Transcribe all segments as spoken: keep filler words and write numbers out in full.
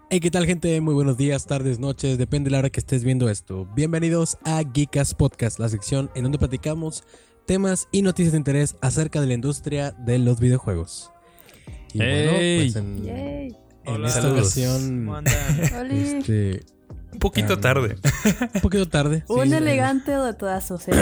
Hey, ¿qué tal, gente? Muy buenos días, tardes, noches, depende de la hora que estés viendo esto. Bienvenidos a Geekas Podcast, la sección en donde platicamos temas y noticias de interés acerca de la industria de los videojuegos. Y hey. bueno, pues en, Yay. en Hola. esta Saludos. ocasión, este, Un poquito um, tarde. un poquito tarde. Un sí, elegante retraso, ¿sí?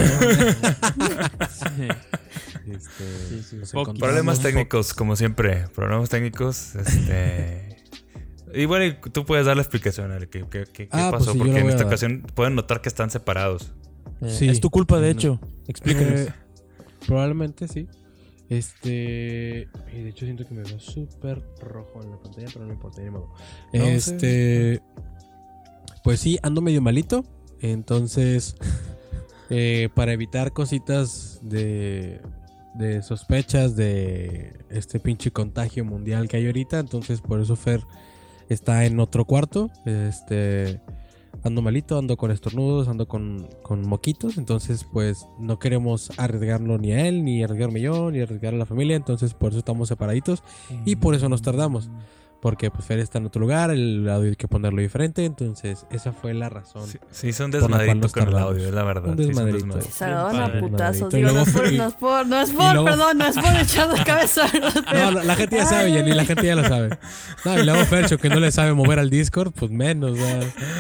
Este, Sí, sí, nos poco. encontramos- Problemas técnicos, como siempre. Problemas técnicos. Este. Igual tú puedes dar la explicación, Ale, ¿Qué, qué, qué, qué Ah, pues pasó? sí, yo Porque la en voy a esta dar. ocasión pueden notar que están separados. Eh, Sí. Es tu culpa, de No. hecho. Explícanos. Eh, probablemente sí. Este. Y de hecho siento que me veo súper rojo en la pantalla, pero no me importa, ni modo. No, este. Pues sí, ando medio malito. Entonces. eh, para evitar cositas de. De sospechas de este pinche contagio mundial que hay ahorita. Entonces, por eso Fer está en otro cuarto. Este. Ando malito, ando con estornudos, ando con, con moquitos. Entonces, pues no queremos arriesgarlo ni a él, ni arriesgarme yo, ni arriesgar a la familia. Entonces, por eso estamos separaditos. Y por eso nos tardamos. Porque pues Fer está en otro lugar, el audio hay que ponerlo diferente. Entonces, esa fue la razón. Sí, sí son Por la cual desmadritos nos con el tardamos. audio, es la verdad. Un Sí son desmadrito. desmadritos. Se agarraron a padre. putazos. Y Digo, no luego- es por, y- no es por, no es y por, luego- perdón, no es por echarnos cabeza. No, la, la gente ya sabe, Jenny, la gente ya lo sabe. No, y luego Fercho, que no le sabe mover al Discord, pues menos. ¿verdad?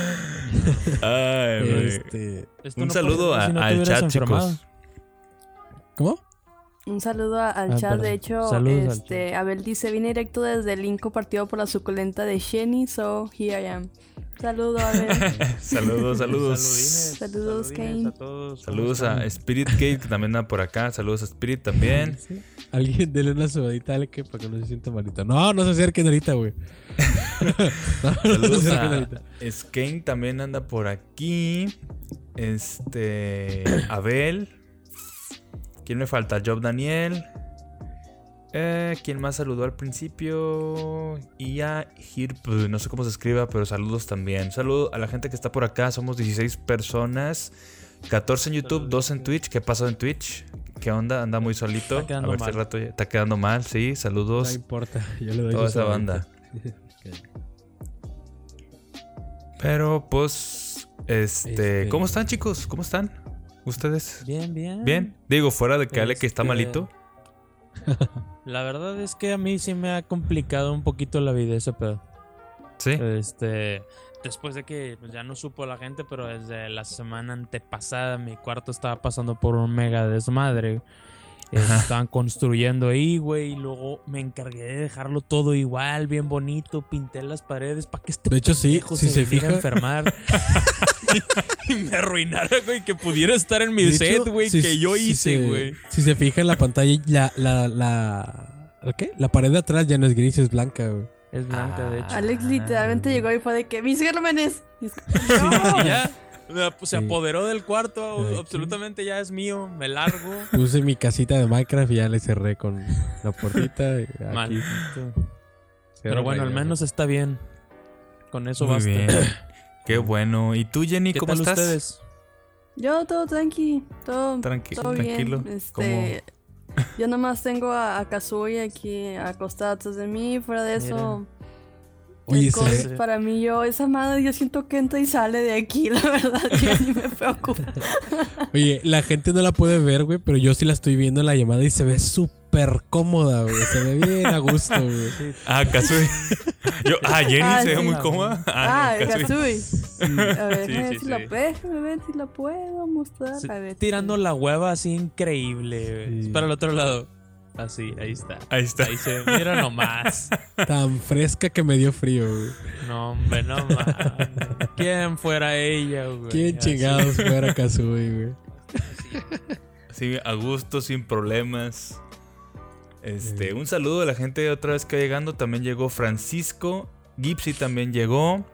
Ay, güey. Este, Esto Un no saludo puede ser a- si no te al hubieras chat, enfermado. chicos. ¿Cómo? Un saludo a- al Ah, chat. perdón. De hecho, Saludos al este, Abel dice: vine directo desde el Inco partido por la suculenta de Shenny, so here I am. Saludo, Abel. Saludos, saludos. Saludines, Saludos, saludines Kane. a todos. Saludos ¿Cómo a están? Spirit Gate, que también anda por acá. Saludos a Spirit también. Sí. Alguien dele una subadita al que para que no se sienta malito. No, no se acerquen ahorita, güey. no, no se Saludos acerquen a ahorita. Skane también anda por aquí. Este. Abel. ¿Quién me falta? Job Daniel. Eh, ¿Quién más saludó al principio? Y a Hirp, no sé cómo se escriba, pero saludos también. Saludo a la gente que está por acá. Somos dieciséis personas. catorce en YouTube, dos en Twitch. ¿Qué pasó en Twitch? ¿Qué onda? Anda muy solito. Está quedando a ver si mal. al rato ya- está quedando mal. Sí, No saludos. importa, yo le doy Toda su esa subadita. banda. Pero pues, este, Este- ¿cómo están, chicos? ¿Cómo están? ¿Ustedes? Bien, bien. Bien. Digo, fuera de que Ale que está Este- malito. La verdad es que a mí sí me ha complicado un poquito la vida ese pedo. Sí. Este, después de que pues, ya no supo la gente, pero desde la semana antepasada mi cuarto estaba pasando por un mega desmadre. Eh, Ajá. estaban construyendo ahí, güey, y luego me encargué de dejarlo todo igual, bien bonito, pinté las paredes para que este De hecho, sí, pendejo si se viniera a fija- enfermar y me arruinara, güey, que pudiera estar en mi De set, hecho, güey, si- que yo si hice, se- güey. Si se fija en la pantalla, la, la, la, ¿la qué? La pared de atrás ya no es gris, es blanca, güey. Es blanca, de hecho. Alex literalmente llegó y fue de que: mis gérmenes. Y es como, Y ya, me- pues, se Sí. apoderó del cuarto, Aquí. absolutamente ya es mío, me largo. Puse mi casita de Minecraft y ya le cerré con la puertita. y aquí. Maldito. Pero Cierro bueno, al rayas, menos está bien. Con eso Muy basta. bien. Qué bueno. ¿Y tú, Jenny, ¿Qué cómo tal estás? ustedes? Yo todo tranqui, todo, Tranqui- todo bien. tranquilo. Este, yo nomás tengo a, a Kazuya aquí acostada atrás de mí. Fuera de eso, Oye, el se COVID ve- para mí, yo, esa madre, yo siento que entra y sale de aquí, la verdad, yo ni me preocupa. Oye, la gente no la puede ver, güey, pero yo sí la estoy viendo en la llamada y se ve súper cómoda, güey. Se ve bien a gusto, güey. Ah, Kazui. Yo, ah, Jenny Ah, se ve sí. muy cómoda. Ah, no, Kazui. Kazui. A ver, Sí, a ver sí, si la sí. puedo, déjame ver si la puedo mostrar. Sí, A ver, tirando la hueva así increíble, güey. Sí. Para el otro lado. Así, ahí está. Ahí está. Ahí se mira nomás. Tan fresca que me dio frío, güey. No, hombre, no mames. ¿Quién fuera ella, güey? ¿Quién Así. chingados fuera Kazooie, güey? Sí, a gusto, sin problemas. Este, un saludo a la gente otra vez que va llegando. También llegó Francisco. Gipsy también llegó.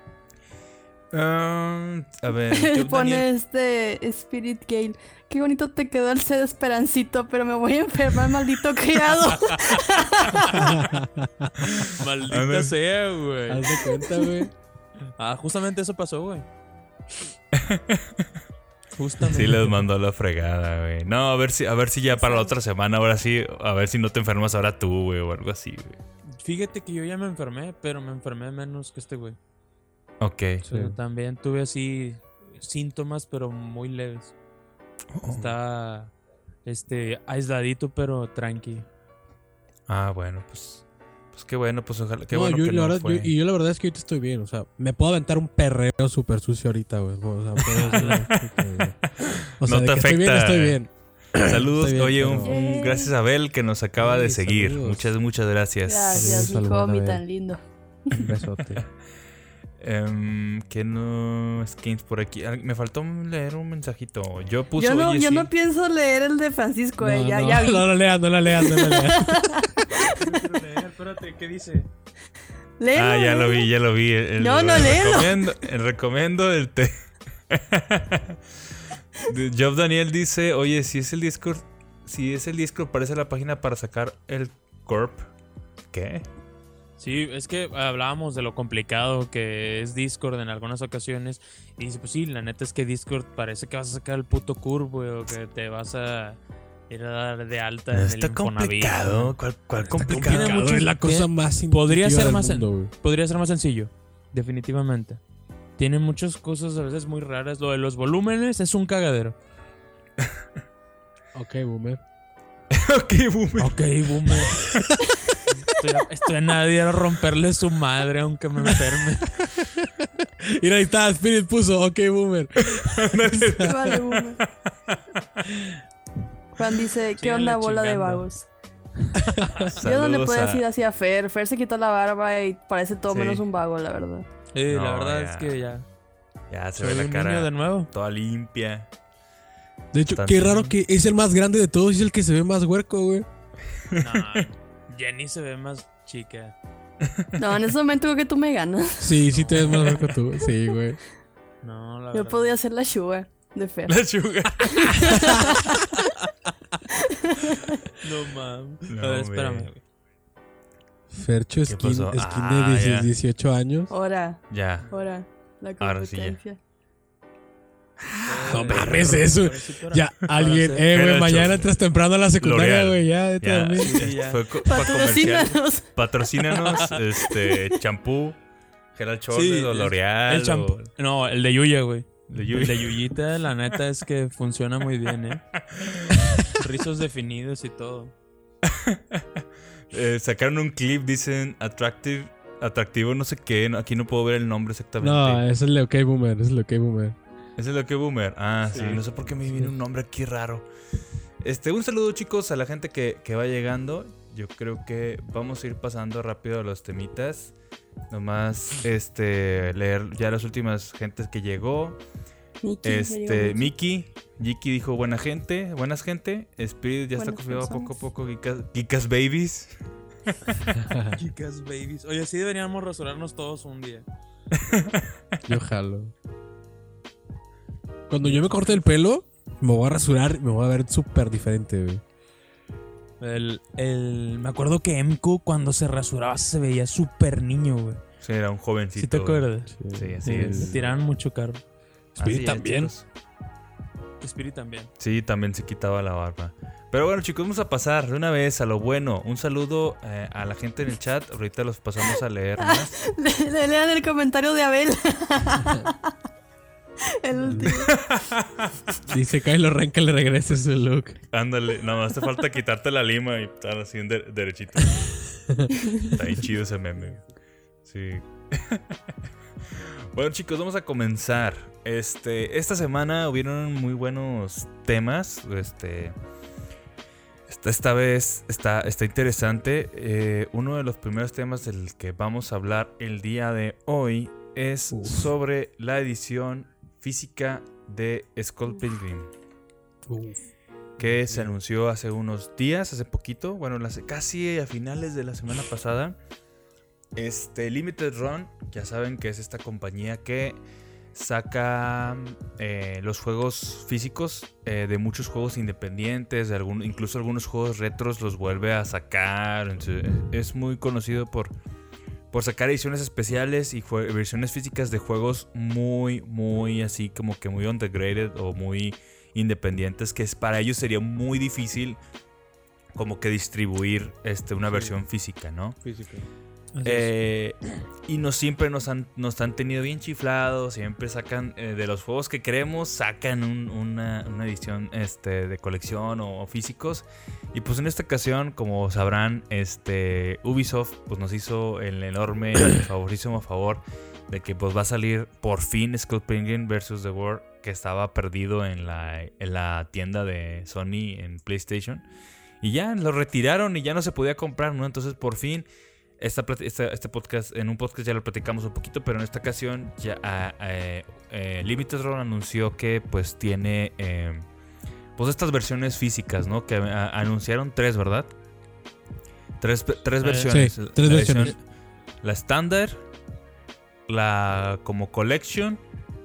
Ah, a ver. Job pone Daniel. este Spirit Gale. Qué bonito te quedó el ser Esperancito, pero me voy a enfermar, maldito criado. Maldita Ándale. sea, güey. Haz de cuenta, güey. Ah, justamente eso pasó, güey. Justamente. Sí les mandó a la fregada, güey. No, a ver si, a ver si ya para la otra semana, ahora sí, a ver si no te enfermas ahora tú, güey, o algo así, güey. Fíjate que yo ya me enfermé, pero me enfermé menos que este güey. Ok. O sea, también tuve así síntomas, pero muy leves. Oh. Está este aisladito, pero tranqui. Ah, bueno, pues. Pues qué bueno, pues ojalá. Qué no, bueno yo, que la no verdad, fue. yo- y yo la verdad es que ahorita estoy bien. O sea, me puedo aventar un perreo súper sucio ahorita, güey. O sea, puedo hacerlo, o sea, No de te que estoy bien, afecta. estoy bien. Saludos, Estoy bien, oye, pero- un, un gracias a Abel que nos acaba Sí, de seguir. saludos. Muchas, muchas gracias. Gracias, Saludos mi al homie buen tan Abel. lindo. Un besote. Em, que no skins por aquí. Ah, me faltó leer un mensajito. Yo puse. Yo no, oye, yo sí. no pienso leer el de Francisco, eh, No, ya, no, ya vi. no lo leas, no lo leas, no lo leas. Espérate, ¿qué dice? Léelo, Ah, ya lo léelo. vi, ya lo vi. El, el- No, no, el léelo. recomiendo, el recomiendo el té. Job Daniel dice, oye, si es el Discord, si es el Discord, parece la página para sacar el corp. ¿Qué? Sí, es que hablábamos de lo complicado que es Discord en algunas ocasiones. Y dice, pues sí, la neta es que Discord parece que vas a sacar el puto curve, güey, o que te vas a ir a dar de alta en el Está Infonavit, complicado. ¿no? ¿Cuál, cuál Complicado, complicado? mucho- es la cosa tiene- más podría intuitiva ser del más en- mundo, güey. Podría ser más sencillo, definitivamente. Tiene muchas cosas a veces muy raras. Lo de los volúmenes es un cagadero. Ok, boomer. Ok, boomer. Ok, boomer. Estoy a, estoy a nadie a romperle su madre aunque me enferme. Y ahí está, Spirit puso, ok, boomer. Vale, boomer. Juan dice, ¿qué Síganle onda bola de chingando. vagos? Yo no le Saludos puedo a- decir así a Fer. Fer se quitó la barba y parece todo Sí. menos un vago, la verdad. Eh, No, la verdad ya. es que ya Ya se soy ve la un cara niño de nuevo. toda limpia. De hecho, Tan- qué raro que es el más grande de todos y es el que se ve más huerco, güey. No, Jenny se ve más chica. No, en ese momento creo que tú me ganas. Sí, sí te ves más huerco tú. Sí, güey. No, la Yo verdad. podía ser la sugar de Fer. La sugar. No mames. No, A ver, güey. espérame, güey. Fercho ¿Qué skin, pasó? skin Ah, de ya. dieciocho años. Ahora, Ya. ahora. La Ahora sí ya. competencia. No Eh, mames, eso. para- Ya, para alguien, hacer- eh, güey, Pero mañana hecho. entras temprano a la secundaria, L'Oreal. güey, ya, vete a Ya, dormir. Sí, ya. fue co- para comercial. Patrocínanos. Patrocínanos, este, champú, Gerald Chorley Sí, o el- L'Oreal. El champú. No, el de Yuya, güey. De El Yuya. de Yuyita, la neta es que funciona muy bien, ¿eh? Rizos definidos y todo. Eh, sacaron un clip, dicen attractive, atractivo, no sé qué. no- aquí no puedo ver el nombre exactamente. No, es el de OK Boomer, es el de OK Boomer. ¿Ese es lo que boomer? Ah, sí. Sí. No sé por qué me Sí. viene un nombre aquí raro. Este, un saludo, chicos, a la gente que, que va llegando. Yo creo que vamos a ir pasando rápido a los temitas. Nomás, este, leer ya las últimas gentes que llegó. Miki, me Este, digo mucho. Miki. Miki dijo buena gente, buenas gente. Spirit ya está Buenas confirmado personas. poco a poco. Geekas, Geekas Babies. Chicas, babies. Oye, sí deberíamos rasurarnos todos un día. Yo jalo. Cuando yo me corte el pelo, me voy a rasurar y me voy a ver súper diferente, güey. El, el, me acuerdo que M Q cuando se rasuraba se veía súper niño, güey. Sí, era un jovencito. ¿Sí te acuerdas? Sí, así Le es. tiraban mucho caro. Spirit Así es, también. chicos. Spirit también. Sí, también se quitaba la barba. Pero bueno, chicos, vamos a pasar de una vez a lo bueno. Un saludo eh, a la gente en el chat. Ahorita los pasamos a leer más. Le, le lean el comentario de Abel. El último. Dice Kylo Ren que le regrese su look. Ándale, nada más te falta quitarte la lima y estar así en de- derechito. Está bien chido ese meme. Sí. Bueno, chicos, vamos a comenzar. Este, esta semana hubieron muy buenos temas. Este, esta, esta vez está, está interesante. Eh, uno de los primeros temas del que vamos a hablar el día de hoy es Uf. sobre la edición física de Skull Pilgrim, que se anunció hace unos días, hace poquito, bueno, las, casi a finales de la semana pasada. Este Limited Run, ya saben que es esta compañía que saca eh, los juegos físicos eh, de muchos juegos independientes, de algún, incluso algunos juegos retros los vuelve a sacar. Entonces, es muy conocido por, por sacar ediciones especiales y jue- versiones físicas de juegos muy, muy así como que muy undergraded o muy independientes, que es, para ellos sería muy difícil como que distribuir este, una Sí. versión física, ¿no? Física. Eh, y no siempre nos han, nos han tenido bien chiflados. Siempre sacan eh, de los juegos que queremos, sacan un- una, una edición este, de colección o, o físicos. Y pues en esta ocasión, como sabrán, este, Ubisoft pues, nos hizo el enorme y favorísimo favor de que pues, va a salir por fin Scott Pilgrim versus. The World, que estaba perdido en la, en la tienda de Sony en PlayStation. Y ya lo retiraron y ya no se podía comprar, ¿no? Entonces por fin... Esta, esta, este podcast, en un podcast ya lo platicamos un poquito, pero en esta ocasión ya uh, uh, uh, Limited Run anunció que pues tiene eh, pues estas versiones físicas, ¿no? Que uh, anunciaron tres, ¿verdad? Tres, tres Eh, versiones. sí, La tres versión- versiones. La estándar, la como collection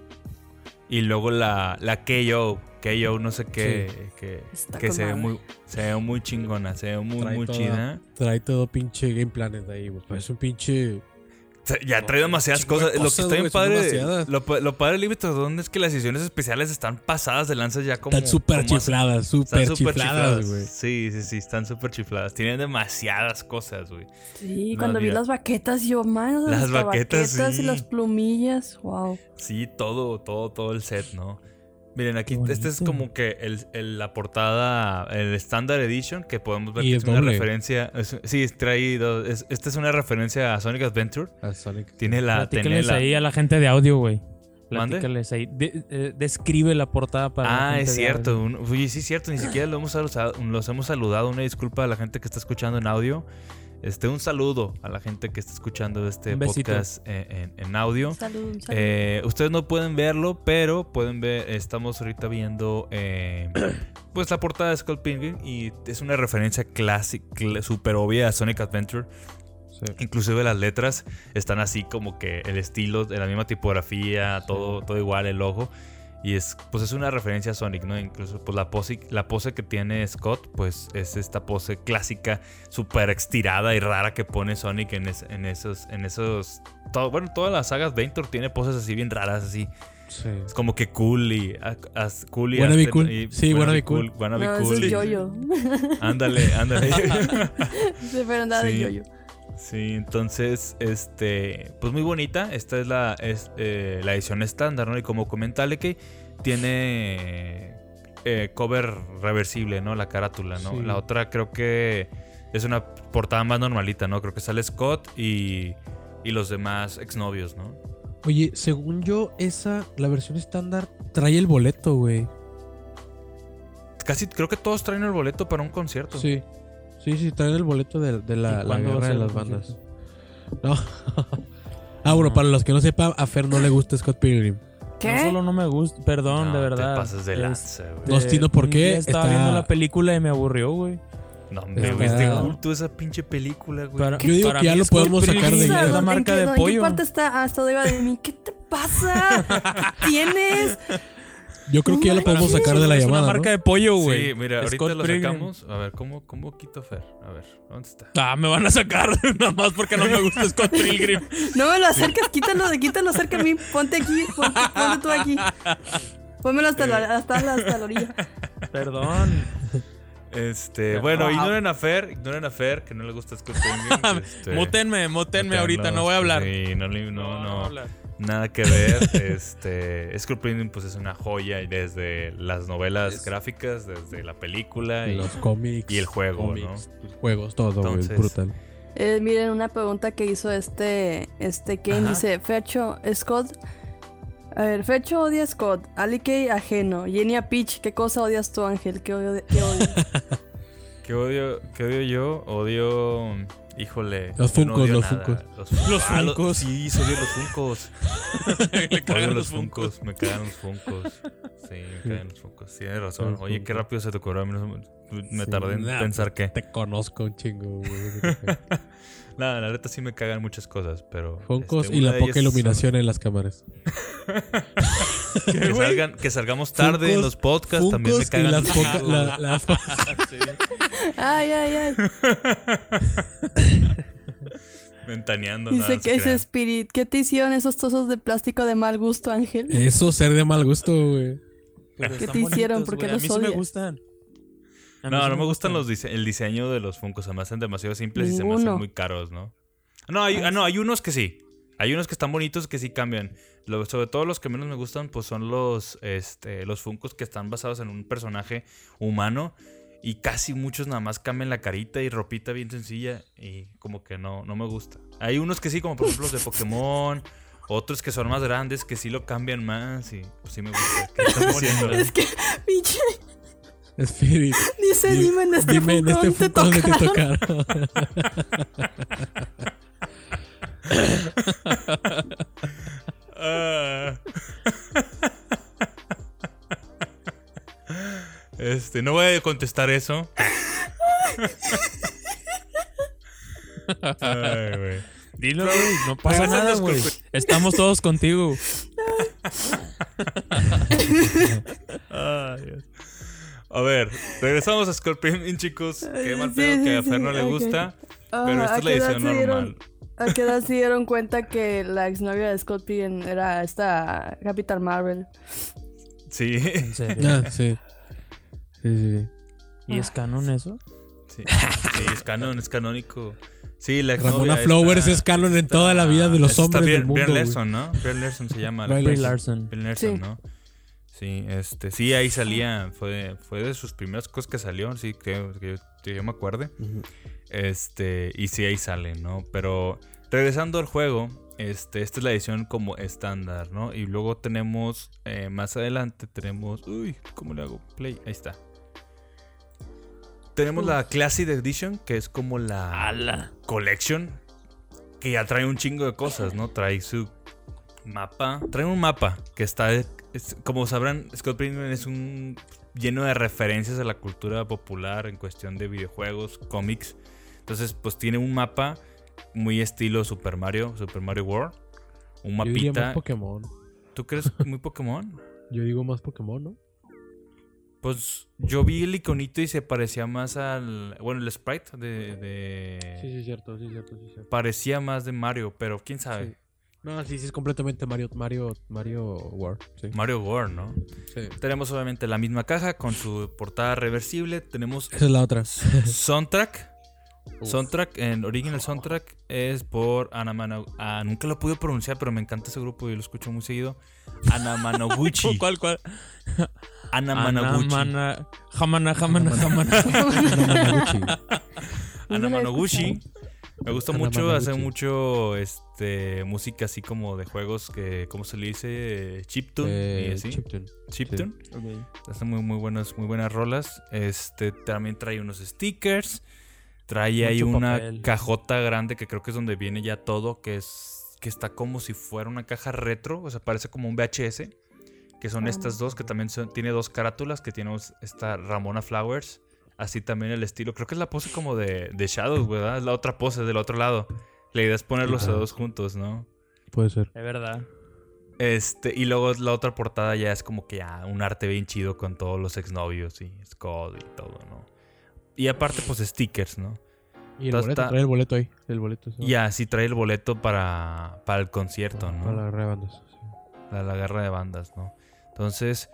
y luego la, la K O. K O no sé qué, que, Está que con se ve madre. muy, se ve muy chingona, se ve muy, Trae muy toda- chida. Trae todo pinche Game Planet ahí, güey. Pues es un pinche... O sea, ya trae demasiadas chingo de cosas. Lo que cosas, está bien güey, son padre. demasiadas. Lo, pa- lo padre de Limited Run es que las ediciones especiales están pasadas de lanzas ya como. Están súper como- chifladas, Están súper súper chifladas, güey. Sí, sí, sí, están súper chifladas. Tienen demasiadas cosas, güey. Sí, No, cuando vi mira. las baquetas, yo, man, Las las baquetas, baquetas sí. y las plumillas, wow. Sí, todo, todo, todo el set, ¿no? Miren, aquí Qué este es bonito. como que el, el- la portada, el Standard Edition, que podemos ver Y que es es una doble. referencia. es- sí, trae dos. Es, esta es una referencia a Sonic Adventure. A Sonic. Tiene la. Tiene Platícales la ahí a la gente de audio, güey. ¿Mande? Platícales ahí. De- eh, describe la portada para la Ah, gente es de cierto. audio. Un- Oye, sí es cierto. Ni siquiera lo hemos saludado, los hemos saludado. Una disculpa a la gente que está escuchando en audio. Este, un saludo a la gente que está escuchando este Un besito. podcast eh, en, en audio. Salud, salud. Eh, ustedes no pueden verlo, pero pueden ver. Estamos ahorita viendo eh, pues la portada de Skull Pilgrim y es una referencia clásica, cl- súper obvia a Sonic Adventure. Sí. Inclusive las letras están así como que el estilo, de la misma tipografía, todo, todo igual, el logo. Y es, pues es una referencia a Sonic, ¿no? Incluso pues la pose, la pose que tiene Scott, pues es esta pose clásica, súper estirada y rara que pone Sonic en, es- en esos, en esos, todo, bueno, todas las sagas Venture tiene poses así bien raras, así. Sí. Es como que cool y, a- as- cool y Wannabe hasta- cool. y Sí, wannabe cool. wannabe no, cool ese y- es yo-yo. Ándale, ándale. Se fueron andar de Sí. yo-yo. Sí, entonces, este, pues muy bonita. Esta es la, es, eh, la edición estándar, ¿no? Y como comenta Aleke, tiene eh, cover reversible, ¿no? La carátula, ¿no? Sí. La otra creo que es una portada más normalita, ¿no? Creo que sale Scott y, y los demás exnovios, ¿no? Oye, según yo, esa, la versión estándar, trae el boleto, güey. Casi, creo que todos traen el boleto para un concierto. Sí. Sí, sí, traen el boleto de, de la, ¿Y la cuándo va a guerra de ser las el bandas. No. Ah, bueno, No. para los que no sepan, a Fer no le gusta Scott Pilgrim. ¿Qué? No solo no me gusta, perdón, No, de verdad. te pasas de Es- lanza, güey. No, Tino, ¿por un qué? día Estaba Está- viendo la película y me aburrió, güey. No, me Está- viste culto esa pinche película, güey. Para- Yo digo para que ya mí lo Scott podemos sacar de Pilgrim guerra. es la ¿En marca qué- de ¿En pollo. qué parte está? Hasta arriba de mí. ¿Qué te pasa? ¿Qué tienes? Yo creo que ya lo podemos sacar de la Es llamada, una ¿no? marca de pollo, güey. Sí, mira, ahorita Scott lo Pilgrim. sacamos. A ver, ¿cómo, cómo quito Fer? A ver, ¿dónde está? Ah, me van a sacar nada más porque no me gusta Scott Pilgrim. No me lo acerques, quítalo, quítalo cerca de mí. Ponte aquí, ponte, ponte tú aquí. Pónmelo hasta, la, hasta, la, hasta la orilla. Perdón. Este, bueno, ignoren a Fer, ignoren a Fer, que no le gusta Scott Pilgrim. Este, Mótenme, mótenme mutearlo, ahorita, no voy a hablar. Sí, no, le- no, voy a no, hablar. nada que ver. Este, Scott Pilgrim pues es una joya y desde las novelas Es- gráficas, desde la película y, Los cómics. y el juego, cómics, los juegos, todo, güey. Entonces- Brutal. Eh, miren, una pregunta que hizo este, este Kane Ajá. dice, Fecho, Scott... A ver, Fecho odia a Scott, Ali Kay ajeno, Jenny a Peach, ¿qué cosa odias tú, Ángel? ¿Qué odio? Qué odio? ¿Qué odio, qué odio yo? Odio, híjole. Los yo no Funkos, odio los nada. Funkos. Los, Fun- Los Ah, lo- Funkos. Sí, odio los Funkos. Le cagan Odio los los Funkos. Funkos, me cagan los Funkos. Sí, me cagan los Funkos. Tienes razón. Los Oye, qué Funkos. rápido se te ocurrió. A mí no se me- Me Sí, tardé en nah, pensar que. Te conozco un chingo, güey. Nada, la neta sí me cagan muchas cosas, pero. Funkos este, y una la de poca ellas iluminación en las cámaras. son- que, salgan, que salgamos tarde en Funkos- los podcasts también me Funkos y cagan. las poca- la- las po- Sí. Ay, ay, ay. Ventaneando. Dice nada, que se ese crean. Spirit. ¿Qué te hicieron esos trozos de plástico de mal gusto, Ángel? Eso ser de mal gusto, güey. Pero ¿Qué están te hicieron? bonitos, ¿Por qué güey. los A mí sí me odias? gustan. A mí No, sí no me gustan gustan. los dise- el diseño de los Funkos. Se me hacen demasiado simples y se me hacen Ninguno. muy caros, ¿no? No, hay, ah, no, hay unos que sí. Hay unos que están bonitos que sí cambian. Lo- sobre todo los que menos me gustan, pues son los, este, los Funkos que están basados en un personaje humano. Y casi muchos nada más cambian la carita y ropita bien sencilla. Y como que no, no me gusta. Hay unos que sí, como por ejemplo los de Pokémon. Otros que son más grandes, que sí lo cambian más. Y pues sí me gusta. ¿Qué están poniendo? Es que, pinche, Spirit. dice, Di- dime en este Dime en este Funko Funko te dónde te tocaron. tocaron. Ah. Este, no voy a contestar eso. Ay, güey. Dilo, güey. No pasa Regresando nada, a güey. Scorpion. Estamos todos contigo. Ay, Dios. A ver, regresamos a Scorpion, chicos. Qué mal Sí, pedo sí, que a sí, Fer no le ok. gusta. Ah, Pero esta ¿a es la qué edad edición se dieron- normal. ¿A qué edad se dieron cuenta que la exnovia de Scott Pilgrim era esta Capitán Marvel? Sí. ¿En serio? Ah, sí. Sí, sí, sí. ¿Y es canon eso? Sí, sí, es canon, es canónico. Sí, la exnovia Ramona esta- Flowers es canon en toda la vida de los esta hombres Brie- del mundo. Brie güey. Larson, ¿no? Brie Larson se llama. la Brie Brie Larson. Larson. Brie Larson, Sí. ¿no? Sí, este, sí, ahí salía, fue, fue de sus primeras cosas que salió, sí, que, que, que yo me acuerde. Ujú. Este, y sí, ahí sale, ¿no? Pero regresando al juego, este, esta es la edición como estándar, ¿no? Y luego tenemos, eh, más adelante tenemos, uy, ¿cómo le hago? Play, ahí está. Tenemos la Classic Edition, que es como la ¡Hala! Collection, que ya trae un chingo de cosas, ¿no? Trae su mapa, trae un mapa que está, es- como sabrán, Scott Pilgrim es un lleno de referencias a la cultura popular en cuestión de videojuegos, cómics. Entonces, pues tiene un mapa muy estilo Super Mario, Super Mario World. Un Yo diría mapita. más Pokémon. ¿Tú crees muy Pokémon? Yo digo más Pokémon, ¿no? Pues yo vi el iconito y se parecía más al... Bueno, el sprite de... de- Sí, sí, cierto, sí, cierto, sí, cierto. Parecía más de Mario, pero quién sabe. Sí. No, sí, sí, es completamente Mario, Mario, Mario World, sí. Mario World, ¿no? Sí. Tenemos obviamente la misma caja con su portada reversible. Tenemos Esa es la otra. soundtrack. Uf. Soundtrack, en original soundtrack es por Anamano... Ah, nunca lo pude pronunciar, pero me encanta ese grupo y lo escucho muy seguido. Anamanoguchi. ¿Cuál, cuál? Anamanoguchi. Anamana- Jamana, jamana, jamana. Anamanaguchi. Anamanoguchi. Me gusta mucho, Anamanoguchi. hace mucho este música así como de juegos que, ¿cómo se le dice? Chiptune y Eh, así. Chiptune. Chiptune. Ok. Hacen muy, muy buenas, muy buenas rolas. Este también trae unos stickers. Trae ahí Mucho una papel. cajota grande que creo que es donde viene ya todo, que es que está como si fuera una caja retro, o sea, parece como un V H S, que son Ah. estas dos, que también son, tiene dos carátulas, que tiene esta Ramona Flowers, así también el estilo, creo que es la pose como de, de Shadows, ¿verdad? Es la otra pose del otro lado. La idea es ponerlos a Ajá. dos juntos, ¿no? Puede ser. Es verdad. Este, y luego la otra portada ya es como que ya un arte bien chido con todos los exnovios y Scott y todo, ¿no? Y aparte, pues stickers, ¿no? Y el Entonces boleto, está- trae el boleto ahí. El boleto. ese, Y así trae el boleto para, para el concierto, ¿no? Para la guerra de bandas. sí. La, la guerra de bandas, ¿no? Entonces,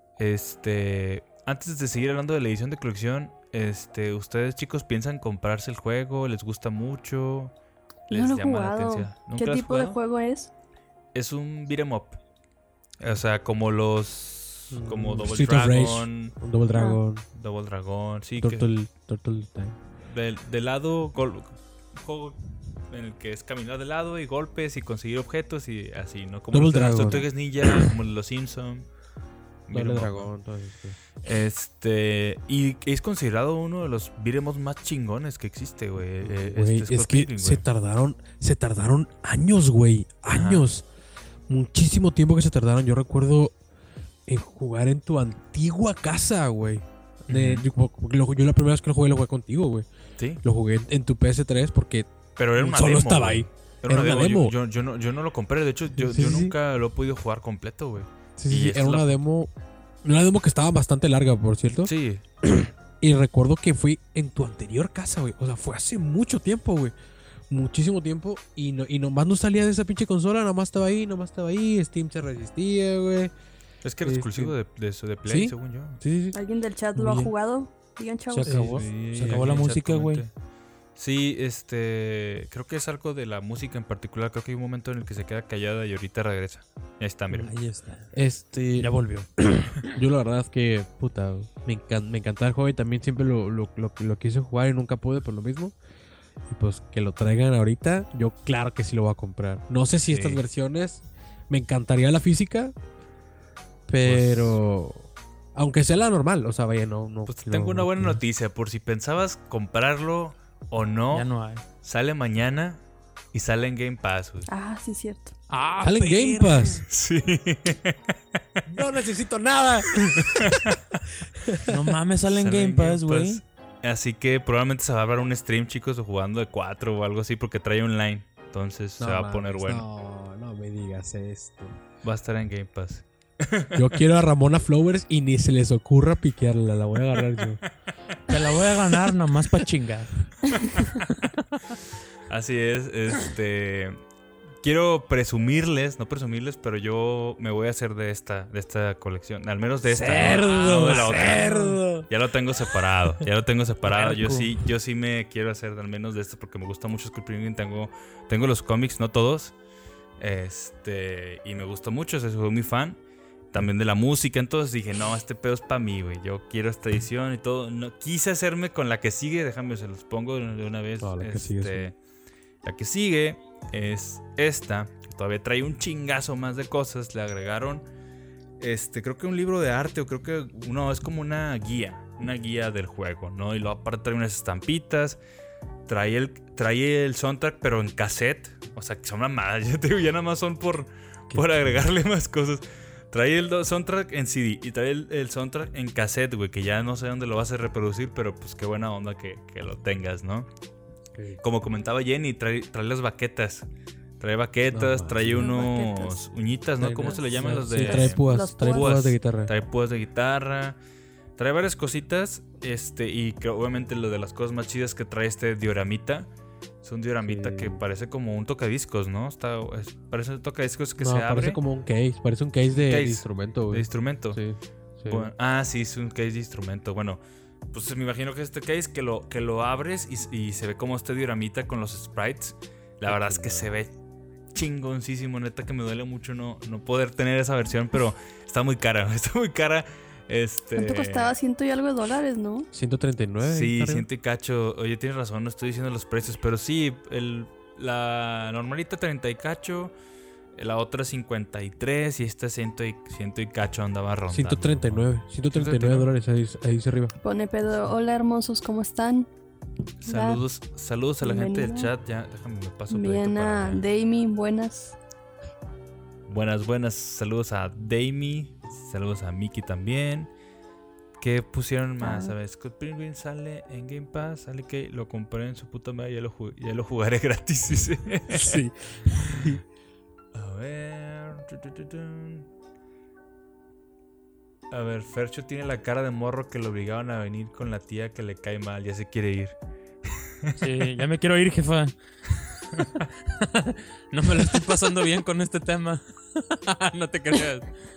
este... Antes de seguir hablando de la edición de colección, este, ¿ustedes, chicos, piensan comprarse el juego? ¿Les gusta mucho? ¿Les No lo he llama la jugado. atención? ¿Nunca ¿Qué lo has tipo de jugado? juego es? Es un beat 'em up. O sea, como los... Como Mm, Double Street of Rage. Dragon, Un Double Dragon. Double Dragon, sí, que Turtle, Turtle Time. del, del lado, gol- un juego en el que es caminar de lado y golpes y conseguir objetos y así, ¿no? Como Double los de las Dragon. Tortugas Ninja, como los Simpsons. Doble Dragón. Todo eso. Este, y es considerado uno de los beat'em ups más chingones que existe, güey. eh, Güey, este es Scott que Pilgrim, se güey. tardaron, se tardaron años, güey. Ajá. Años. Muchísimo tiempo que se tardaron. Yo recuerdo en jugar en tu antigua casa, güey. De- Ujú. yo, lo- yo la primera vez que lo jugué lo jugué contigo, güey. Sí, Lo jugué en, en tu P S tres porque pero era una solo demo, estaba güey. ahí. Era una Era una demo. demo. Yo, yo, yo no, yo no lo compré. De hecho, yo, Sí, yo sí, sí. nunca lo he podido jugar completo, güey. Sí, Y sí, sí, esta era es una la- demo. Una demo que estaba bastante larga, por cierto. Sí, Y recuerdo que fui en tu anterior casa, güey. O sea, fue hace mucho tiempo, güey. Muchísimo tiempo. Y, no, y nomás no salía de esa pinche consola. Nomás estaba ahí, nomás estaba ahí. Steam se resistía, güey. es que era Este- exclusivo de, de, eso, de Play, ¿Sí? según yo. Sí, sí, sí. ¿Alguien del chat Muy lo ha bien. jugado? Digan chavos. Se acabó, Sí, se acabó la aquí en música, chat güey. comenta. Sí, este, creo que es algo de la música en particular. Creo que hay un momento en el que se queda callada y ahorita regresa. Ahí está, mira. Ahí está. Este, Ya volvió. yo la verdad es que, puta, me, encan- me encanta el juego y también siempre lo, lo, lo, lo quise jugar y nunca pude por lo mismo. Y pues que lo traigan ahorita, yo claro que sí lo voy a comprar. No sé si Sí. estas versiones, me encantaría la física, pero aunque sea la normal, o sea, vaya, no, no. Pues no- tengo una no buena quiero. noticia. Por si pensabas comprarlo o no, Ya no hay. sale mañana y sale en Game Pass, güey. Ah, sí, cierto. Ah, Sale en Game Pass. Sí. No necesito nada. No mames, sale en Sale Game Pass, güey. Así que probablemente se va a ver un stream, chicos, o jugando de cuatro o algo así, porque trae online. Entonces se va a poner bueno. No, no me digas esto. Va a estar en Game Pass. Yo quiero a Ramona Flowers y ni se les ocurra piquearla, la voy a agarrar yo. Te la voy a ganar nomás para chingar. Así es, este... Quiero presumirles, no presumirles, pero yo me voy a hacer de esta, de esta colección. Al menos de esta. ¿no? Cerdo, No de la otra. cerdo. Ya lo tengo separado, ya lo tengo separado. Yo Puerco. sí, yo sí me quiero hacer al menos de esto porque me gusta mucho Skull Penguin. Tengo, tengo los cómics, no todos. Este, y me gusta mucho, soy muy fan. También de la música, entonces dije, no, este pedo es para mí, güey. Yo quiero esta edición y todo. No, quise hacerme con la que sigue, déjame, se los pongo de una vez. No, la que este, sigue, sí. La que sigue es esta, que todavía trae un chingazo más de cosas. Le agregaron, este, creo que un libro de arte, o creo que, no, es como una guía, una guía del juego, ¿no? Y luego aparte trae unas estampitas. Trae el, trae el soundtrack, pero en cassette. O sea, que son mamadas. Ya te digo, ya nada más son por, por agregarle más cosas. Trae el do- soundtrack en C D y trae el, el soundtrack en cassette, güey. Que ya no sé dónde lo vas a reproducir, pero pues qué buena onda que, que lo tengas, ¿no? Okay. Como comentaba Jenny, trae, trae las baquetas. Trae baquetas, No, trae las unos baquetas. uñitas, ¿no? Trae ¿Cómo las- se le llaman los de...? Sí, trae púas, Las trae púas. púas de guitarra. Trae púas de guitarra. Trae varias cositas. Este, y que obviamente lo de las cosas más chidas que trae este dioramita. Es un dioramita Sí. que parece como un tocadiscos, ¿no? Está, es- parece un tocadiscos que no, se parece abre como un case, parece un case de, Case. de instrumento, de güey. instrumento. Sí, sí. Bueno, ah, sí, es un case de instrumento. Bueno, pues me imagino que este case que lo, que lo abres y, y se ve como este dioramita con los sprites. La Qué verdad es que chingada. se ve chingoncísimo. Neta que me duele mucho no, no poder tener esa versión, pero está muy cara. Está muy cara. Este... ¿Cuánto costaba? Ciento y algo de dólares, ¿no? ciento treinta y nueve. Sí, está arriba. ciento y cacho. Oye, tienes razón, no estoy diciendo los precios, pero sí, el, la normalita treinta y cacho, la otra cincuenta y tres y esta cien y, cien y cacho andaba rondando. ciento treinta y nueve. ciento treinta y nueve dólares, ahí, ahí dice arriba. Pone pedo. Hola, hermosos, ¿cómo están? Saludos, saludos a la gente del Bienvenido. chat. Ya, déjame, me paso un Bien pedito para a allá. Dami, buenas. Buenas, buenas. Saludos a Dami. Saludos a Miki también. ¿Qué pusieron más? Ah. A ver, Scott Pilgrim sale en Game Pass. Sale que lo compré en su puta madre. Ya lo, ju- ya lo jugaré gratis. Dice. Sí. A ver. tu, tu, tu, tu. A ver, Fercho tiene la cara de morro que lo obligaban a venir con la tía que le cae mal. Ya se quiere ir. Sí, ya me quiero ir, jefa. No me lo estoy pasando bien con este tema. No te creas.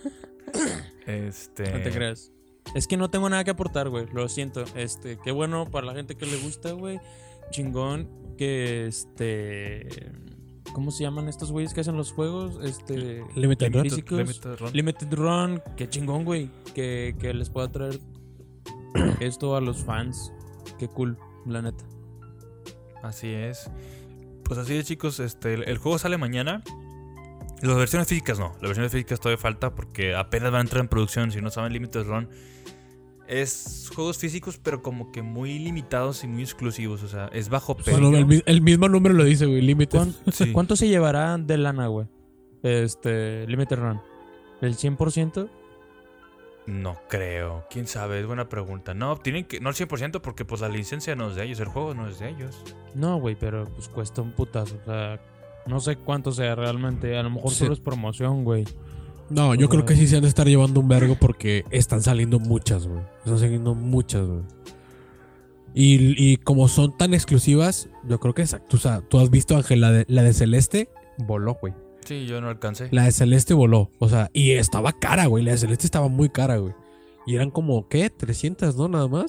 Este. No te creas. Es que no tengo nada que aportar, güey. Lo siento. Este, qué bueno para la gente que le gusta, güey. Chingón que este. ¿Cómo se llaman estos güeyes que hacen los juegos? Este. Limited Run. físicos. Limited Run. Limited Run. Qué chingón, güey. Que, que les pueda traer esto a los fans. Qué cool, la neta. Así es. Pues así es, chicos. Este, el, el juego sale mañana. Las versiones físicas no. Las versiones físicas todavía falta porque apenas van a entrar en producción. Si no saben, Limited Run es juegos físicos, pero como que muy limitados y muy exclusivos. O sea, es bajo Su precio. nombre, el, mi- el mismo número lo dice, güey. Limited. ¿Cuán- Sí. ¿Cuánto se llevará de lana, güey? Este, Limited Run. ¿El cien por ciento? No creo. ¿Quién sabe? Es buena pregunta. No, tienen que... No al cien por ciento porque pues la licencia no es de ellos. El juego no es de ellos. No, güey, pero pues cuesta un putazo. O sea, no sé cuánto sea realmente. A lo mejor Sí. solo es promoción, güey. No, yo O creo sea- que sí se han de estar llevando un vergo porque están saliendo muchas, güey. Están saliendo muchas, güey. Y, y como son tan exclusivas, yo creo que exacto. O sea, tú has visto, Ángel, la de, la de Celeste, voló, güey. Sí, yo no alcancé. La de Celeste voló. O sea, y estaba cara, güey. La de Celeste estaba muy cara, güey. Y eran como, ¿qué? trescientas, ¿no? Nada más.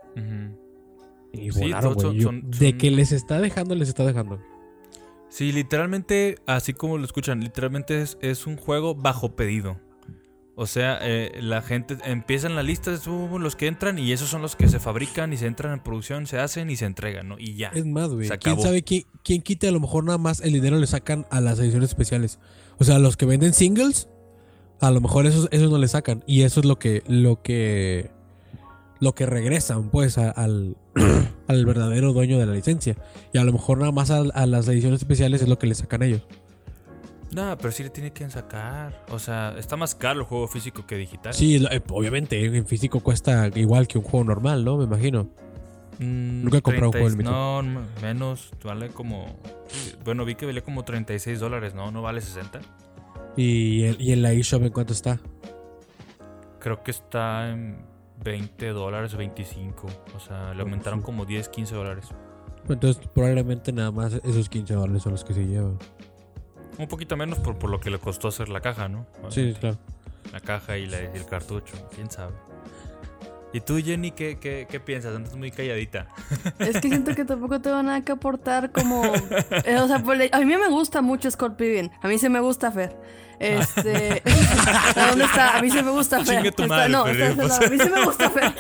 Uh-huh. Y Sí, volaron, son- güey. Yo- son- De son- que les está dejando, les está dejando. Sí, literalmente, así como lo escuchan, literalmente es, es un juego bajo pedido. O sea, eh, la gente empieza en la lista de uh, los que entran y esos son los que se fabrican y se entran en producción, se hacen y se entregan, ¿no? Y ya. Es más, güey. Se ¿Quién acabó. sabe quién, quién quite? A lo mejor nada más el dinero le sacan a las ediciones especiales. O sea, los que venden singles, a lo mejor esos, esos no le sacan. Y eso es lo que, lo que, lo que regresan, pues, a- al, al verdadero dueño de la licencia. Y a lo mejor nada más a, a las ediciones especiales es lo que le sacan a ellos. No, pero sí le tiene que sacar. O sea, está más caro el juego físico que digital. Sí, lo- eh, obviamente, en físico cuesta igual que un juego normal, ¿no? Me imagino. Mm, Nunca he comprado un juego en treinta y- mi No, no, menos. Vale como. Bueno, vi que valía como treinta y seis dólares, ¿no? ¿No vale sesenta? Y, el- y en la eShop, ¿en cuánto está? Creo que está en veinte dólares o veinticinco. O sea, le aumentaron Sí. como diez, quince dólares. Entonces, probablemente nada más esos quince dólares son los que se llevan. Un poquito menos por, por lo que le costó hacer la caja, ¿no? Sí, claro. La caja y, la- y el cartucho, quién sabe. ¿Y tú, Jenny, qué, qué, qué piensas? Andas muy calladita. Es que siento que tampoco tengo nada que aportar como... eh, o sea, por le- a mí me gusta mucho Scott Pilgrim. A mí se me gusta Fer. Este... ¿A dónde está? A mí se me gusta Fer. Chingue tu Está- madre, no, Fer, está de ese pues. lado. A mí se me gusta Fer.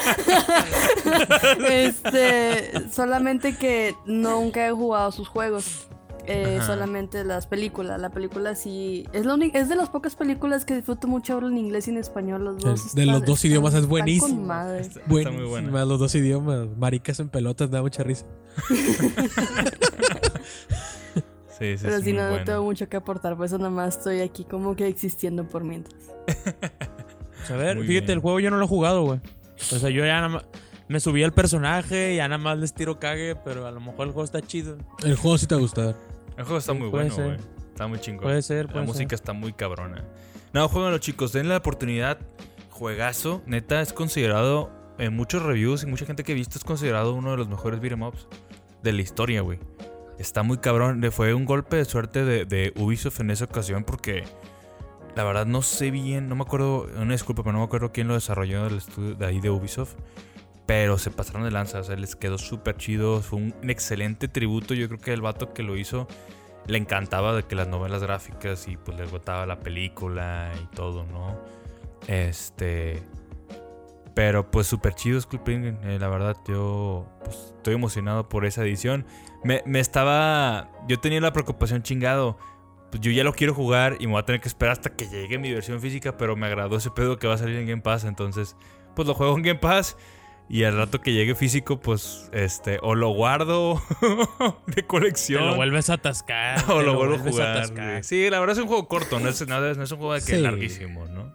Este... Solamente que nunca he jugado sus juegos. Eh, Ajá. solamente las películas. La película sí... Es, la única- es de las pocas películas que disfruto mucho. Hablo en inglés y en español. Los dos. El- de los dos están- idiomas es están buenísimo. con madre. Está, está Buenísima, muy buena. los dos idiomas. Maricas en pelotas, me da mucha risa. Sí, sí, Pero es si muy no, no buena. tengo mucho que aportar, por eso nada más estoy aquí como que existiendo por mientras. Pues a ver, Muy fíjate, bien. el juego yo no lo he jugado, güey. O sea, yo ya nada más me subí al personaje, ya nada más les tiro cague, pero a lo mejor el juego está chido. El juego sí te va a gustar. El juego está Sí, muy puede bueno, ser. güey. Está muy chingón. Puede ser, La puede música ser. está muy cabrona. No, jueguenlo, chicos. Denle la oportunidad. Juegazo. Neta, es considerado, en muchos reviews y mucha gente que he visto, es considerado uno de los mejores beat'em ups de la historia, güey. Está muy cabrón. Le fue un golpe de suerte de, de Ubisoft en esa ocasión porque la verdad no sé bien, no me acuerdo, una disculpa, pero no me acuerdo quién lo desarrolló del estudio de ahí de Ubisoft. Pero se pasaron de lanza, o sea, les quedó súper chido. Fue un excelente tributo. Yo creo que el vato que lo hizo le encantaba de que las novelas gráficas y pues les gustaba la película y todo, ¿no? Este... Pero pues súper chido Skull Pilgrim, eh, la verdad yo pues, estoy emocionado por esa edición. Me, me estaba... Yo tenía la preocupación chingado. Pues yo ya lo quiero jugar y me voy a tener que esperar hasta que llegue mi versión física, pero me agradó ese pedo que va a salir en Game Pass, entonces pues lo juego en Game Pass y al rato que llegue físico pues este o lo guardo de Te colección lo vuelves a atascar. o te lo vuelvo a vuelves jugar. atascar. güey. Sí, la verdad es un juego corto, no es, no es, no es un juego de que Sí. larguísimo, ¿no?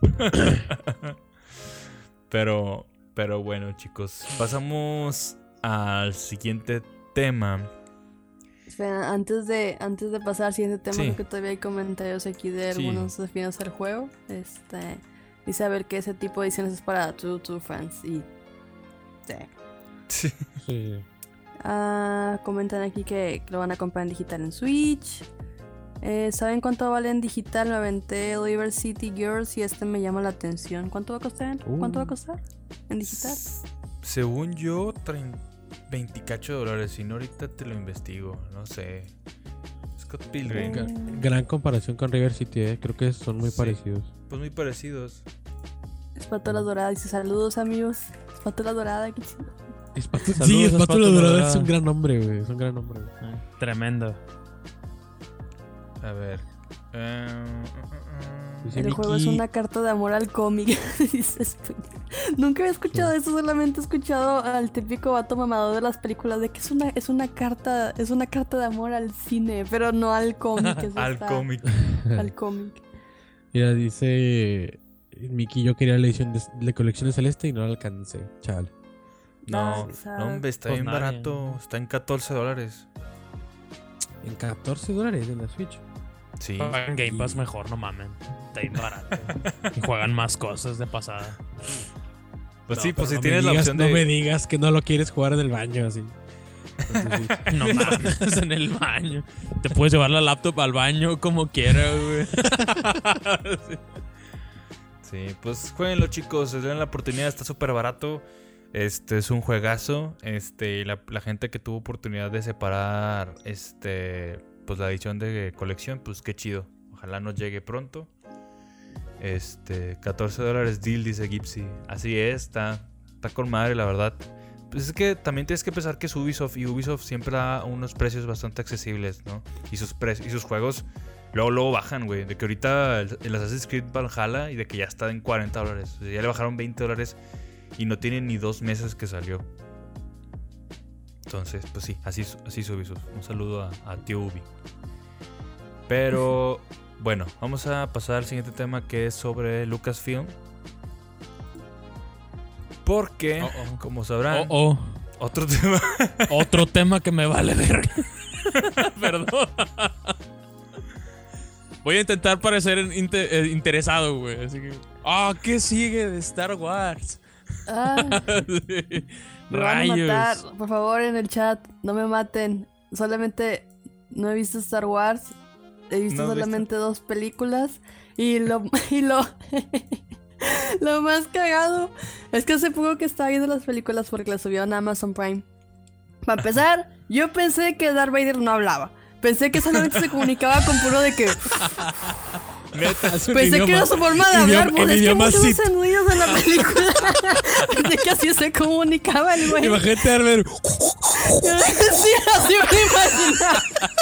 pero, pero bueno, chicos, pasamos al siguiente tema. Espera, antes de, antes de pasar al siguiente tema, Sí. creo que todavía hay comentarios aquí de Sí. algunos desafíos al juego. Este, dice a ver que ese tipo de ediciones es para True True Fans. Y sí. Sí. Sí. Ah, comentan aquí que lo van a comprar en digital en Switch. Eh, ¿Saben cuánto vale en digital? Me aventé River City Girls y este me llama la atención. ¿Cuánto va a costar? Uh. ¿Cuánto va a costar en digital? S- Según yo, veinte cacho dólares. Si no, ahorita te lo investigo. No sé. Scott Pilgrim. Ga- Gran comparación con River City, eh. Creo que son muy Sí. parecidos. Pues muy parecidos. Espátula dorada dice saludos amigos. Espátula dorada, qué chido. Espátula- Saludos, sí, Espátula Espátula Dorada Dorada. es un gran nombre, güey. Es un gran nombre. güey. Ah, Tremendo. A ver. Eh, uh, uh, uh. Dice El juego es Miki- una carta de amor al cómic. Dice Spring. Nunca había escuchado eso, solamente he escuchado al típico vato mamador de las películas de que es una, es una carta, es una carta de amor al cine, pero no al cómic. eso Al está- cómic. Al cómic. Mira, dice Miki, yo quería la edición de, de colección de Celeste y no la alcancé. Chale. No, Ah, o sea, no, hombre, está pues bien nadie. barato. Está en catorce dólares. En catorce dólares en la Switch. Sí. En Game Pass mejor, no mamen. Está bien barato. Y juegan más cosas de pasada. Pues No, sí, pues pero si no me tienes la digas- opción No de. me digas que no lo quieres jugar en el baño así. Entonces, sí. No mames, en el baño. Te puedes llevar la laptop al baño como quieras, güey. Sí, pues jueguenlo, chicos. Les den la oportunidad, está súper barato. Este es un juegazo. Este, la, la gente que tuvo oportunidad de separar este, pues la edición de colección, pues qué chido. Ojalá nos llegue pronto. Este, catorce dólares deal, dice Gipsy. Así es, está, está con madre, la verdad. Pues es que también tienes que pensar que es Ubisoft y Ubisoft siempre da unos precios bastante accesibles, ¿no? Y sus, pre- y sus juegos luego, luego bajan, güey. De que ahorita el, el Assassin's Creed Valhalla y de que ya está en cuarenta dólares. O sea, ya le bajaron veinte dólares y no tiene ni dos meses que salió. Entonces, pues sí, así, así es Ubisoft. Un saludo a, a tío Ubi. Pero, bueno, vamos a pasar al siguiente tema que es sobre Lucasfilm. Porque, oh, oh. como sabrán, oh, oh. otro tema. Otro tema que me vale ver. Perdón. Voy a intentar parecer inter- eh, interesado, güey. Así que. Ah, oh, ¿qué sigue de Star Wars? Ah, sí. Me van a Rayos. matar, por favor, en el chat. No me maten. Solamente no he visto Star Wars. He visto ¿No has solamente dos películas. Y lo. Y lo Lo más cagado es que hace poco que estaba viendo las películas porque las subieron a Amazon Prime. Para empezar, yo pensé que Darth Vader no hablaba. Pensé que solamente se comunicaba con puro de que... Pensé idioma, que era su forma de hablar, pues es que muchos sit. Sonidos en la película. Pensé que así se comunicaba el güey. Imagínate a ver. Sí, así me imaginaba.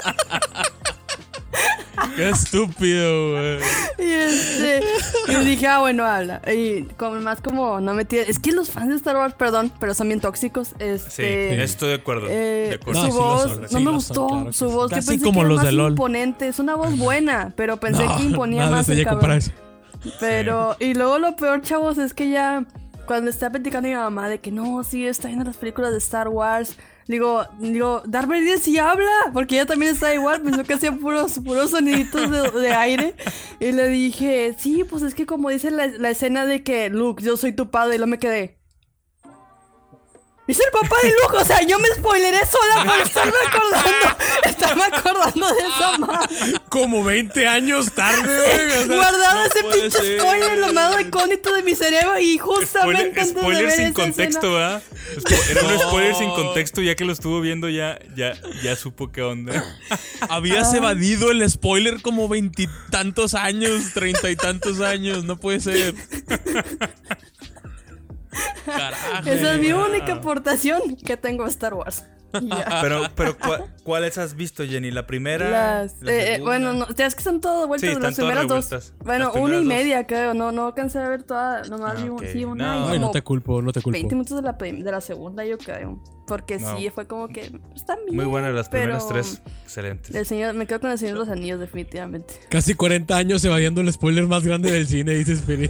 Qué estúpido, güey. Y este. Y dije, ah, bueno, habla. Y como más como no me tiene. Es que los fans de Star Wars, perdón, pero son bien tóxicos. Este. Sí, estoy de acuerdo. Eh, de acuerdo. Su No, sí voz son, no sí me lo gustó. son, claro Su sí. voz, Casi yo pensé como que era los más de LOL. imponente. Es una voz buena, pero pensé No, que imponía nada más se el llega a cabrón. comparar eso. Pero, y luego lo peor, chavos, es que ya cuando está platicando mi mamá de que no, sí, está viendo las películas de Star Wars, digo, digo, Darth Vader sí habla, porque ella también está igual, pensó que hacía puros, puros soniditos de, de aire. Y le dije, sí, pues es que como dice la, la escena de que Luke, yo soy tu padre, y luego me quedé. Es el papá de Luke, o sea, yo me spoileré sola por estarme acordando, estarme acordando de esa madre. Como veinte años tarde, güey. O sea, Guardado no ese puede pinche ser. spoiler, lo más recóndito de mi cerebro. Y justamente Spoiler, antes de spoiler ver sin esa contexto, escena, ¿verdad? Spo- Era un No. spoiler sin contexto, ya que lo estuvo viendo ya, ya, ya supo qué onda. Habías Ah. evadido el spoiler como veintitantos años, treinta y tantos años. No puede ser. Carajo. esa es mi güey. única aportación que tengo a Star Wars. Y ya. Pero, pero ¿cuál- ¿cuáles has visto, Jenny? ¿La primera? Las, ¿La eh, eh, segunda? bueno, no, es que son todas vueltas Sí, de las están todas primeras dos. revueltas. Bueno, Las una y primeras dos. media, creo. No, no alcancé a ver toda. Nomás Ah, vi ok. sí, una No. y Ay, como no te culpo, no te culpo. veinte minutos de la, prim- de la segunda, yo creo. Porque No. sí, fue como que. Están bien. Muy buenas las primeras pero tres. Excelentes. El señor, me quedo con el Señor de los Anillos, definitivamente. Casi cuarenta años evadiendo el spoiler más grande del cine, dice Spirit.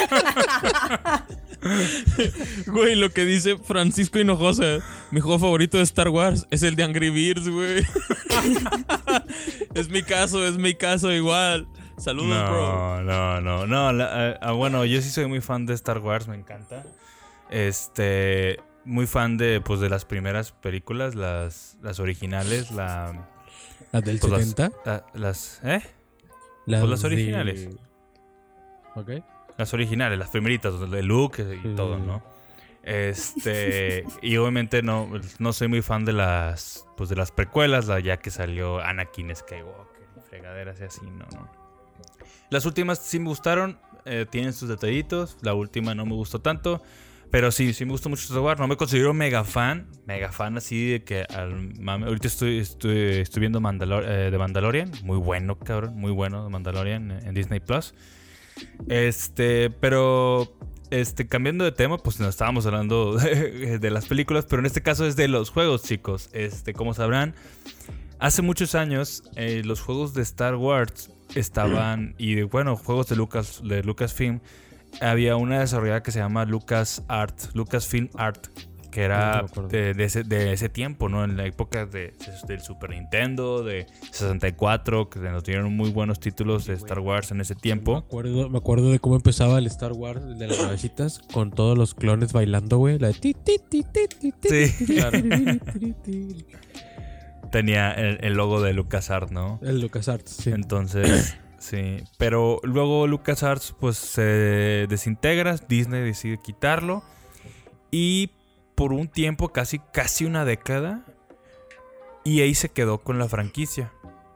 Güey, lo que dice Francisco Hinojosa, mi juego favorito de Star Wars es el de Angry Birds, güey. Es mi caso, es mi caso igual. Saludos, bro. No, no, no, no. la- ah, bueno, yo sí soy muy fan de Star Wars, me encanta. Este, muy fan de, pues, de las primeras películas, las, las originales, la, ¿Las del pues, las, setenta? la- las, ¿eh? Las, pues las de- originales. Ok. Las originales, las primeritas, de Luke y Sí. todo, ¿no? Este, y obviamente no, no soy muy fan de las, pues, de las precuelas, la ya que salió Anakin Skywalker y fregaderas y así, no, no. Las últimas sí me gustaron, eh, tienen sus detallitos, la última no me gustó tanto, pero sí, sí me gustó mucho Star Wars, no me considero mega fan, mega fan así de que al mame, ahorita estoy, estoy, estoy viendo Mandalor- eh, de Mandalorian, muy bueno, cabrón, muy bueno de Mandalorian en, en Disney Plus. Este, pero este, cambiando de tema, pues no estábamos hablando de, de las películas, pero en este caso es de los juegos, chicos. Este, como sabrán, hace muchos años eh, los juegos de Star Wars estaban, y de, bueno, juegos de Lucas, de Lucasfilm, había una desarrollada que se llama Lucas Art, Lucasfilm Art, que era No me acuerdo. de, de, ese, de ese tiempo, ¿no? En la época de, del Super Nintendo, de sesenta y cuatro, que nos dieron muy buenos títulos de Star Wars en ese Me tiempo. acuerdo, me acuerdo de cómo empezaba el Star Wars, el de las navecitas, con todos los clones bailando, güey. La de ti, ti, ti, ti, ti, ti, Sí, ti, claro. ti, ti, ti. Tenía el, el logo de LucasArts, ¿no? El LucasArts, sí. Entonces, sí. Pero luego LucasArts, pues, se desintegra. Disney decide quitarlo. Y por un tiempo, casi, casi una década, E A se quedó con la franquicia.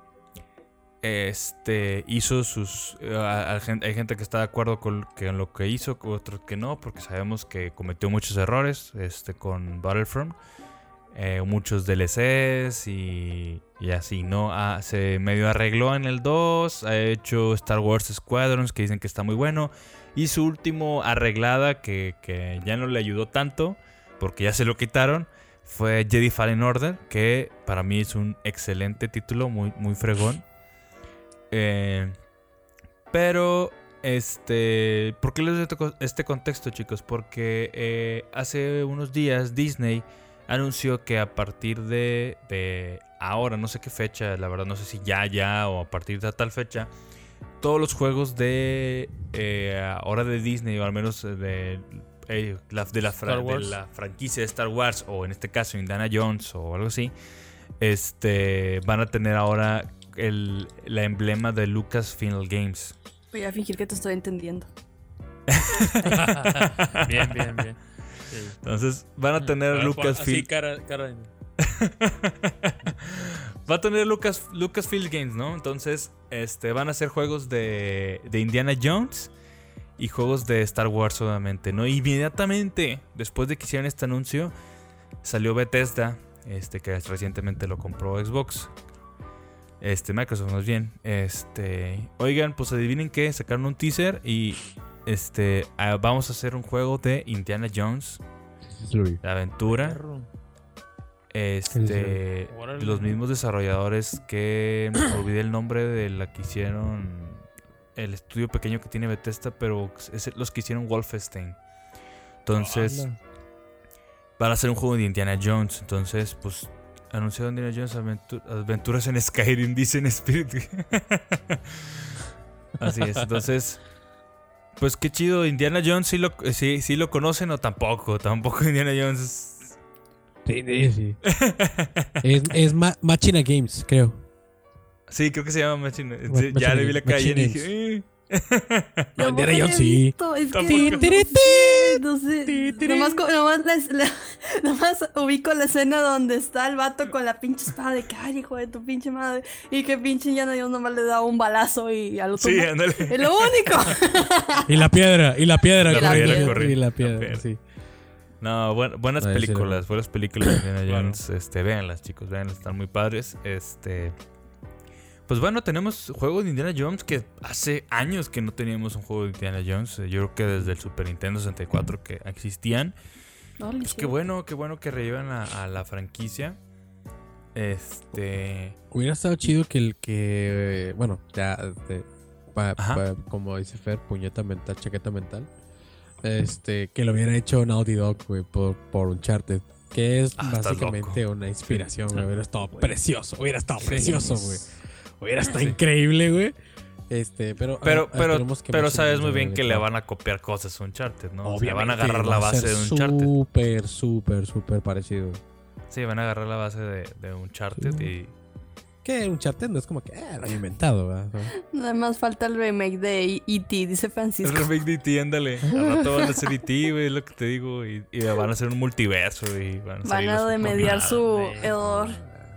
Este hizo sus uh, hay gente que está de acuerdo con, con lo que hizo, otros que no, porque sabemos que cometió muchos errores este, con Battlefront, eh, muchos D L Cs y, y así, ¿no? Ah, se medio arregló en el dos, ha hecho Star Wars Squadrons, que dicen que está muy bueno, y su último arreglada, que, que ya no le ayudó tanto, porque ya se lo quitaron, fue Jedi Fallen Order, que para mí es un excelente título, muy, muy fregón. Eh, pero, este, ¿por qué les doy este contexto, chicos? Porque eh, hace unos días Disney anunció que a partir de, de ahora, no sé qué fecha, la verdad no sé si ya, ya o a partir de tal fecha, todos los juegos de eh, ahora de Disney, o al menos de, eh, la, de, la fra- de la franquicia de Star Wars, o en este caso Indiana Jones o algo así, este, van a tener ahora el la emblema de Lucasfilm Games. Voy a fingir que te estoy entendiendo. Bien, bien, bien. Sí. Entonces van a tener Lucasfilm. Así, cara, cara de... Va a tener Lucas, Lucasfilm Games, ¿no? Entonces, este, van a hacer juegos de, de Indiana Jones y juegos de Star Wars, obviamente, ¿no? Inmediatamente después de que hicieron este anuncio, salió Bethesda, este, que recientemente lo compró Xbox. Este, Microsoft más bien. Este, oigan, pues adivinen qué, sacaron un teaser y este, uh, vamos a hacer un juego de Indiana Jones, de aventura. Este, los mismos desarrolladores que olvidé el nombre de la que hicieron, el estudio pequeño que tiene Bethesda, pero es los que hicieron Wolfenstein. Entonces, van a hacer un juego de Indiana Jones. Entonces, pues anunciado Indiana Jones aventu- Aventuras en Skyrim, dicen Spirit. Así es, entonces, pues qué chido. Indiana Jones, ¿sí lo, sí, sí lo conocen o tampoco? Tampoco Indiana Jones. Sí, sí, sí. es es Ma- Machina Games, creo. Sí, creo que se llama Machina. Ma- Sí, ya Machina le vi la Games, calle y Machina dije... Eh. No, Indiana Jones sí. Es Tampoco. que no sé, nomás, co- nomás, la- la- nomás ubico la escena donde está el vato con la pinche espada de que, ay, hijo de tu pinche madre, y que pinche Indiana Jones nomás le da un balazo y al otro Sí, no. ándale. Es lo único. Y la piedra, y la piedra. Y la corriendo, piedra, corriendo. Y la La piedra, piedra. sí. No, buen- buenas Ah, ese películas, era- buenas películas de Indiana Claro. Jones. Este, véanlas, chicos, véanlas, están muy padres. Este, pues bueno, tenemos juegos de Indiana Jones que hace años que no teníamos un juego de Indiana Jones. Yo creo que desde el Super Nintendo sesenta y cuatro que existían. No, Pues sí. qué bueno, qué bueno que revivan a, a la franquicia. Este, Hubiera estado chido que el que. Bueno, ya. Este, pa- Ajá. pa- como dice Fer, puñeta mental, chaqueta mental. Este, que lo hubiera hecho Naughty Dog, güey, por, por Uncharted. Que es Ah, estás básicamente loco. una inspiración, Sí. güey. Hubiera estado precioso, hubiera estado Sí. precioso, güey. Hubiera estado increíble, güey. Este, pero. pero, ah, pero, esperemos que pero Machine sabes Games muy lo bien haga que le claro. van a copiar cosas a Uncharted, ¿no? O sea, van a Obviamente, agarrar la va a base ser de Uncharted. Súper, súper, súper parecido. Sí, van a agarrar la base de, de Uncharted Sí. y... Que Uncharted no es como que. Eh, lo han inventado, ¿verdad? Nada más falta el remake de E T, dice El Francisco. remake de E T, ándale. Al rato van a hacer E T, güey, es lo que te digo. Y, y van a hacer un multiverso. Y van a, Van salir a los remediar Pokémon. su mames. error.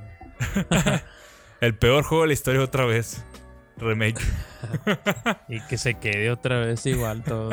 El peor juego de la historia otra vez. Remake. Y que se quede otra vez igual todo.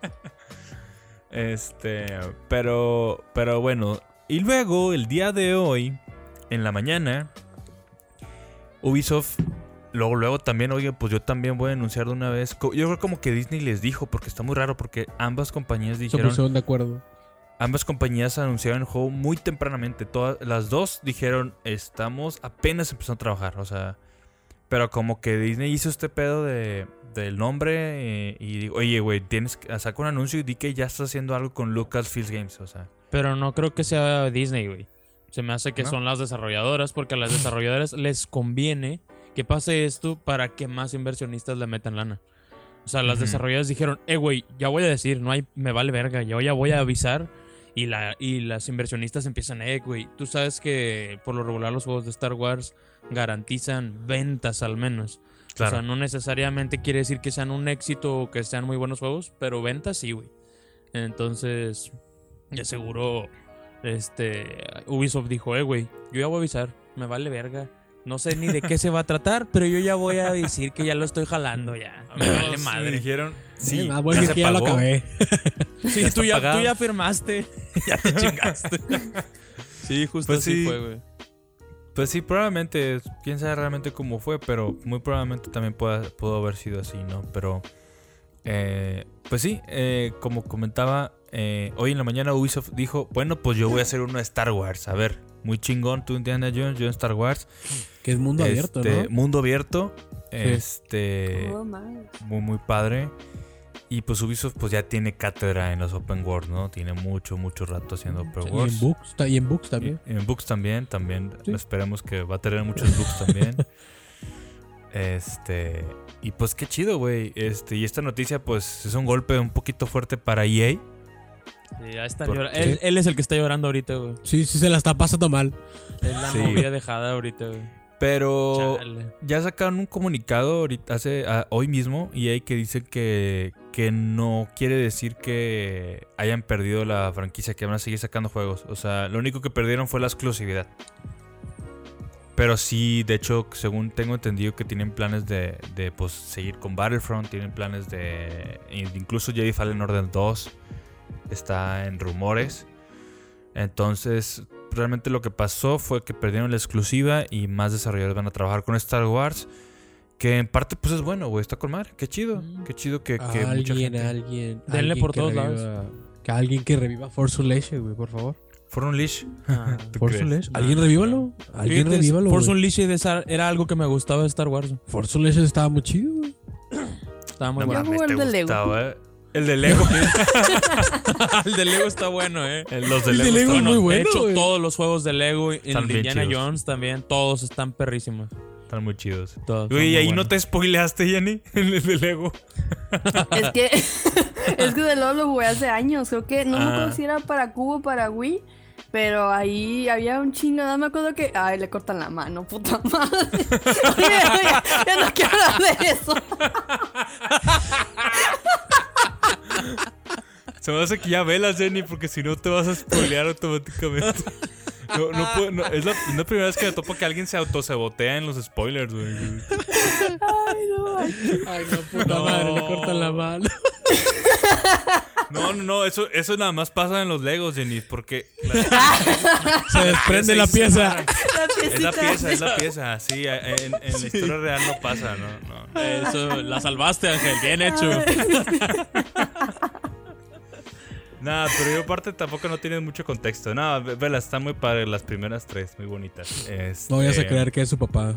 Este, pero, pero bueno. Y luego, el día de hoy, en la mañana, Ubisoft, luego, luego también, oye, pues yo también voy a anunciar de una vez. Co- Yo creo como que Disney les dijo, porque está muy raro, porque ambas compañías Se dijeron, pusieron de acuerdo. ambas compañías anunciaron el juego muy tempranamente. Todas, las dos dijeron, estamos apenas empezando a trabajar, o sea, pero como que Disney hizo este pedo de del nombre eh, y digo, oye, güey, tienes que sacar un anuncio y di que ya estás haciendo algo con Lucasfilm Games, o sea. Pero no creo que sea Disney, güey. Se me hace que ¿No? son las desarrolladoras, porque a las desarrolladoras les conviene que pase esto para que más inversionistas le metan lana. O sea, las Ujú. desarrolladoras dijeron, eh, güey, ya voy a decir, no hay, me vale verga, yo ya voy a avisar. Y, la, y las inversionistas empiezan, eh, güey, tú sabes que por lo regular los juegos de Star Wars garantizan ventas al menos. Claro. O sea, no necesariamente quiere decir que sean un éxito o que sean muy buenos juegos, pero ventas sí, güey. Entonces, de seguro este, Ubisoft dijo, eh, güey, yo ya voy a avisar, me vale verga. No sé ni de qué se va a tratar, pero yo ya voy a decir que ya lo estoy jalando ya. Me vale Sí, madre. dijeron, sí, Ah, bueno, ya es que se ya lo pagó. acabé. Sí, Ya tú está ya, pagado. tú ya firmaste. Ya te chingaste. Sí, justo Pues así sí. fue, güey. Pues sí, probablemente, quién sabe realmente cómo fue, pero muy probablemente también pueda, pudo haber sido así, ¿no? Pero, eh, pues sí, eh, como comentaba, eh, hoy en la mañana Ubisoft dijo, bueno, pues yo voy a hacer uno de Star Wars, a ver, muy chingón, tú Indiana Jones, yo en Star Wars. Que es mundo abierto, Este, ¿no? Mundo abierto, este, Oh, man. muy, muy padre. Y pues Ubisoft pues ya tiene cátedra en los open world, ¿no? Tiene mucho, mucho rato haciendo open Y world. en books, ta- y en books también. Y en books también, también. Sí. Esperemos que va a tener muchos books también. Este. Y pues qué chido, güey. Este, y esta noticia, pues, es un golpe un poquito fuerte para E A. Sí, ya está ¿Por llorando. qué? Él, él es el que está llorando ahorita, güey. Sí, sí se la está pasando mal. Es la Sí. novia dejada ahorita, güey. Pero Chale. ya sacaron un comunicado ahorita, hace, a- hoy mismo, E A, que dice que, que no quiere decir que hayan perdido la franquicia, que van a seguir sacando juegos. O sea, lo único que perdieron fue la exclusividad. Pero sí, de hecho, según tengo entendido que tienen planes de, de pues, seguir con Battlefront, tienen planes de... Incluso Jedi Fallen Order dos está en rumores. Entonces, realmente lo que pasó fue que perdieron la exclusiva y más desarrolladores van a trabajar con Star Wars. Que en parte, pues es bueno, güey, está con madre. Qué chido, Mm. qué chido que, que mucha alguien, gente... alguien. Denle alguien por que todos reviva- Que alguien que reviva Force Unleashed, güey, por favor. For Unleashed. Ah. ¿Tú Force crees? Unleashed. No, ¿Alguien no, revívalo? ¿Alguien Fíjate, revívalo, Force güey? Unleashed esa- era algo que me gustaba de Star Wars. Force Unleashed estaba muy chido, güey. Estaba muy No bueno. Yo mames, jugué te el de Lego. gustaba, ¿eh? El de Lego. El de Lego está bueno, eh. Los de El de Lego, Lego están- es muy bueno, de hecho, güey. todos los juegos de Lego, en Están el de bien Indiana chidos. Jones también, todos están perrísimos. están muy chidos. Todos son Güey, ¿y muy ahí no buenos. te spoileaste, Jenny? En el de Lego. Es que es que de LOL lo jugué hace años. Creo que no me Ah. acuerdo si era para Cubo o para Wii. Pero ahí había un chino, no me acuerdo que. Ay, le cortan la mano, puta madre. Oye, oye, ya no quiero hablar de eso. Se me hace que ya velas, Jenny, porque si no te vas a spoilear automáticamente. No, no puedo, no, es, la, es la primera vez que me topo que alguien se autosabotea en los spoilers, güey. Ay, no. ay. Ay, no, puta No. madre, le cortan la mano. No, no, no, eso, eso nada más pasa en los Legos, Jenny, porque la- Se desprende la pieza. La es la piecita. pieza, es la pieza. Sí, en, en la historia real no pasa, no, no. no. Eso, la salvaste, Ángel. Bien hecho. Nada, pero yo aparte tampoco no tiene mucho contexto. Nada, ve- vela, están muy padres las primeras tres, muy bonitas. Este... No vayas a creer que es su papá.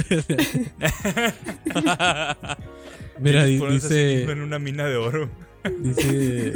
Mira, di- Pones a sí mismo dice. en una mina de oro. Dice.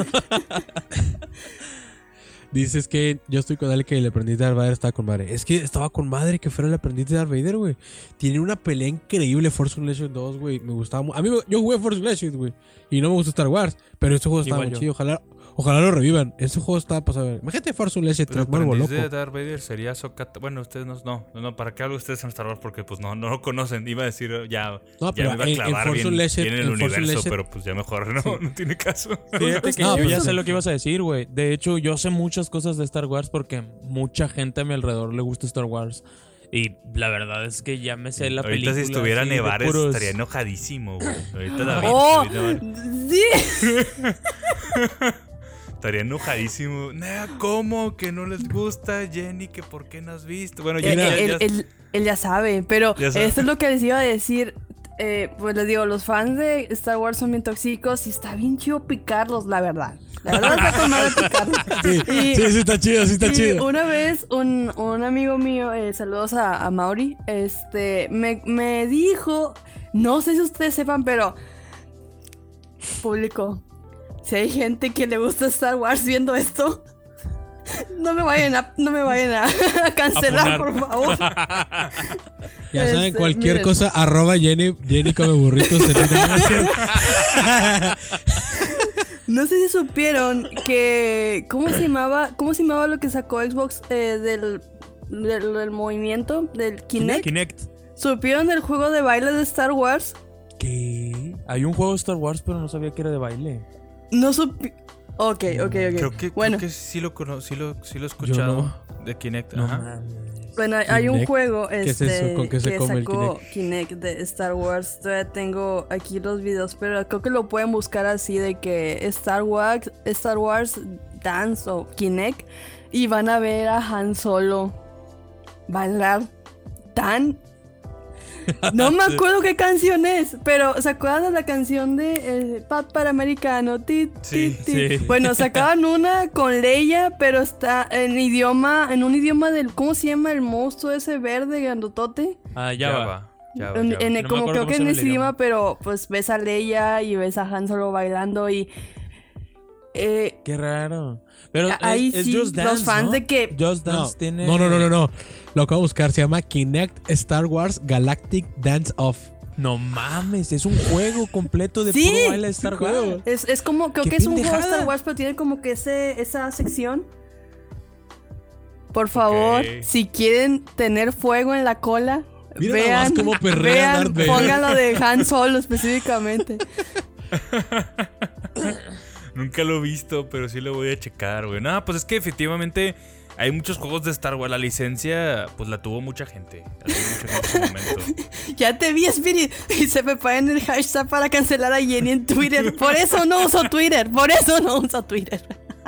Dices que yo estoy con él que el aprendiz de Darth Vader estaba con madre. Es que estaba con madre que fuera el aprendiz de Darth Vader, güey. Tiene una pelea increíble Force Unleashed dos, güey. Me gustaba mucho. A mí me- yo jugué Force Unleashed, güey. Y no me gusta Star Wars. Pero este juego estaba Igual muy yo. chido. Ojalá, ojalá lo revivan. Ese juego estaba pasado. Imagínate Force Unleashed Pero tres, me vuelvo aprendiz loco. de Darth Vader sería Sokata. Bueno, ustedes no, no, no, ¿para qué hablo ustedes en Star Wars? Porque pues no, no lo conocen. Iba a decir, ya, No, ya pero me iba a en- en clavar Force bien, Unleashed- bien en el en Force universo, Unleashed- pero pues ya mejor no, Sí. no tiene caso. Fíjate que No, yo pues ya eso- sé lo que ibas a decir, güey. De hecho, yo sé muchas cosas de Star Wars porque mucha gente a mi alrededor le gusta Star Wars. Y la verdad es que ya me sé la Ahorita película. si estuviera así de Nevares puros- estaría enojadísimo, güey. Ahorita David, Oh, David Nevares sí. estaría enojadísimo. Nah, ¿cómo? Que no les gusta, Jenny, que por qué no has visto. Bueno, Él, ya, ya, él- ya- él- él ya sabe, pero Ya sabe. esto es lo que les iba a decir. Eh, pues les digo, los fans de Star Wars son bien tóxicos y está bien chido picarlos, la verdad. La verdad está con madre picarlos. Sí, Y- sí, sí, está chido, sí está y chido. una vez un, un amigo mío, eh, saludos a, a Mauri, este, me, me dijo, no sé si ustedes sepan, pero público, si hay gente que le gusta Star Wars viendo esto, no me vayan a, no me vayan a, a cancelar, A por favor. Ya saben, Este, cualquier miren. cosa, arroba Jenny, Jenny come burritos en Instagram. No sé si supieron que ¿cómo se llamaba? ¿Cómo se llamaba lo que sacó Xbox eh, del, del, del movimiento del Kinect? Kinect. ¿Supieron del juego de baile de Star Wars? ¿Qué? Hay un juego de Star Wars, pero no sabía que era de baile. No supi... Ok, ok, ok. Creo que, bueno, creo que sí lo cono- sí lo, sí lo he escuchado. Yo De Kinect. No Ajá. mames. bueno, hay un Kinect. juego ¿Qué es este, eso? ¿Con qué se que come el sacó Kinect de Star Wars. Todavía tengo aquí los videos, pero creo que lo pueden buscar así de que Star Wars, Star Wars Dance o Kinect y van a ver a Han Solo bailar tan... No me acuerdo qué canción es, pero ¿se acuerdan de la canción de eh, Pat para Americano? Ti, ti, Sí, ti? sí. Bueno, sacaban una con Leia, pero está en idioma, en un idioma del, ¿cómo se llama el monstruo ese verde grandotote? Ah, ya, Ya va. va. Ya va, En- ya va. en- No me como acuerdo creo que cómo en se ese llama el idioma, idioma. pero pues ves a Leia y ves a Han Solo bailando y eh, Qué raro. Pero es, ahí es sí, Just Dance, los fans ¿no? de que Just No, Dance tiene... no, no, no, no, no. Lo acabo de buscar. Se llama Kinect Star Wars Galactic Dance Off. No mames, es un juego completo de Sí, puro baile de Star Wars. es, es como, creo ¡Qué que es un juego de pendejada! Star Wars, pero tiene como que ese, esa sección. Por favor, Ok. si quieren tener fuego en la cola, Mira nada vean, más cómo perrea vean, Darth Vader. pónganlo de Han Solo específicamente. Nunca lo he visto, pero sí lo voy a checar, güey. No, pues es que efectivamente hay muchos juegos de Star Wars. La licencia, pues la tuvo mucha gente. La tuvo mucha gente en su momento. Ya te vi, Spirit, y se me en el hashtag para cancelar a Jenny en Twitter. Por eso no uso Twitter, por eso no uso Twitter.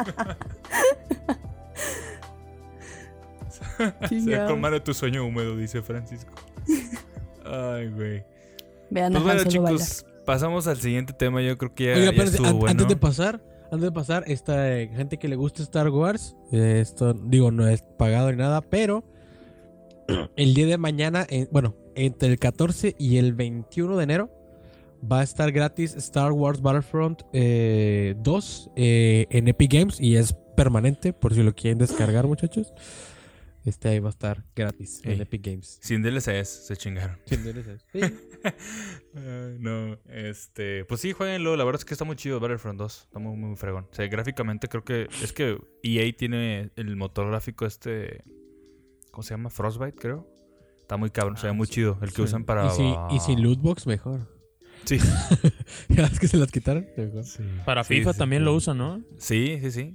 Se va a colmar tu sueño húmedo, dice Francisco. Ay, güey. Vean a Pues Han bueno, Solo bailar. chicos, pasamos al siguiente tema. Yo creo que ya, Oiga, ya espérate, estuvo an- bueno. antes de pasar, antes de pasar, esta eh, gente que le gusta Star Wars, eh, esto digo, no es pagado ni nada, pero el día de mañana, eh, bueno, entre el catorce y el veintiuno de enero, va a estar gratis Star Wars Battlefront eh, dos eh, en Epic Games y es permanente, por si lo quieren descargar, muchachos. Este ahí va a estar gratis en Ey. Epic Games. Sin D L Cs, se chingaron. Sin D L Cs. Sí. Ay, no, este... Pues sí, jueguenlo. La verdad es que está muy chido Battlefront dos. Está muy, muy fregón. O sea, gráficamente creo que... Es que E A tiene el motor gráfico este... ¿Cómo se llama? Frostbite, creo. Está muy cabrón. Se ve Ah, muy sí. chido. El que Sí. usan para... Y, si, y sin lootbox, mejor. Sí. ¿Ya ves que se las quitaron? Mejor. Para Sí, FIFA sí, también sí. lo usan, ¿no? Sí, sí, sí.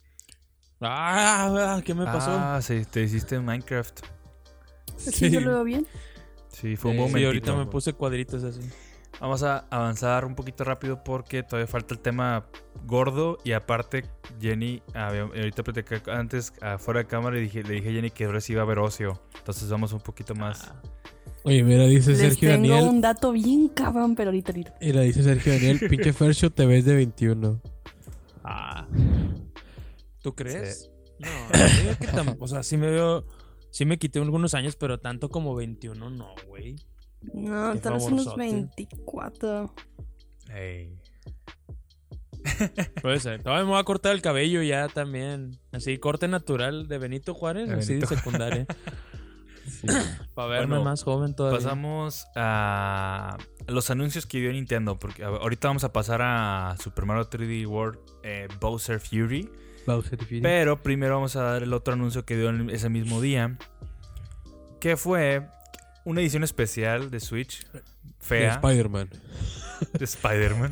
Ah, ¿qué me pasó? Ah, sí. Te hiciste Minecraft. ¿Sí yo lo veo bien? Sí, fue un Eh, sí, momentito. Sí, ahorita me puse cuadritos así. Vamos a avanzar un poquito rápido porque todavía falta el tema gordo y aparte Jenny, a ver, ahorita platicé antes afuera de cámara y dije, le dije a Jenny que ahora sí iba a haber ocio. Entonces vamos un poquito más. Ah, Oye, mira, dice Les Sergio tengo Daniel. un dato bien cabrón, pero ahorita, ahorita. Mira, dice Sergio Daniel, pinche Fercho, te ves de veintiuno. ah. ¿Tú crees? No, yo digo que tam- o sea, sí me veo, sí me quité algunos años, pero tanto como veintiuno no, güey. No, Qué tal vez unos favorzote. veinticuatro. Ey. Puede ser. Todavía me voy a cortar el cabello ya también. Así, corte natural de Benito Juárez, De así Benito. de secundaria. Sí. Para verme Bueno, más joven todavía. Pasamos a los anuncios que dio Nintendo. Porque a- ahorita vamos a pasar a Super Mario tres D World eh, Bowser Fury. Bowser Fury. Pero primero vamos a dar el otro anuncio que dio en ese mismo día. Que fue una edición especial de Switch. De Fea. Spider-Man. De Spider-Man.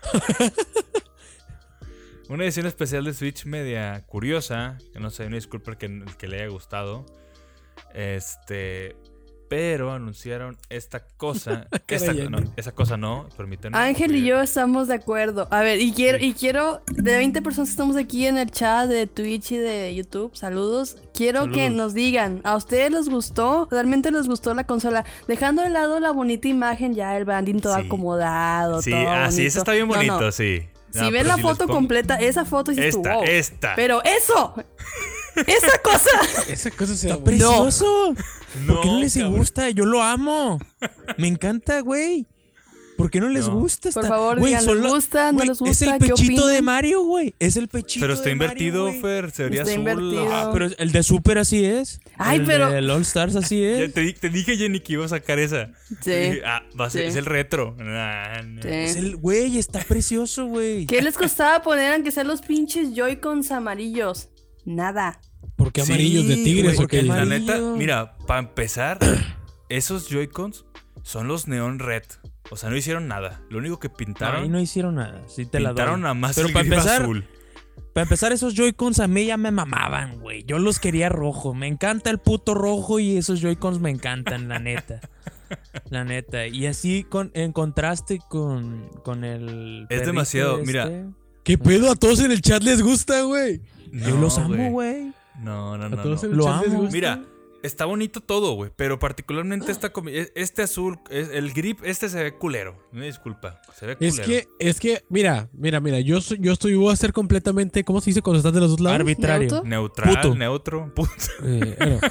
Una edición especial de Switch media curiosa. Que no sé, una disculpa que, el que le haya gustado. Este. Pero anunciaron esta cosa. esta, Caray, no, esa cosa no, permítanme. Ángel y yo estamos de acuerdo. A ver, y quiero, y quiero, de veinte personas que estamos aquí en el chat de Twitch y de YouTube, saludos. Quiero Saludos. que nos digan, ¿a ustedes les gustó? ¿Realmente les gustó la consola? Dejando de lado la bonita imagen, ya el branding todo Sí. acomodado, Sí, todo ah, sí, bonito. eso está bien No, bonito, no. sí. Si No, ven pero la si les foto pongo- completa, esa foto dices tú, Esta, wow. esta. Pero eso, esa cosa. Esa cosa se ¡Está llama- precioso! ¿Por qué no les cabrón. gusta? Yo lo amo. Me encanta, güey. ¿Por qué no les No. gusta? Por Está- favor, güey, digan, son ¿les la- gusta? ¿No güey, les gusta? Es el ¿Qué pechito de opinan? Mario, güey. Es el pechito Pero está de Mario, invertido, güey. Fer. Se vería Está azul. invertido. Ah, Ah, pero el de Super así es. Ay, el pero- El All Stars así ya es. te, di- te dije, Jenny, que iba a sacar esa. Sí. Y dije, ah, va a ser, Sí. es el retro. Nah, nah. Sí. Es el güey, está precioso, güey. ¿Qué les costaba poner aunque sean los pinches Joy-Cons amarillos? Nada. ¿Por qué Sí, amarillos de tigres güey, o porque qué? La amarillo. neta, mira, para empezar, esos Joy-Cons son los Neon Red. O sea, no hicieron nada. Lo único que No, pintaron, ahí no hicieron nada. Sí te la doy. pintaron a más Pero el para grifo empezar, azul. Para empezar, esos Joy-Cons a mí ya me mamaban, güey. Yo los quería rojo. Me encanta el puto rojo y esos Joy-Cons me encantan, la neta. La neta. Y así con, en contraste con, con el... Es demasiado, este. Mira. ¿Qué pedo? A todos en el chat les gusta, güey. No, Yo los amo, güey. No, no, A no. todos no. en el Lo chat les amo. gusta. Mira, está bonito todo, güey. Pero particularmente esta comi- este azul, es- el grip, este se ve culero. Me disculpa. Se ve culero. Es que, es que, mira, mira, mira, yo soy, yo estoy, voy a ser completamente, ¿cómo se dice cuando estás de los dos lados? Arbitrario. ¿Neutro? Neutral, Puto. neutro, puto. Eh, bueno,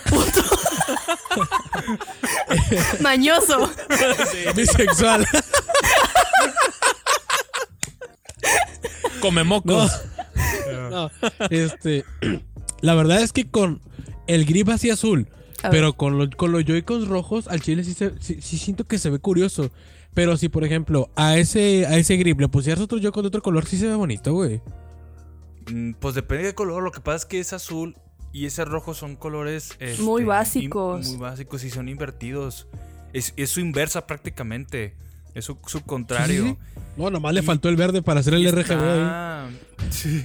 Mañoso. bisexual. Come mocos. No, este, la verdad es que con el grip así azul, A pero con, lo- con los Joy-Cons rojos, al chile sí, se, sí, sí siento que se ve curioso. Pero si, por ejemplo, a ese, a ese grip le pusieras otro Joy-Con de otro color, sí se ve bonito, güey. Mm, Pues depende de color. Lo que pasa es que es azul y ese rojo son colores este, Muy básicos. im- Muy básicos y son invertidos. Es, es su inversa prácticamente. Es su, su contrario. Sí, sí, sí. No, nomás le Y- faltó el verde para hacer el Y R G B ahí. está, sí.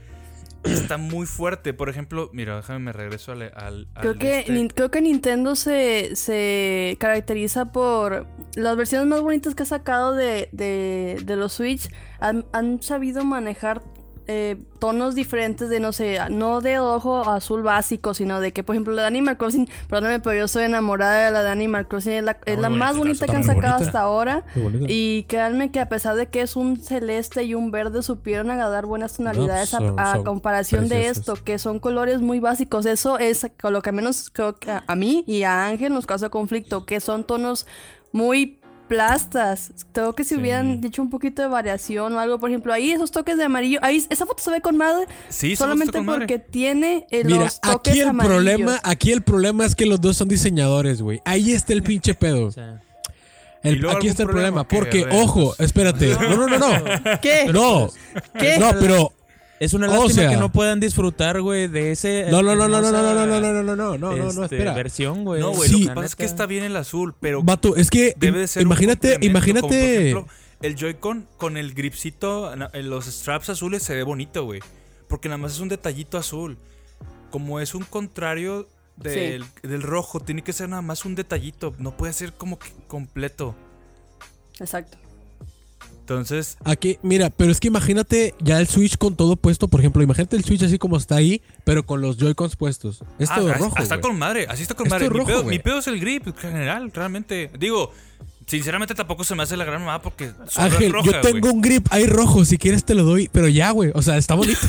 Está muy fuerte. Por ejemplo, mira, déjame me regreso al. al- Creo al que, este. nin- creo que Nintendo se, se caracteriza por las versiones más bonitas que ha sacado de, de, de los Switch. Han, han sabido manejar eh, tonos diferentes de, no sé, no de ojo azul básico, sino de que, por ejemplo, la de Animal Crossing, perdóname, pero yo soy enamorada de la de Animal Crossing. Es la, es muy la más bonita, bonita está que han muy sacado bonita. hasta ahora. Qué bonito. Y créanme que a pesar de que es un celeste y un verde, supieron agarrar buenas tonalidades a- son- a, son comparación de preciosos. esto, que son colores muy básicos. Eso es con lo que menos creo que a, a mí y a Ángel nos causa conflicto, que son tonos muy plastas. Creo que si Sí. hubieran hecho un poquito de variación o algo, por ejemplo, ahí esos toques de amarillo, ahí esa foto se ve con madre Sí, se solamente gusta con madre. porque tiene eh, Mira, los toques aquí el amarillos. problema, aquí el problema es que los dos son diseñadores, güey. Ahí está el pinche pedo. O sea, El- ¿Y luego aquí algún está el problema? problema, ¿Qué? porque, A ver, ojo, espérate. No, no, no, no. ¿Qué? No, ¿Qué? no, pero es una O lástima sea- que no puedan disfrutar, güey, de ese. no, no, no, no, no, no, hermosa, no, no, no, no, no, no, no, no, no, este, espera. versión, güey. No, güey, Sí. lo La que pasa es que neta. está bien el azul, pero Vato, es que debe de ser un imagínate, complemento, imagínate. como, por ejemplo, el Joy-Con con el gripcito na- en los straps azules se ve bonito, güey. Porque nada más es un detallito azul. Como es un contrario del, del rojo, tiene que ser nada más un detallito. No puede ser como que completo. Exacto. Entonces, Aquí, mira, pero es que imagínate ya el Switch con todo puesto, por ejemplo, imagínate el Switch así como está ahí, pero con los Joy-Cons puestos. Es ah, todo ah, rojo, está güey. con madre. Así está con Es madre. todo Mi, rojo, pedo, güey. mi pedo es el grip en general, realmente. Digo, sinceramente tampoco se me hace la gran mamá porque solo Ángel, es roja, yo tengo güey. un grip ahí rojo, si quieres te lo doy, pero ya, güey, o sea, está bonito.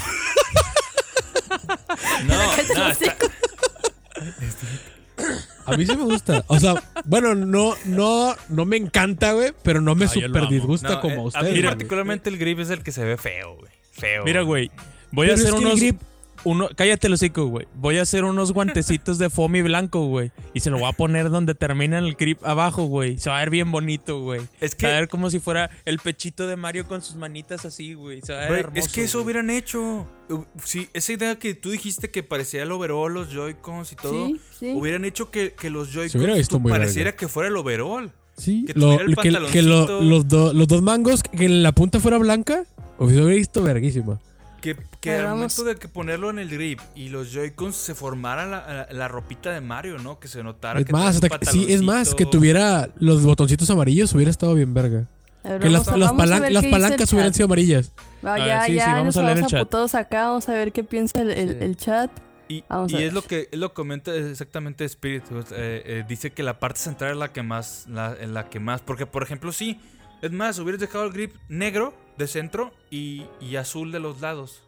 No, Cállate no, los está- A mí sí me gusta. O sea, bueno, no, no, no me encanta, güey, pero no me Ah, yo lo super amo. disgusta no, como eh, a a ustedes. mí güey. particularmente el grip es el que se ve feo, güey. Feo. Mira, güey, voy Pero a hacer es que el unos. grip- Uno, cállate el hocico, güey. Voy a hacer unos guantecitos de foamy blanco, güey. Y se lo voy a poner donde termina el grip abajo, güey. Se va a ver bien bonito, güey. Es que- Se va a ver como si fuera el pechito de Mario con sus manitas así, güey. Se va a ver Güey, hermoso. es que eso güey. hubieran hecho. Uh, Sí, esa idea que tú dijiste que parecía el overall, los Joy-Cons y todo, Sí, sí. hubieran hecho que, que los hubiera Joy-Cons visto tú muy pareciera verga. que fuera el overall. Sí, que lo- tuviera el que, que lo- pantaloncito. los, do- los dos mangos, que la punta fuera blanca, hubiera visto verguísima. Que, que A ver, al vamos. momento de que ponerlo en el grip y los Joy-Cons se formara la, la, la ropita de Mario, ¿no? Que se notara Es que más, trae hasta un que- sí, es más, que pantaloncito. tuviera los botoncitos amarillos, hubiera estado bien verga. A ver, Que las, vamos a- las, vamos a palan- ver las qué dice el palancas hubieran chat. sido amarillas. Va, A ya, ver, sí, ya sí, vamos nos a leer el vamos chat. apuntados acá, vamos a ver qué piensa el, el- Sí. el chat. Y, Vamos y a ver. es lo que es lo que comenta exactamente Spirit. eh, eh, dice que la parte central es la que más. La, en la que más. Porque, por ejemplo, sí. Es más, hubieras dejado el grip negro de centro y, y azul de los lados.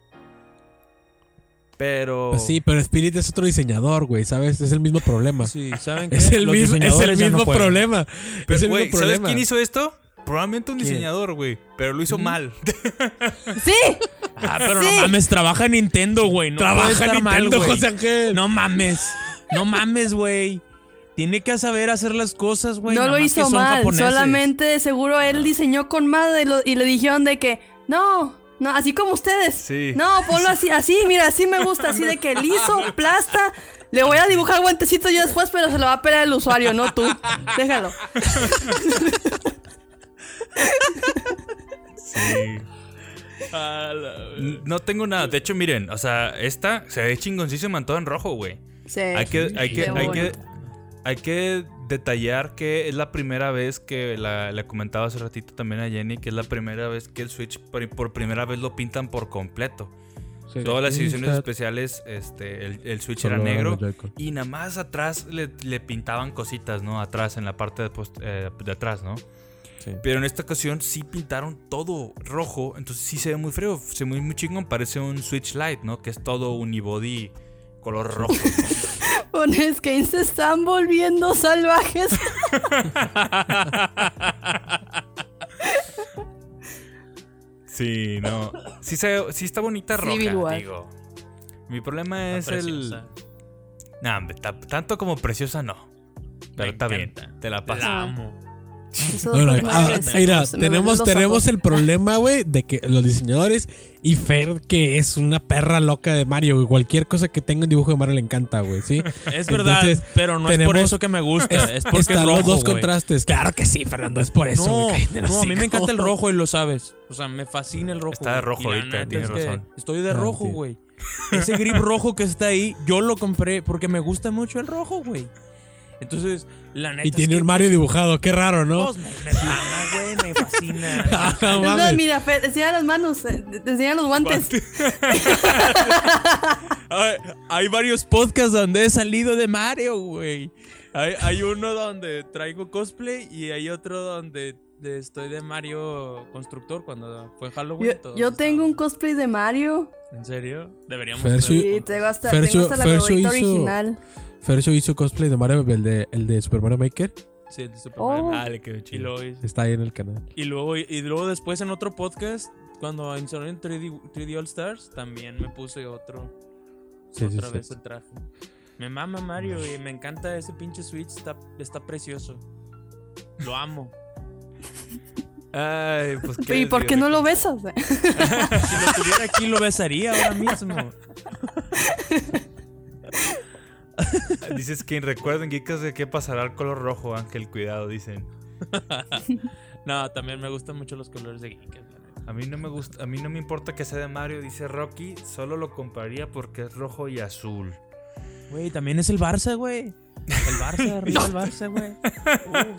Pero. Pues sí, pero Spirit es otro diseñador, güey, ¿sabes? Es el mismo problema. Sí, ¿saben qué? Es el Los mismo, es el diseñadores ya no mismo pueden. problema. Pero, es el güey, mismo ¿sabes problema. quién hizo esto? Probablemente un ¿Quién? diseñador, güey. Pero lo hizo mal. ¡Sí! Ah, pero Sí. no mames, trabaja en Nintendo, güey. No puede Trabaja estar en mal, Nintendo, güey. José Ángel. No mames. No mames, güey. Tiene que saber hacer las cosas, güey. No nada lo más que hizo son mal, japoneses. solamente seguro él diseñó con madre y, lo- y le dijeron de que, no, no, así como ustedes. Sí. No, ponlo así, así, mira, así me gusta, así de que liso, plasta. Le voy a dibujar guantecitos yo después, pero se lo va a pelar el usuario, no tú. Déjalo. Sí. A la- N- No tengo nada. De hecho, miren, o sea, esta se ve chingoncísima todo en rojo, güey. Sí. Hay que, hay que, qué hay que, bonito. hay que detallar que es la primera vez que la, le comentaba hace ratito también a Jenny, que es la primera vez que el Switch por, por primera vez lo pintan por completo. Sí. Todas las Sí, ediciones está especiales, este, el, el Switch solo era negro. los Joy-Con. Y nada más atrás le, le pintaban cositas, ¿no? Atrás, en la parte de, post- eh, de atrás, ¿no? Sí. Pero en esta ocasión sí pintaron todo rojo. Entonces sí se ve muy feo. Se ve muy, muy chingón. Parece un Switch Lite, ¿no? Que es todo unibody color rojo. Pones que se están volviendo salvajes. Sí, no. Sí, se, sí está bonita roja, Civil War. digo. Mi problema es Está el... preciosa. Nah, hombre, ta- tanto como preciosa no. Pero Me está bien. encanta. Te la paso. La amo. Esos Bueno, personajes, ah, mira, se me tenemos, vuelven los tenemos ojos. el problema, güey, de que los diseñadores y Fer, que es una perra loca de Mario, güey. Cualquier cosa que tenga un dibujo de Mario le encanta, güey, ¿sí? Es verdad, Entonces, pero no es por tenemos- eso que me gusta. Es porque es Están rojo, los dos güey. contrastes. Claro que sí, Fernando, es por eso. No, me caen en el no, a mí me hocico. encanta el rojo y lo sabes. O sea, me fascina el rojo. Está de güey. rojo Y la ahorita, neta tienes es que razón. Estoy de Ah, rojo, sí. güey. Ese grip rojo que está ahí, yo lo compré porque me gusta mucho el rojo, güey. Entonces, la neta Y es tiene que, un Mario dibujado, qué raro, ¿no? pues, me, me mama, güey, me fascina. Ah, no Es verdad, mames. mira, Fer, te enseña las manos, eh, te enseña los guantes. Hay, hay varios podcasts donde he salido de Mario, güey. Hay, hay uno donde traigo cosplay y hay otro donde de- estoy de Mario Constructor cuando fue Halloween. Yo, todos yo tengo estaban- un cosplay de Mario. ¿En serio? Deberíamos... Fer, hacer- sí. Sí, tengo hasta, Fercho- tengo hasta la Fercho gorrita hizo- original. Fercho hizo cosplay de Mario, el de, el de Super Mario Maker. Sí, el de Super Oh. Mario. Ah, le quedó Y chido. luego, hice- Está ahí en el canal. y, luego, y luego después en otro podcast, cuando hicieron tres D, tres D All Stars, también me puse otro. Sí, sí, otra sí. vez el traje. Me mama Mario y me encanta ese pinche Switch, está, está precioso. Lo amo. Ay, pues qué ¿Y por les qué digo, no lo Ricky? besas? Si lo tuviera aquí lo besaría ahora mismo. Dices que recuerden, geekas, de qué pasará el color rojo, Ángel, cuidado, dicen. No, también me gustan mucho los colores de Geek. la neta. A mí no me gusta, a mí no me importa que sea de Mario, dice Rocky, solo lo compraría porque es rojo y azul. Güey, también es el Barça, güey. El Barça, arriba el Barça, güey. Uh.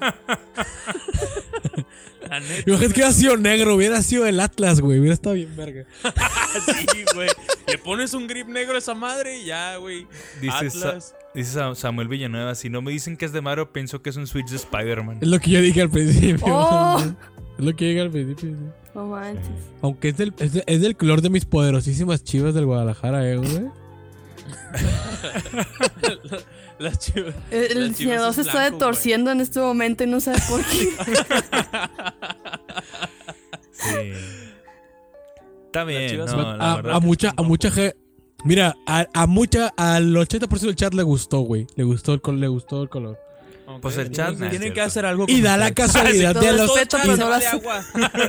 La neta. Imagínate que hubiera sido negro, hubiera sido el Atlas, güey. Hubiera estado bien verga. Sí, güey. Le pones un grip negro a esa madre y ya, güey. Dice, Sa- Atlas. dice Sa- Samuel Villanueva, si no me dicen que es de Mario, pienso que es un Switch de Spider-Man. Es lo que yo dije al principio. Oh. Es lo que dije al principio. sí. No manches. Aunque es del, es, de- es del color de mis poderosísimas chivas del Guadalajara, eh, güey. Las chivas. El, el Las chivas diseñador es se está blanco, torciendo en este momento y no sabe por qué. Sí. Está bien, chivas no, son- la a, verdad. a mucha, a mucha gente. Mira, a, a mucha, al ochenta por ciento del chat le gustó, güey. Le gustó el col- le gustó el color. Ok, Pues el chat, Tienen, no es tienen que cierto. hacer algo. Y con da la ustedes. casualidad de todo los respeto, y, pero no de las- agua.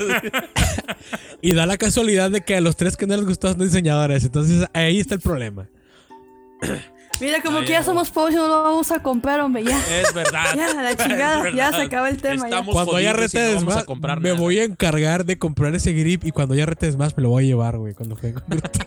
y da la casualidad de que a los tres que no les gustó son diseñadores. Entonces ahí está el problema. Mira, como Ay, que ya no. somos pobres y no lo vamos a comprar, hombre. Ya, Es verdad. ya, la Es chingada. Ya verdad. se acaba el tema. Ya. Estamos Cuando haya jodidos y reta no de vamos a Smash, comprar me nada. voy a encargar de comprar ese grip. Y cuando haya reta de Smash, me lo voy a llevar, güey. Cuando juegue.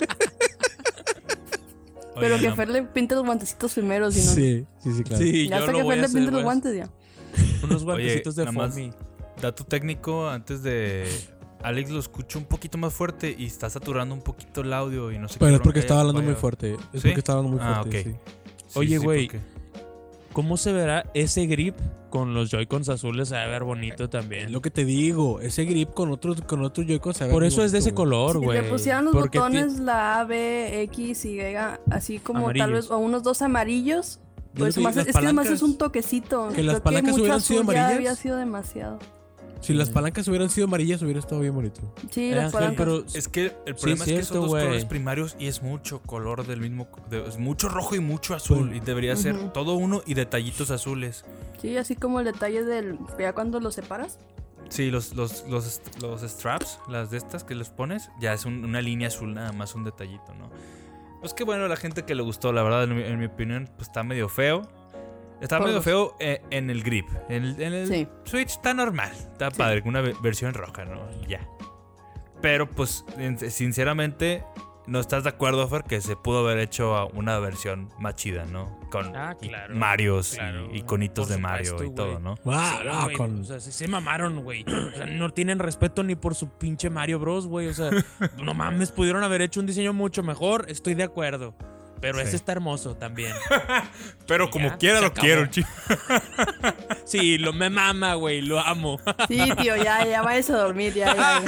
Pero Oye, que no, Fer le pinte los guantecitos primero, si no. Sí, sí, sí, claro. Sí, Ya yo hasta lo que voy Fer a le hacer, pinte los güey. guantes ya. Unos guantecitos de nada más- foamy. dato técnico, antes de... Alex lo escucho un poquito más fuerte y está saturando un poquito el audio y no sé qué Pero es bronca porque haya estaba hablando muy fallado. fuerte. Es ¿Sí? porque estaba hablando muy Ah, fuerte. ok. Sí. Sí, Oye, sí, güey, porque- ¿Cómo se verá ese grip con los Joy-Cons azules? Se va a ver bonito Es también. lo que te digo. Ese grip con otros con otro Joy-Con se ve Por muy eso es de ese bonito, güey. color, Si güey. le pusieran los Porque botones, la A, B, X y Y, así como tal Amarillos. vez, o unos dos amarillos. Yo Pues creo que más, las es que además palancas- es un toquecito. que las Creo palancas mucho hubieran sido azul ya amarillas. había sido demasiado. Si las palancas hubieran sido amarillas, hubiera estado bien bonito. Sí, Eh, las Ángel, palancas. pero Es que el Sí, problema es es, que cierto, son dos güey. colores primarios y es mucho color del mismo... de- es mucho rojo y mucho azul. Pues- Y debería ser Ujú. todo uno y detallitos azules. Sí, así como el detalle del... Ya cuando lo separas. Sí, los, los, los, los straps, las de estas que les pones, ya es un- una línea azul nada más, un detallito, ¿no? Pues que bueno, la gente que le gustó, la verdad, en mi, en mi opinión, pues está medio feo. Está Por medio dos. feo eh, en el grip. En el, en el Sí. Switch está normal. Está Sí. padre, con una ve- versión roja, ¿no? Y ya. Pero pues sinceramente no estás de acuerdo, Fer, que se pudo haber hecho una versión más chida, ¿no? Con Ah, claro, Marios claro, y iconitos por de Mario supuesto, y todo, güey. ¿no? Ah, Sí, ah, güey, con- O sea, se, se mamaron, güey. O sea, no tienen respeto ni por su pinche Mario Bros, güey. O sea, no mames, pudieron haber hecho un diseño mucho mejor. Estoy de acuerdo. Pero Sí. ese está hermoso también. Pero Y como ya, quiera se lo acabó. quiero, chico. Sí, lo me mama, güey. Lo amo. Sí, tío, ya, ya vayas a dormir, ya, ya.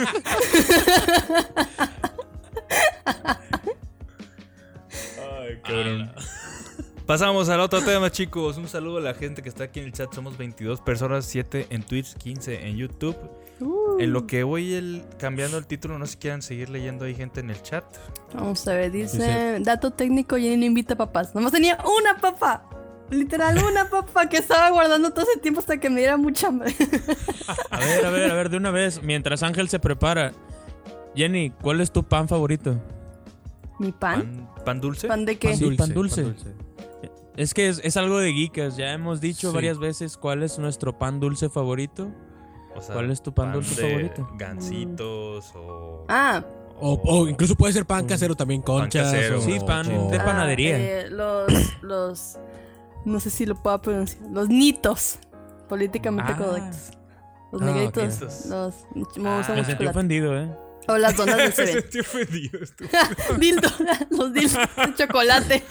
Ay, cabrón. Pasamos al otro tema, chicos. Un saludo a la gente que está aquí en el chat. Somos veintidós personas, siete en Twitch, quince en YouTube. Uh, En lo que voy el, cambiando el título, no sé si quieran seguir leyendo ahí gente en el chat. Vamos a ver, dice, Dice- dato técnico, Jenny no invita papás. Nomás tenía una papa. Literal, una papa que estaba guardando todo ese tiempo hasta que me diera mucha hambre. A ver, a ver, a ver, de una vez. Mientras Ángel se prepara. Jenny, ¿cuál es tu pan favorito? ¿Mi pan? ¿Pan, pan dulce? ¿Pan de qué? Sí, pan dulce. Es que es, es algo de geekas. Ya hemos dicho Sí. varias veces cuál es nuestro pan dulce favorito. O sea, ¿Cuál es tu pan dulce de favorito? Gancitos o... Ah, O, o incluso puede ser pan casero también, conchas. casero. o- Sí, pan o- de ah, panadería. eh, los, los, no sé si lo puedo pronunciar. Los nitos, políticamente Ah. correctos. Los Ah, negritos, ok. los me gusta Ah, mucho Me sentí chocolate. ofendido, ¿eh? O las donas del Me Seven. sentí ofendido, estúpido. Dildo, los dildos de chocolate.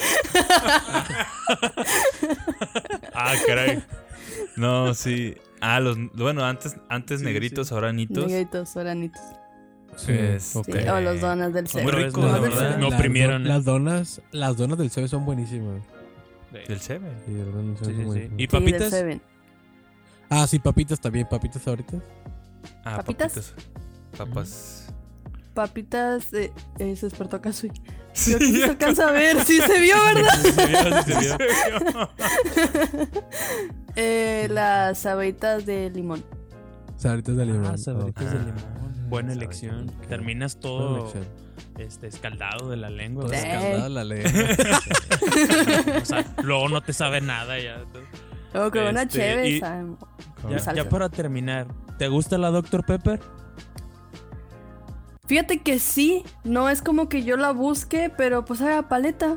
Ah, caray. No, sí. Ah, los... Bueno, antes, antes Sí, negritos, sí. ahora nitos. Negritos, oranitos. Sí, Es- ok. Sí, o los donas del Muy Seven. rico, ricos, la Donas del verdad. Seven. Me Las oprimieron, do- ¿eh? Las donas, las donas del Cebe son buenísimas. Del Seven. Sí, las donas del Sí, Cebe sí, son sí. buenísimas. ¿Y Sí, del papitas? Seven. Ah, sí, papitas también, papitas ahorita. Ah, ¿Papitas? papitas. Papas. Papitas, eh, eh, se despertó Kazui. Sí, Creo que sí se alcanza a ver, sí se vio, ¿verdad? Sí, se vio, sí, se vio. Eh, las sabritas de limón. Sabritas de limón. Ah, sabritas Ah, de limón. Buena elección. ok. Terminas Buena todo elección. este, escaldado de la lengua. Toda Eh. ¿verdad? escaldada la lengua. O sea, luego no te sabe nada ya. O con una Este, chévere. y- sabe- Con- Ya, salsa. ya para terminar, ¿te gusta la doctor Pepper? Fíjate que sí, no es como que yo la busque, pero pues haga paleta.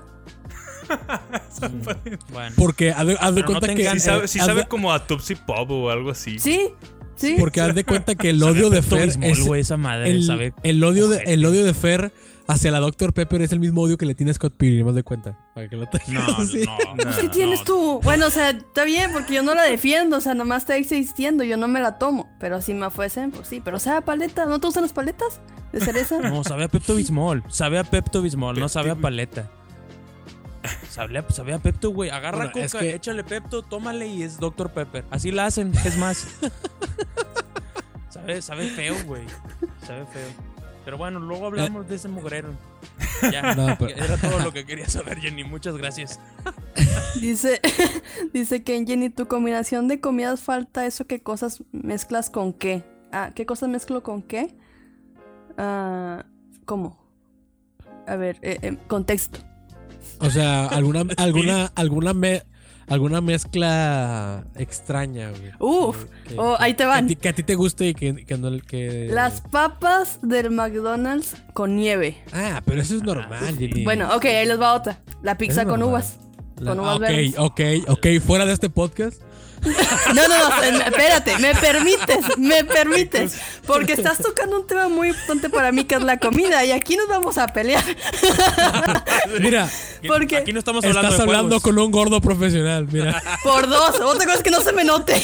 Bueno. Porque haz de, haz de Pero no cuenta te que. Sí engañes. sabe, eh, sí haz sabe de- como a Tupsi Pop o algo así. Sí, sí. Porque haz de cuenta que el odio de Fer Bismol, es. güey, esa madre, El, sabe. el odio de, ojete. el odio de Fer hacia la doctor Pepper es el mismo odio que le tiene a Scott Pilgrim, haz de cuenta. Para que lo tengas No, así. no. Pues, ¿qué No, tienes no. tú? Bueno, o sea, está bien porque yo no la defiendo, o sea, nomás está existiendo, yo no me la tomo. Pero si me fuesen, pues sí, pero sabe paleta, ¿no te gustan las paletas de cereza? No, sabe a Pepto Bismol. Sabe a Pepto Bismol, no sabe a paleta. Sabe a, sabe a Pepto, güey. Agarra Bueno, coca, es que- échale Pepto, tómale y es doctor Pepper. Así la hacen, es más. sabe, sabe feo, güey. Sabe feo. Pero bueno, luego hablamos de ese mugrero. Ya, No, pero- era todo lo que quería saber, Jenny. Muchas gracias. Dice, dice que en Jenny, tu combinación de comidas falta eso que cosas mezclas con qué. Ah, ¿qué cosas mezclo con qué? Ah, ¿cómo? A ver, eh, eh, contexto. O sea, alguna, alguna, alguna, me- alguna mezcla extraña, güey. Uf, Que- oh, que- ahí te van. Que, a ti- que a ti te guste y que, que no que. Las papas del McDonald's con nieve. Ah, pero eso es normal, Jenny. Bueno, ok, ahí les va otra. La pizza Es con normal. uvas. La- con uvas ah, ok, verdes. ok, ok. Fuera de este podcast. No, no, no, eh, espérate, me permites, me permites. Porque estás tocando un tema muy importante para mí, que es la comida, y aquí nos vamos a pelear. Mira, Porque Aquí no estamos hablando estás de hablando juegos. con un gordo profesional, mira. por dos, otra cosa es que no se me note.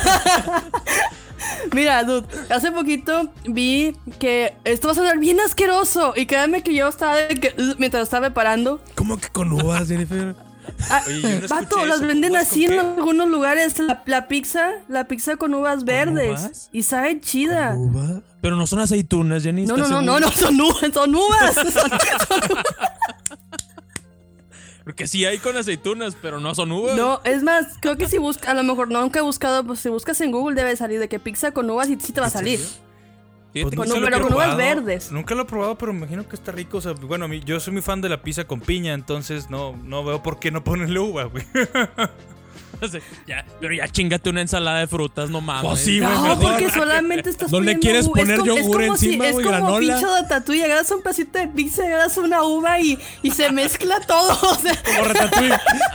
Mira, dude, hace poquito vi que esto va a sonar bien asqueroso. Y créanme que yo estaba de que, uh, mientras estaba preparando. ¿Cómo que con uvas, Jennifer? Ah, Oye, yo no escuché vato, eso, las venden ¿uvas así con en qué? algunos lugares. La, la pizza, la pizza con uvas verdes. uvas? Y sabe chida. ¿Uvas? Pero no son aceitunas, Jenny. No, no, ¿estás no, no, segura? no, son uvas, son uvas. Son- son- Porque sí hay con aceitunas, pero no son uvas. no, es más, creo que si buscas, a lo mejor no, nunca he buscado, pues si buscas en Google debe salir de que pizza con uvas y sí te va a salir. Fíjate Con que- un- lo he pero con uvas probado. verdes. Nunca lo he probado, pero me imagino que está rico. O sea, bueno, a mí- yo soy muy fan de la pizza con piña, entonces no, no veo por qué no ponerle uva, güey. O sea, ya, pero ya chingate una ensalada de frutas, no mames. Pues sí, güey, No, mejor. porque solamente estás No le poniendo quieres u- es poner como- yogur es como encima, si, güey, Es como granola. pinche ratatouille, agarras un pedacito de pizza, agarras una uva y, y se mezcla todo. O sea, Como Ratatouille.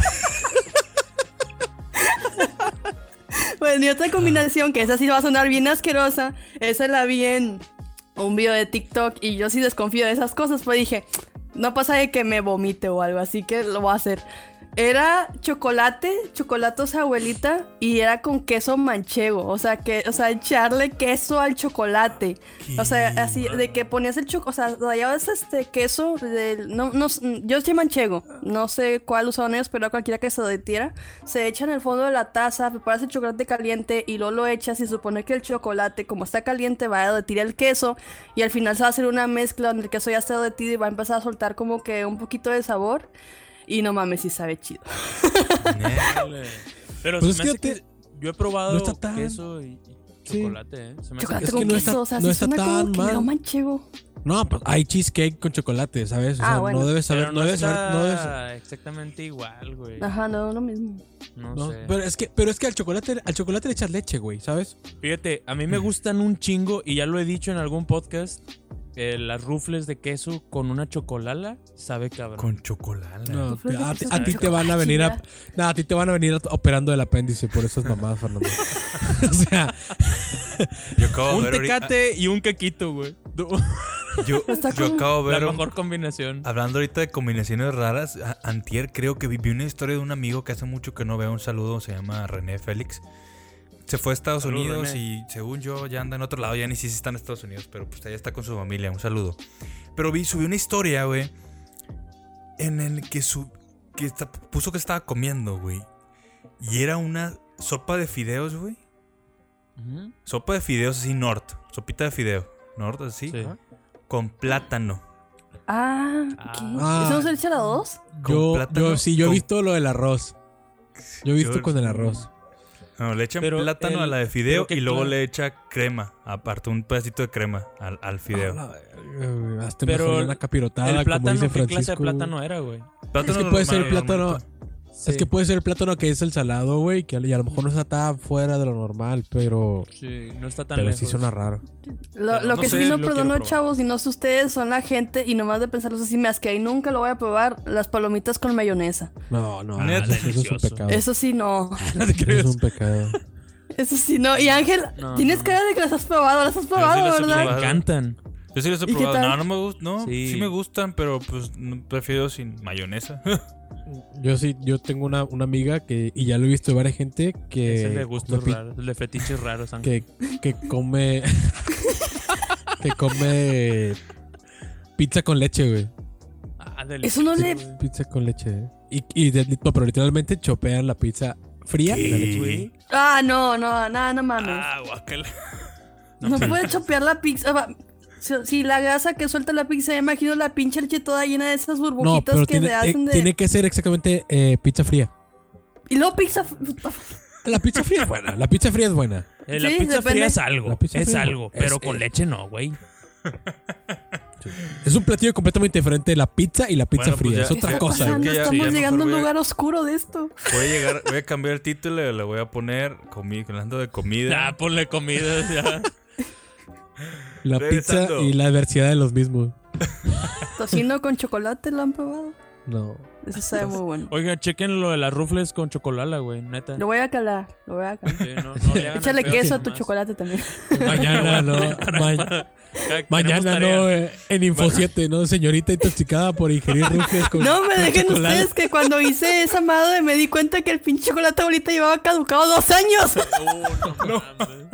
bueno, y otra combinación, que esa sí va a sonar bien asquerosa, esa la vi en un video de TikTok y yo sí desconfío de esas cosas, pues dije, no pasa de que me vomite o algo, así que lo voy a hacer. Era chocolate, chocolatos abuelita, y era con queso manchego. O sea, que, o sea, echarle queso al chocolate. O sea, así, de que ponías el chocolate, o sea, rallabas este queso del, no, no, yo soy manchego, no sé cuál usaban ellos, pero cualquiera que se derritiera, se echa en el fondo de la taza, preparas el chocolate caliente y luego lo echas y supone que el chocolate, como está caliente, va a derretir el queso y al final se va a hacer una mezcla donde el queso ya está derretido y va a empezar a soltar como que un poquito de sabor. Y no mames, sí sabe chido. Pero Pues se es me que hace te- que yo he probado no está tan- queso y, y Sí. chocolate, ¿eh? Se me hace Chocolate es con que no queso, está- o sea, no sí está suena como tan que mal. no manchego. No, pues hay cheesecake con chocolate, ¿sabes? O Ah, sea, bueno. no debes saber, Pero no, no debes está saber, no debes. exactamente igual, güey. Ajá, no, lo mismo. No, No, sé. pero es que, pero es que al chocolate, al chocolate le echas leche, güey, ¿sabes? Fíjate, a mí me gustan un chingo y ya lo he dicho en algún podcast. Eh, las rufles de queso con una chocolala sabe cabrón. Con chocolate. No, Tú crees a, que ti- eso a es ti un te van a venir a, chocolate, no, a ti te van a venir a- operando el apéndice por esas mamadas, Fernando. O sea, Yo acabo de Un ver ahorita- tecate y un quequito, güey. Yo, Está yo como- acabo de La ver. un- mejor combinación. Hablando ahorita de combinaciones raras, a- antier creo que vi, vi una historia de un amigo que hace mucho que no veo. Un saludo, se llama René Félix. Se fue a Estados Salud, Unidos René. y según yo ya anda en otro lado. Ya ni sé si está en Estados Unidos, pero pues allá está con su familia. Un saludo. Pero vi, subió una historia, güey, en el que su que está- puso que estaba comiendo, güey. Y era una sopa de fideos, güey. Ujú. Sopa de fideos así, Nord. Sopita de fideo. Nord, así. Sí. Con plátano. Ah, Ah. ¿qué? Ah. ¿Eso no se le echa a la dos? Con yo, plátano, yo sí, yo he con- visto lo del arroz. Yo he visto Yo- con el arroz. No, le echan Pero plátano el- a la de fideo pero que y luego claro. le echa crema. Aparte, un pedacito de crema al, al fideo. Ah, la verga, güey, hazte Pero mejor una capirotada, El como plátano, dice ¿qué clase de Francisco. plátano era, güey? Plátano Es que puede ser el normal, plátano. normalito. Es que puede ser el plátano que es el salado, güey, que a- y a lo mejor no está tan fuera de lo normal, pero. Sí, no está tan Pero lejos. sí suena raro. Lo, Pero lo no que sé, sí no lo quiero perdono, probar. chavos, y no sé ustedes, son la gente, y nomás de pensarlos así me asqué y nunca lo voy a probar, las palomitas con mayonesa. No, no, Neta. eso es un Delicioso. pecado. Eso sí no. Eso es un pecado. Eso sí no. Y Ángel, No, tienes no. cara de que las has probado, las has probado, las he ¿verdad? Me probado. encantan. Yo sí los he ¿Y qué probado. tal? No, no me gustan. No, sí. Sí. me gustan, pero pues no- prefiero sin mayonesa. Yo sí, yo tengo una, una amiga que, y ya lo he visto de varias gente, que. Es el de gustos come pi- raros, el de fetiches raros, Ángel. que, que come. que come. Pizza con leche, güey. Ah, Eso no le- güey. Pizza con leche, ¿eh? Y, y de- no, pero literalmente chopean la pizza fría. ¿Qué? en la leche. Güey. Ah, no, no, nada, no mames. Ah, guácala. No puedes chopear la pizza. va, Si, si la grasa que suelta la pizza, me imagino la pinche leche toda llena de esas No, burbujitas pero que tiene, se eh, hacen de. tiene que ser exactamente eh, pizza fría. Y luego pizza. La pizza fría es buena. La pizza fría es buena. Eh, la Sí, pizza depende. fría es algo. La pizza Es fría, algo, es- pero con eh. leche no, güey. Es un platillo completamente diferente de la pizza y la pizza Bueno, pues fría. ya- es ¿Qué otra está cosa. pasando? Que ya- sí, Estamos ya llegando a mejor un voy a- lugar oscuro de esto. Voy a llegar, voy a cambiar el título y le voy a poner comi- hablando de comida. Ah, ponle comida ya. La pizza Regresando. y la diversidad de los mismos. Tocino con chocolate, ¿lo han probado? No. Eso sabe muy bueno. Oiga, chequen lo de las rufles con chocolala, güey, neta. Lo voy a calar, lo voy a calar. Sí, no- no le hagan Échale el feo queso a tu nomás. chocolate también. Mañana no. Ma- Ya tenemos mañana tarea. no. eh, en Info siete, ¿no? Señorita intoxicada por ingerir rufles con. No me con dejen chocolate. ustedes que cuando hice esa madre me di cuenta que el pinche chocolate ahorita llevaba caducado dos años. Uh, no, mames.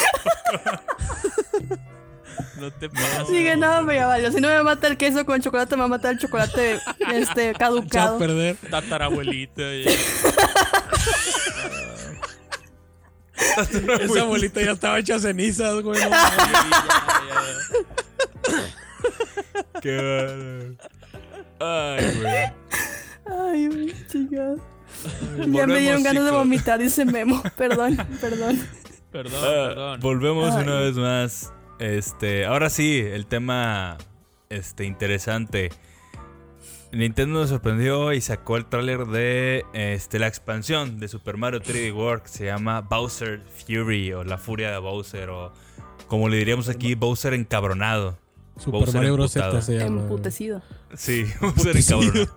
No te pases. Dije, no, me ya valió. Si no me mata el queso con chocolate, me va a matar el chocolate este, Echado a caducado. perder. Tatarabuelita. ya. Esa abuelita ya estaba hecha cenizas, güey. no Sí, mames. ya, ya. Qué bárbaro. Ay, güey. Ay, güey, chicas. Ya me Volvemos, dieron ganas de chicos. vomitar, dice Memo. Perdón, perdón. Perdón, Ah, perdón. volvemos Ay. una vez más. Este, ahora sí, el tema este interesante. Nintendo nos sorprendió y sacó el tráiler de este, la expansión de Super Mario tres D World que se llama Bowser Fury o la furia de Bowser o como le diríamos aquí, Bowser encabronado. Super Bowser Mario Bros. emputado. Z se llama. Emputecido. Sí, Bowser encabronado.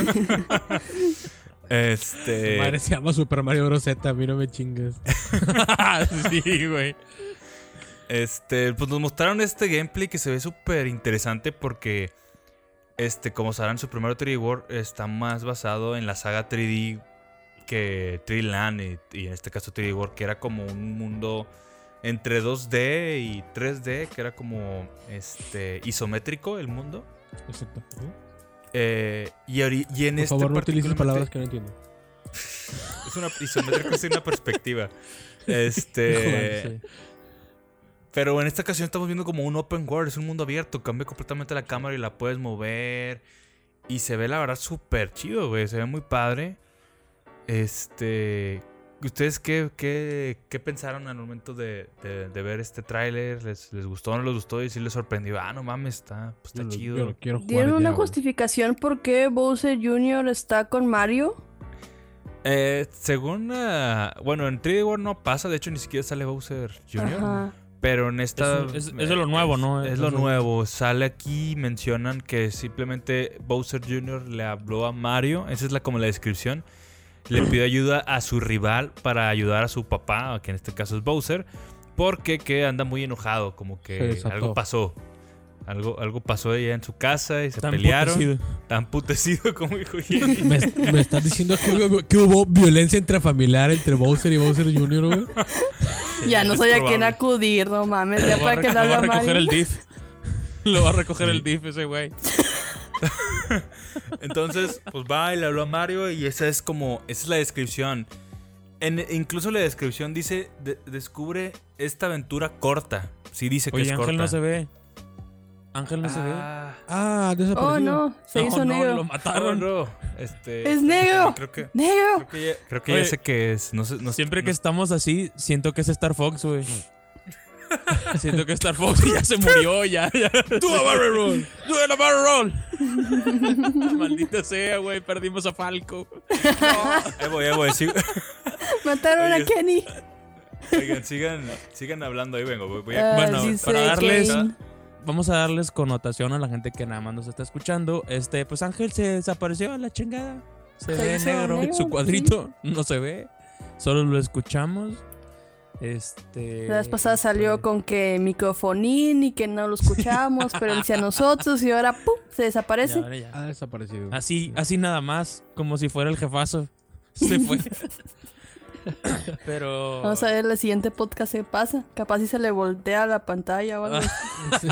este... Madre, se llama Super Mario Bros. Z, a mí no me chingas. Sí, güey. Este, pues nos mostraron este gameplay que se ve súper interesante porque, este, como sabrán, Super Mario tres D World está más basado en la saga tres D que tres D Land y, y en este caso tres D World, que era como un mundo entre dos D y tres D, que era como, este, isométrico el mundo. Exacto. Eh, y, ori- y en Por este favor, no utilices particularmente- palabras que no entiendo. Es una isométrico, es una perspectiva. Este... Joder, sí. Pero en esta ocasión estamos viendo como un open world, es un mundo abierto, cambia completamente la cámara y la puedes mover. Y se ve la verdad súper chido, güey, se ve muy padre. Este... ¿Ustedes qué, qué, qué pensaron al momento de, de, de ver este tráiler? ¿Les, ¿Les gustó o no les gustó? Y si les sorprendió, ah, no mames, está, pues, está Yo lo- chido. yo lo quiero jugar ¿Dieron ya, una güey. justificación por qué Bowser junior está con Mario? Eh, según... ah, bueno, en tres D World no pasa, de hecho ni siquiera sale Bowser junior Ajá. Pero en esta... Eso- es- es de lo nuevo, ¿no? Es, es lo Eso- nuevo. Sale aquí, mencionan que simplemente Bowser junior le habló a Mario. Esa es la como la descripción. Le pidió ayuda a su rival para ayudar a su papá, que en este caso es Bowser. Porque que anda muy enojado, como Se que desató. algo pasó. Algo, algo pasó allá en su casa y se Está pelearon. emputecido. Tan putecido como dijo Jenny. Me, me estás diciendo que hubo, que hubo violencia intrafamiliar entre Bowser y Bowser junior, güey. Ya no es sabía a probable. quién acudir, no mames. Ya Lo va a para que reco- le lo va a haga recoger el Mario. D I F. Lo va a recoger el D I F ese güey. Entonces, pues va y le habló a Mario y esa es como, esa es la descripción. En, incluso la descripción dice, de- descubre esta aventura corta. Sí dice que Oye, es Ángel corta. no se ve. Ángel no se ve. Ah, Ah, desapareció. Oh, no. Se No, hizo no, negro. lo no, mataron. no, este, ¡Es negro! Creo que, ¡Negro! creo que ya, creo que Oye, ya sé qué es. No sé, no, Siempre no- que estamos así, siento que es Star Fox, güey. Siento que Star Fox ya se murió, ya, ya. ¡Do a barrel roll! ¡Do a barrel roll! Maldita sea, güey, perdimos a Falco. Ahí voy, ahí voy. sí- Mataron Oye, a Kenny. Oigan, sigan, sigan hablando. Ahí vengo. Voy, voy a... Ah, bueno, dice para darles- Kane. Vamos a darles connotación a la gente que nada más nos está escuchando. Este, pues Ángel se desapareció a la chingada. Se, Se ve hizo negro. negro, Su cuadrito no se ve. Solo lo escuchamos. Este. La vez pasada salió este, con que microfonín y que no lo escuchábamos, pero él decía nosotros y ahora ¡pum! Se desaparece. ya, ahora ya. Ha desaparecido. Así, así nada más, como si fuera el jefazo. Se fue. Pero. Vamos a ver el siguiente podcast qué pasa. Capaz si se le voltea la pantalla o algo así.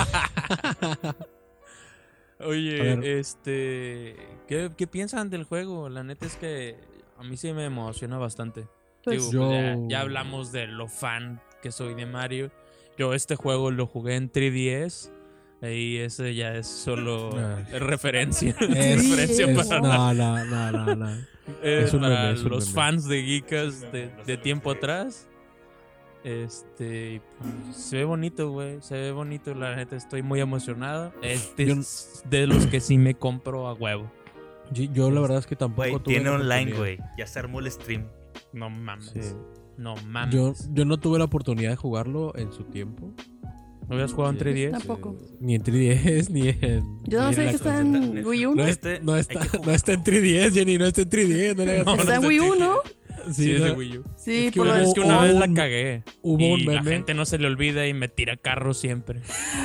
A Oye, ver. este. ¿qué, ¿Qué piensan del juego? La neta es que a mí sí me emociona bastante. Pues, Digo, pues ya, yo- ya hablamos de lo fan que soy de Mario. Yo este juego lo jugué en tres D S. Ahí ese ya es solo Ah. referencia. Es- referencia es- para, No, no, no, no, no. eh, es un para meme, es un los meme. fans de Geekas de, de tiempo atrás. Este, y, pues, se ve bonito, güey. Se ve bonito, la neta. Estoy muy emocionado. Este Yo- es de los que sí me compro a huevo. Yo, yo la verdad es que tampoco Güey, tuve tiene la online, oportunidad. güey. Ya se armó el stream. No mames. Sí. No mames. Yo, yo no tuve la oportunidad de jugarlo en su tiempo. ¿No habías jugado en tres D S? Tampoco. Ni en tres D S, ni en... Yo no ni sé en que la está concentra- en Wii U. No, es- Este, no hay está, que jugar. no está en tres D S, Jenny, no está en tres D S. No le hagas No, caso. Está en Wii U, ¿no? Sí, Sí, es de no, Wii U. Sí, Es que por lo hubo- Es que una hubo vez la un- cagué. hubo y un la meme. gente no se le olvida y me tira carro siempre.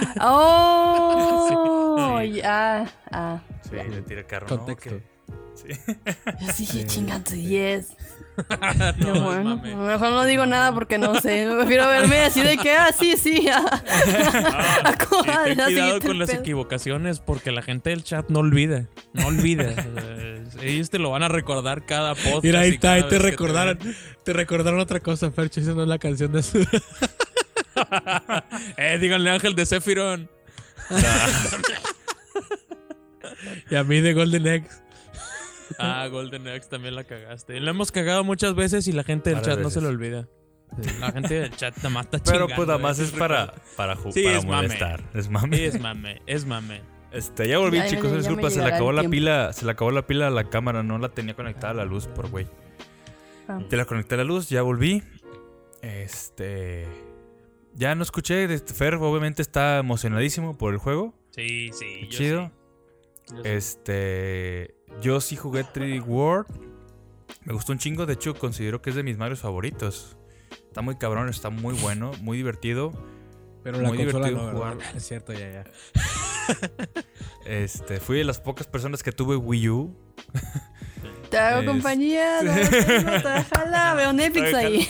¡Oh! Sí. Ya. Ah. Sí, le tira el carro. ¿no? Contexto. Que- Sí. Yo sí, Sí. chingando diez. No, No, es bueno, mame. mejor no digo nada porque no sé. Prefiero verme así de que, ah, sí, sí. ah. Ah, Acomodar y ten la cuidado siguiente con las pedo. equivocaciones porque la gente del chat no olvida. No olvida. Eh, Ellos te lo van a recordar cada podcast. Mira, ahí y está, cada ahí te vez que recordaron. Te recordaron otra cosa, Fercho. Esa no es la canción de su. ven. eh, díganle Ángel de Sephiron. Y a mí de Golden X. Ah, Golden Axe también la cagaste. Lo hemos cagado muchas veces y la gente del Varias chat no se veces. lo olvida. La gente del chat nada más está Pero chingando. pues nada más eh. es para, para, ju- Sí, para es mame. molestar. Es mame. Sí, es mame, es mame. Este, ya volví, Ya, ya chicos, me- ya me disculpa, se le llegará acabó el la tiempo. pila, se le acabó la pila a la cámara, no la tenía conectada a la luz por güey. Ah. Ya la conecté a la luz, ya volví. Este, ya no escuché, este, Fer obviamente está emocionadísimo por el juego. Sí, sí. Qué yo chido. sí. Yo sí. Este, yo sí jugué tres D World. Me gustó un chingo, de hecho considero que es de mis Marios favoritos. Está muy cabrón, está muy bueno, muy divertido. Pero la Muy consola divertido no, jugar. ¿verdad? Es cierto, ya, ya. Este, fui de las pocas personas que tuve Wii U. Te hago Es- compañía, no tengo, te jala, veo Netflix ahí.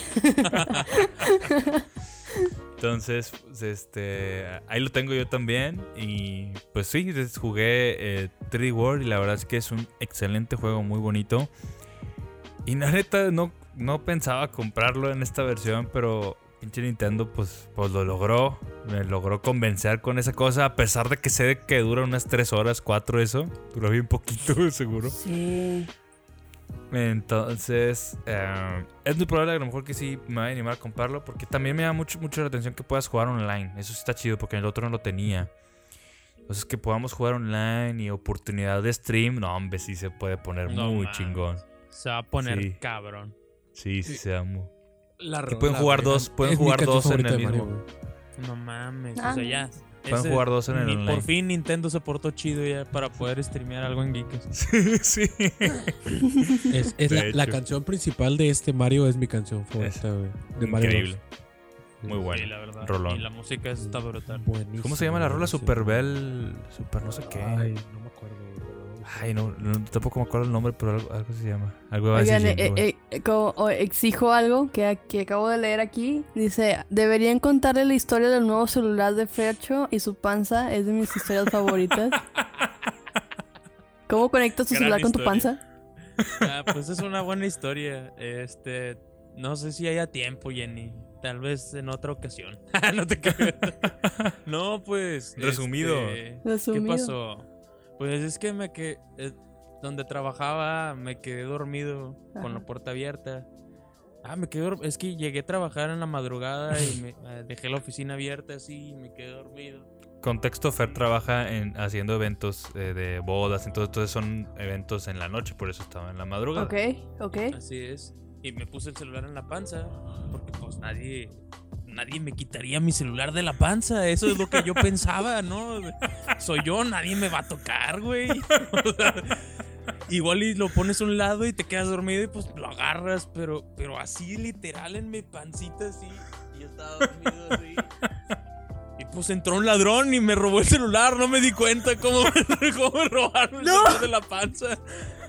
Entonces, pues, este, ahí lo tengo yo también. Y pues sí, des- jugué eh, tres D World y la verdad es que es un excelente juego, muy bonito. Y la neta no, no pensaba comprarlo en esta versión, pero pinche Nintendo pues, pues lo logró. Me logró convencer con esa cosa, a pesar de que sé de que dura unas tres horas, cuatro eso. Duró bien poquito, seguro. Sí. Entonces, eh, es muy probable a lo mejor que sí me vaya a animar a comprarlo, porque también me da mucho, mucho la atención que puedas jugar online. Eso sí está chido, porque el otro no lo tenía. Entonces, que podamos jugar online y oportunidad de stream, no, hombre, sí se puede poner No muy mames. chingón. Se va a poner Sí. cabrón. Sí, sí, se da muy... La Que pueden rola, jugar güey, dos, pueden es mi jugar canción dos en favorita el de Mario, mismo. güey. No mames. Ah. O sea, ya. Pueden ese- jugar dos en el ni- online. Por fin Nintendo se portó chido ya para poder streamear algo en Geekers. Sí, sí. Es, es De la, la hecho. canción principal de este Mario es mi canción favorita, güey. De Mario Increíble. Bros. Muy bueno. Sí, la verdad. rolón. Y la música está brutal. Buenísimo. ¿Cómo se llama la rola? buenísimo. Super Bell... Super no sé qué. Ay, no me acuerdo, güey, pero- Ay, no, no, tampoco me acuerdo el nombre, pero algo, algo se llama. Algo va a Oigan, decir eh, Jimmy, güey. eh, eh, como- o exijo algo que, que acabo de leer aquí. Dice, deberían contarle la historia del nuevo celular de Fercho y su panza es de mis historias favoritas. ¿Cómo conectas tu Gran celular con tu historia. panza? Ah, pues es una buena historia. Este, no sé si haya tiempo, Jenny. Tal vez en otra ocasión. No te creas. No, pues. Resumido. este, Resumido. ¿Qué pasó? Pues es que me que eh, donde trabajaba me quedé dormido con Ajá. la puerta abierta. Ah, me quedé dor- es que llegué a trabajar en la madrugada y me eh, dejé la oficina abierta así y me quedé dormido. Contexto, Fer trabaja en, haciendo eventos eh, de bodas, entonces, entonces son eventos en la noche, por eso estaba en la madrugada. Ok, ok. Así es. Y me puse el celular en la panza porque pues nadie nadie me quitaría mi celular de la panza. Eso es lo que yo pensaba, ¿no? Soy yo, nadie me va a tocar, güey. O sea, igual y lo pones a un lado y te quedas dormido y pues lo agarras, pero pero así literal en mi pancita así. Y yo estaba dormido así. Y pues entró un ladrón y me robó el celular, no me di cuenta cómo, cómo me robaron el ¡No! celular de la panza.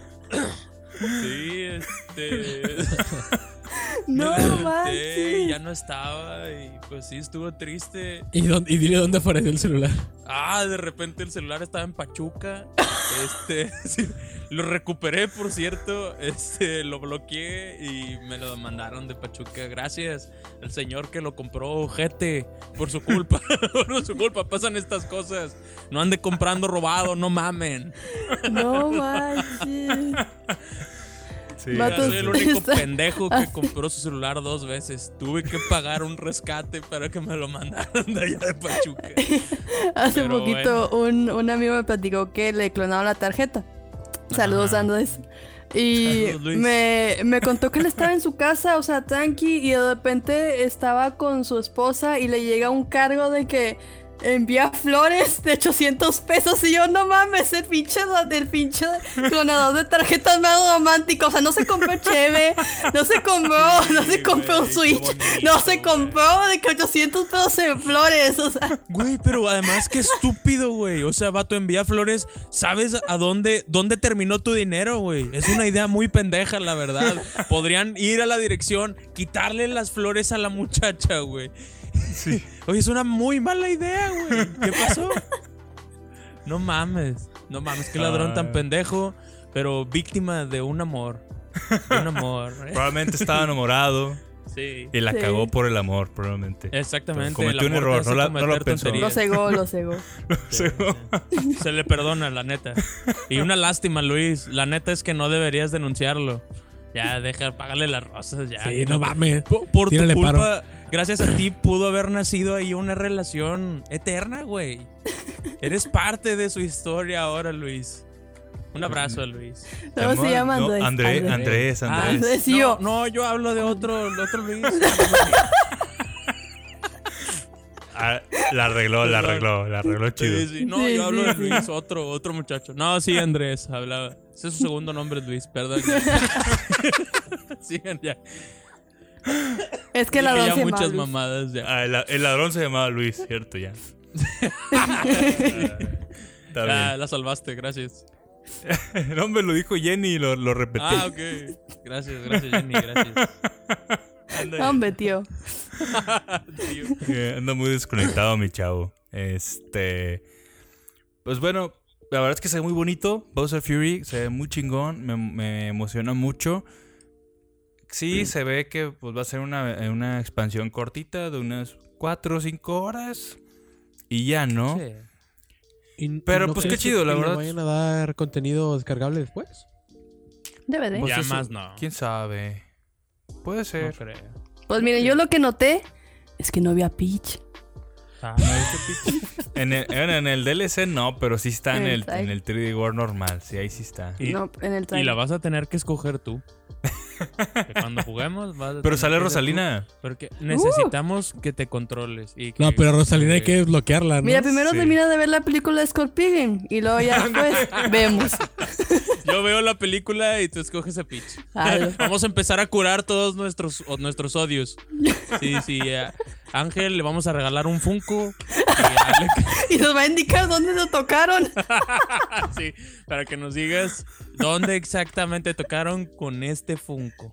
Sí, este. No Me levanté y manches. ya no estaba y pues sí estuvo triste. ¿Y, dónde- y dile dónde apareció el celular. Ah, de repente el celular estaba en Pachuca. Este, sí, lo recuperé, por cierto. Este, lo bloqueé y me lo mandaron de Pachuca. Gracias al señor que lo compró, ojete, por su culpa. Por su culpa pasan estas cosas. No ande comprando robado, no mamen. No manches. Sí. Ya Vatos, soy el único está- pendejo que compró su celular dos veces. Tuve que pagar un rescate para que me lo mandaran de allá de Pachuca. Hace Pero poquito un, un amigo me platicó que le clonaron la tarjeta. Saludos, Ajá. Andrés. Y Saludos, Luis. me, me contó que él estaba en su casa, o sea, tranqui, y de repente estaba con su esposa y le llega un cargo de que envía flores de ochocientos pesos. Y yo, no mames, el pinche, el pinche clonador de tarjetas más romántico. O sea, no se compró cheve, no se compró, no se compró un güey, qué Switch, bonito, no se güey. compró de que ochocientos pesos en flores, o sea. Güey, pero además qué estúpido, güey. O sea, vato, envía flores. ¿Sabes a dónde, dónde terminó tu dinero, güey? Es una idea muy pendeja, la verdad. Podrían ir a la dirección, quitarle las flores a la muchacha, güey. Sí. Oye, es una muy mala idea, güey. ¿Qué pasó? No mames. No mames, qué ladrón tan Ah. pendejo. Pero víctima de un amor. De un amor. ¿eh? Probablemente estaba enamorado Sí. y la Sí. cagó por el amor, probablemente. Exactamente. Cometió el un amor te error, hace no la- no lo cometer pensó. Lo tonterías. cegó, lo cegó. Sí, sí. Se le perdona, la neta. Y una lástima, Luis. La neta es que no deberías denunciarlo. Ya, deja, págale las rosas, ya. Sí, no mames. Por, por tu Tírale culpa, gracias a ti, pudo haber nacido ahí una relación eterna, güey. Eres parte de su historia ahora, Luis. Un abrazo a Luis. ¿Cómo se llama No, Andrés? Andrés, Andrés, Ah, Andrés. Andrés y no, yo. no, yo hablo de otro, de otro Luis. Ah, la arregló, la arregló, la arregló chido. Sí, sí. No, Sí, yo hablo sí, de sí. Luis, otro, otro muchacho. No, sí, Andrés, hablaba. Ese es su segundo nombre, Luis, perdón. Sigan ya. Es que Dije la ya dos se llama muchas Luis. mamadas ya. Ah, el, el ladrón se llamaba Luis, cierto, ya. Está Ya, bien. la salvaste, gracias. No, me lo dijo Jenny y lo, lo repetí. Ah, ok. Gracias, gracias, Jenny, gracias. Anda, Hombre, tío. Tío. eh, anda muy desconectado mi chavo. Este... Pues bueno, la verdad es que se ve muy bonito. Bowser Fury se ve muy chingón. Me, me emociona mucho. Sí, se ve que pues, va a ser una, una expansión cortita de unas cuatro o cinco horas. Y ya, ¿no? Sí. Y- Pero, y no pues, qué crees chido, que la le verdad. vayan a dar contenido descargable después? Debe de. Pues Ya eso, más no. ¿Quién sabe? Puede No ser. creo. Pues miren, yo lo que noté es que no había Peach. Ah, En el, en, en el D L C no, pero sí está en En el el, trailer. en el tres D World normal. Sí, ahí sí está. Y- No, en el Y trailer. la vas a tener que escoger tú. Que cuando juguemos vas a Pero tener sale que ser Rosalina. tú, Porque necesitamos que te controles. Y que- No, pero a Rosalina hay que desbloquearla, ¿no? Mira, primero Sí. termina de ver la película de Scorpion y luego ya después vemos. Yo veo la película y tú escoges a Peach. Algo. Vamos a empezar a curar todos nuestros, o- nuestros odios. Sí, sí. A Ángel le vamos a regalar un Funko. Y a Alex- Y nos va a indicar dónde lo tocaron. sí, para que nos digas dónde exactamente tocaron con este Funko.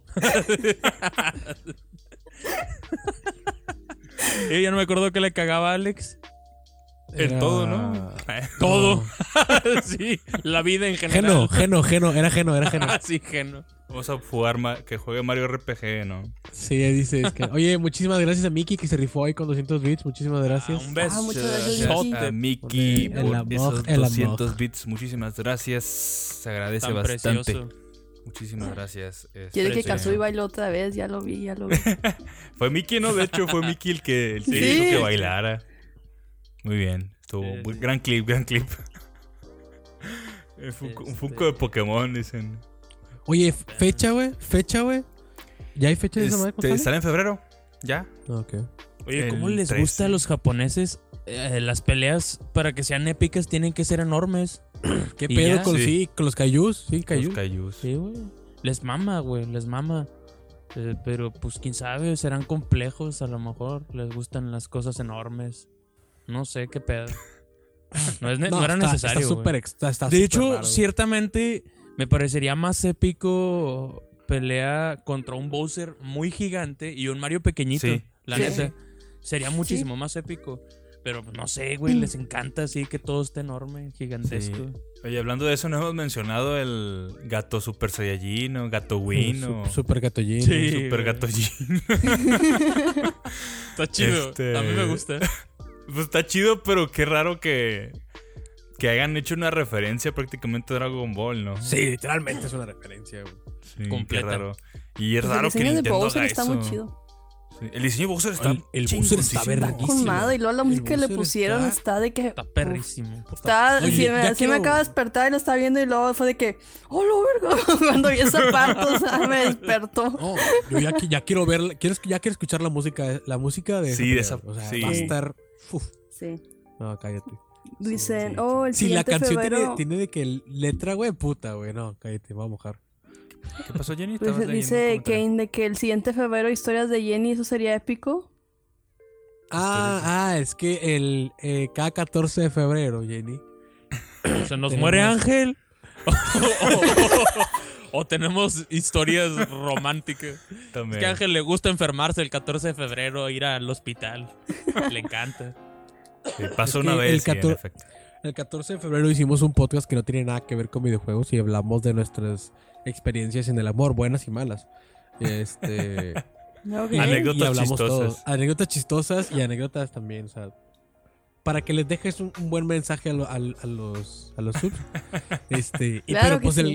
Y ya no me acuerdo que le cagaba a Alex. En Era- todo, ¿no? Todo. sí, la vida en general. Geno, Geno, Geno, era Geno, era Geno. sí, Geno. Vamos a jugar ma- que juegue Mario R P G, ¿no? Sí, dice, es que... Oye, muchísimas gracias a Miki que se rifó ahí con doscientos bits. Muchísimas gracias. Ah, un beso. Ah, muchas gracias, Gracias a Mickey Por el por amor, esos el amor. doscientos bits. Muchísimas gracias. Se agradece Tan bastante. precioso. Muchísimas gracias. Este, Quiere que sí. Kazooie baile otra vez, ya lo vi, ya lo vi. Fue Mickey, ¿no? De hecho, fue Mickey el que, el que Sí. dijo que bailara. Muy bien. Estuvo Sí, muy- sí. gran clip, gran clip. Eh, Funko- Un Este- Funko de Pokémon, dicen. Oye, fecha, güey, fecha, güey. ¿Ya hay fecha de esa madre? Este, ¿Cuándo ¿Sale en febrero? ¿Ya? sale? Ok. Oye, ¿cómo El les trece. gusta a los japoneses? Eh, las peleas, para que sean épicas, tienen que ser enormes. ¿Qué ¿Y pedo ya? con, Sí. sí, con los Kaijus? Sí, Los Kaijus. Kaijus. Sí, güey. Les mama, güey, les mama. Eh, pero, pues, quién sabe, serán complejos, a lo mejor. Les gustan las cosas enormes. No sé qué pedo. No, es ne- no era está- necesario. Está güey. súper ex- está- está De súper hecho, raro, güey. ciertamente me parecería más épico pelea contra un Bowser muy gigante y un Mario pequeñito. Sí. La Sí. neta. Sería muchísimo más épico. Pero pues, no sé, güey, les encanta así que todo esté enorme, gigantesco. Sí. Oye, hablando de eso, no hemos mencionado el gato Super Saiyajin o gato Win Su- o Super Gatollín. Sí. Super güey. Gato Jin. Está chido. Este- A mí me gusta. Pues está chido, pero qué raro que, que hayan hecho una referencia prácticamente a Dragon Ball, ¿no? Sí, literalmente es una referencia, güey. Sí, completa. Qué raro. Y es Pues el raro que diseño de Nintendo Bowser haga está eso. muy chido. Sí, el diseño de Bowser está El- el Bowser está chingoncísimo. verguísimo. Colmado y luego la El música que le Bowser pusieron está- está, de que. Está perrísimo. Está, Oye, sí, ya me, sí me quiero- acaba de despertar y lo estaba viendo y luego fue de que, ¡oh, lo verga! Cuando vi esa parte, o sea, me despertó. No, yo ya, qui- ya quiero ver, quiero, ya quiero escuchar la música, la música de Sí, de esa- pelea. O sea, sí. va a estar... uf. Sí. No, cállate. Dicen, sí. oh, el Si la siguiente canción febrero. tiene, tiene de que letra, güey, puta, güey. No, cállate, voy a mojar. ¿Qué pasó, Jenny? Pues, ¿Estabas leyendo dice un comentario? Kane de que el siguiente febrero historias de Jenny, eso sería épico. Ah, ah, es que el eh, cada catorce de febrero, Jenny. ¿Se nos Tenemos- muere Ángel? o, o- o tenemos historias románticas. También. Es que a Ángel le gusta enfermarse el catorce de febrero, ir al hospital. Le encanta. Sí, pasó Es una que vez, el sí, en cator- efecto. El catorce de febrero hicimos un podcast que no tiene nada que ver con videojuegos y hablamos de nuestras experiencias en el amor, buenas y malas. Este, Ok. y- Anécdotas y hablamos chistosas. todo. Anécdotas chistosas y anécdotas también, o sea, para que les dejes un, un buen mensaje a, lo- al- a los a los subs. Este, y Claro pero que pues sí. el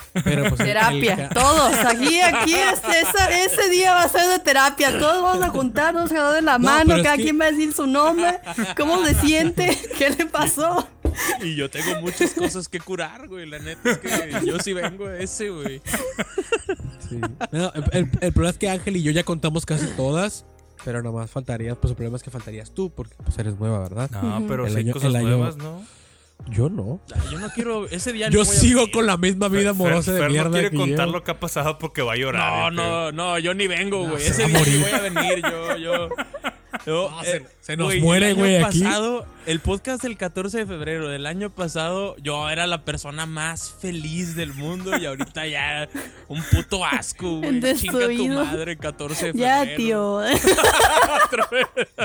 Pero pues el- Terapia, el ca- todos, aquí, aquí, este, esa- ese día va a ser de terapia, todos vamos a juntarnos, agarrar de la No, mano, pero es cada que- quien va a decir su nombre, cómo se siente, qué le pasó. Y yo tengo muchas cosas que curar, güey. La neta es que yo sí vengo a ese, güey. Sí. No, el, el- el problema es que Ángel y yo ya contamos casi todas, pero nomás faltarías, pues el problema es que faltarías tú, porque pues eres nueva, ¿verdad? No, Ujú. pero El sí hay año- cosas el año- nuevas, ¿no? Yo no. Ay, yo no quiero. Ese día Yo no voy a sigo venir. con la misma vida amorosa Fer- de Fer mierda no quiere que contar yo. lo que ha pasado porque va a llorar. No, yo creo. no, no, yo ni vengo, güey. se Ese va a día ni morir. voy a venir, yo, yo. yo, No, se- eh, se nos güey, muere, el año güey, aquí. pasado, el podcast del catorce de febrero del año pasado, yo era la persona más feliz del mundo y ahorita ya un puto asco, güey. Chinga tu Destruido. madre, catorce de febrero. Ya, tío. Otra vez.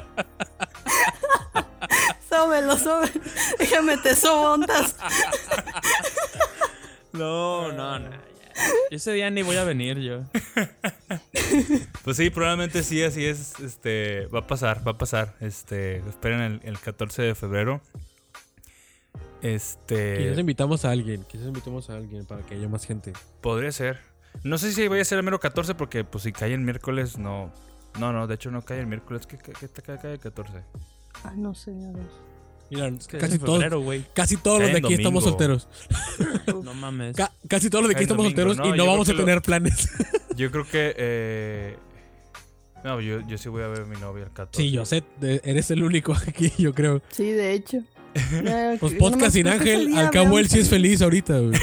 Sóbelo, sóbelo. Déjame te sobontas. No, no, no. ya. Ese día ni voy a venir yo. Pues sí, probablemente sí, así es. Este, va a pasar, va a pasar. Este, esperen el, el catorce de febrero. Quizás Este, invitamos a alguien, quizás invitemos a alguien para que haya más gente. podría ser. No sé si voy a ser el mero catorce porque pues si cae el miércoles no. No, no, de hecho no cae el miércoles. ¿Qué, qué, qué te cae, cae el catorce? Ah, no sé, a ver. Mira, Es que casi es todos, febrero, güey. casi todos los Cae de en aquí estamos domingo. solteros. No mames. Ca- casi todos los de aquí Cae en estamos domingo. solteros No, y yo no creo vamos a que lo- tener planes. Yo creo que. Eh, no, yo, yo sí voy a ver a mi novia el catorce. Sí, yo sé, de- eres el único aquí, yo creo. Sí, de hecho. Eh, Pues que- podcast nomás sin creo que ese Ángel, día al cabo veamos él sí es el- feliz ahorita, güey.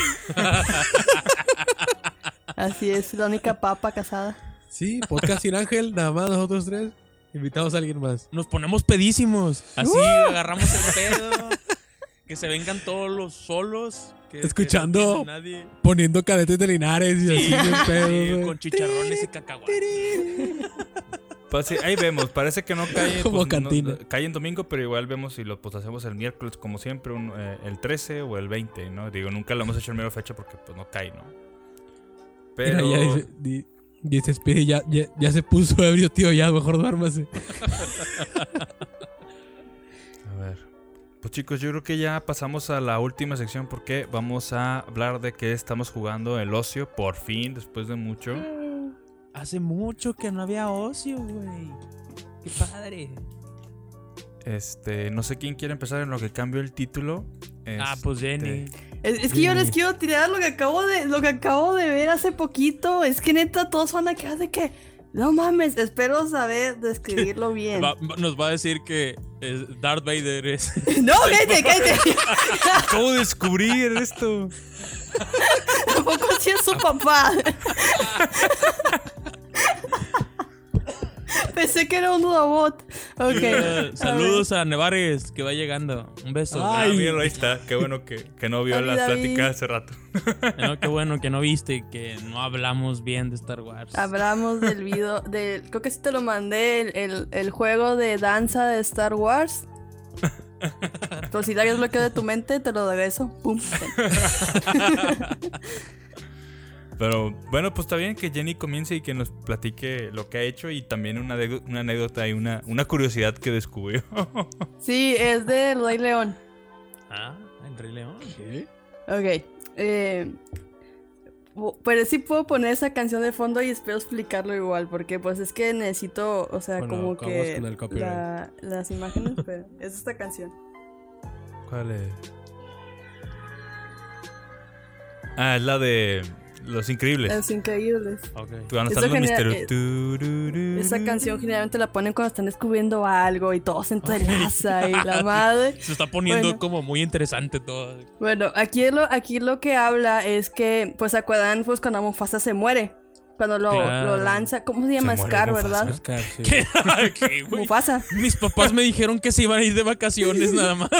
Así es, la única papa casada. Sí, podcast sin Ángel, nada más nosotros tres. Invitamos a alguien más. Nos ponemos pedísimos. Así agarramos el pedo. Que se vengan todos los solos. Que, que no Escuchando. entienda nadie. Poniendo cadetes de Linares y así, bien pedo, Sí, güey. con chicharrones y cacahuates. Pues sí, ahí vemos. Parece que no cae. Como pues, no- cantina. cae en domingo, pero igual vemos si lo pues, hacemos el miércoles, como siempre, un, eh, el trece o el veinte, ¿no? Digo, nunca lo hemos hecho en mero fecha porque pues no cae, ¿no? Pero. Mira, ya dice, di- dice Spiri, ya, ya, ya se puso ebrio, tío, ya mejor duérmase. A ver. Pues chicos, yo creo que ya pasamos a la última sección porque vamos a hablar de que estamos jugando el ocio, por fin, después de mucho. Hace mucho que no había ocio, güey. Qué padre. Este, no sé quién quiere empezar en lo que cambio el título. Ah, pues Este, Jenny. Es, es que yo les quiero tirar lo que acabo de lo que acabo de ver hace poquito. Es que neta todos van a quedar de que no mames, espero saber describirlo bien. Va- va- nos va a decir que eh, Darth Vader es. No, cállate, cállate. ¿Cómo descubrir esto? Tampoco si es su papá. Pensé que era un robot. Ok. Eh, saludos a Nevares, que va llegando. Un beso. Ah, Ay. míralo, ahí está. Qué bueno que, que no vio David, la David. plática hace rato. No, qué bueno que no viste, que no hablamos bien de Star Wars. Hablamos del video, del, creo que sí te lo mandé, el, el, el juego de danza de Star Wars. Pero si lo habías bloqueado de tu mente, te lo regreso. Pum. Pero bueno, pues está bien que Jenny comience y que nos platique lo que ha hecho y también una, de- una anécdota y una, una curiosidad que descubrió. Sí, es de Rey León. Ah, el Rey León. Ok. Eh, bu- pero sí puedo poner esa canción de fondo y espero explicarlo igual, porque pues es que necesito, o sea, Bueno, como acabamos que con el copyright. la- las imágenes, pero es esta canción. ¿Cuál es? Ah, es la de Los Increíbles. Es increíbles. Ok. Cuando Eso están los genera- misterios. eh, Turururu. Esa canción generalmente la ponen cuando están descubriendo algo y todo se entrelaza y la madre. Se está poniendo Bueno. como muy interesante todo. Bueno, aquí lo, aquí lo que habla es que, pues, ¿se acuerdan? Pues cuando Mufasa se muere. Cuando lo, Claro. lo lanza, ¿cómo se llama? Se muere Scar, Mufasa. ¿verdad? Oscar, sí. ¿Qué? ¿Qué, güey? Mufasa. Mis papás me dijeron que se iban a ir de vacaciones nada más.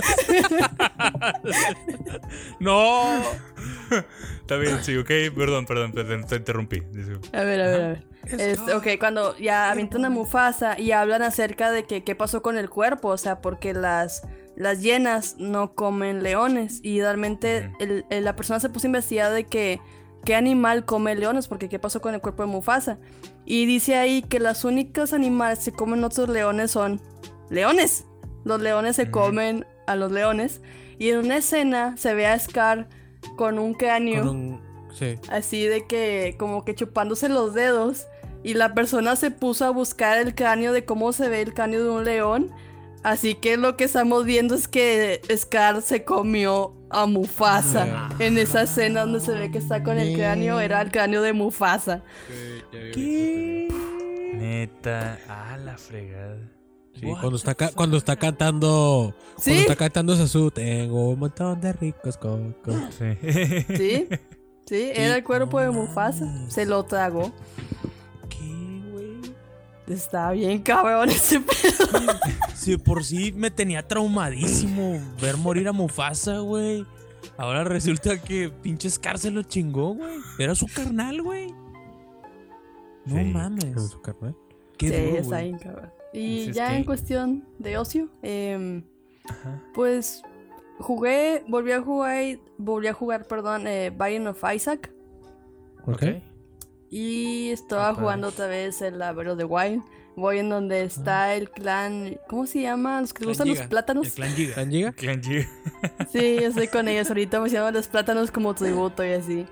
No. Está bien, sí, ok. Perdón, perdón, perdón, te interrumpí. Disculpa. A ver, a ver, a ver. Este, ok, cuando ya avientan a Mufasa y hablan acerca de que qué pasó con el cuerpo, o sea, porque las, las hienas no comen leones y realmente Ujú. el- el- la persona se puso a investigar de que qué animal come leones, porque qué pasó con el cuerpo de Mufasa. Y dice ahí que los únicos animales que comen otros leones son leones. Los leones se Ujú. comen a los leones y en una escena se ve a Scar con un cráneo. Con un Sí. Así de que como que chupándose los dedos. Y la persona se puso a buscar el cráneo de cómo se ve el cráneo de un león. Así que lo que estamos viendo es que Scar se comió a Mufasa. En esa escena donde se ve que está con el cráneo, era el cráneo de Mufasa. ¿Qué? Neta. Ah, la fregada. Sí, cuando está, ca- cuando está cantando. ¿Sí? Cuando está cantando Sasu, tengo un montón de ricos cocos. Sí. Sí, sí, era el cuerpo de Mufasa. Se lo tragó. ¿Qué, güey? Está bien cabrón ese pedo. Si por sí me tenía traumadísimo ver morir a Mufasa, güey. Ahora resulta que pinche Scar se lo chingó, güey. Era su carnal, güey. No Sí. mames. Con su carnal. Qué Sí, duro, está güey. bien cabrón. Y Pues es ya que- en cuestión de ocio, em, Ajá. pues jugué, volví a jugar, volví a jugar, perdón, eh, Binding of Isaac. Ok. Y estaba Ah, jugando padre. otra vez el Breath of the Wild. Voy en donde está el clan, ¿cómo se llama? Los que Clan gustan los Giga. plátanos. El clan Giga. ¿Tan llega? Clan G. Sí, yo estoy con ellos ahorita, me llaman los plátanos como tributo y así.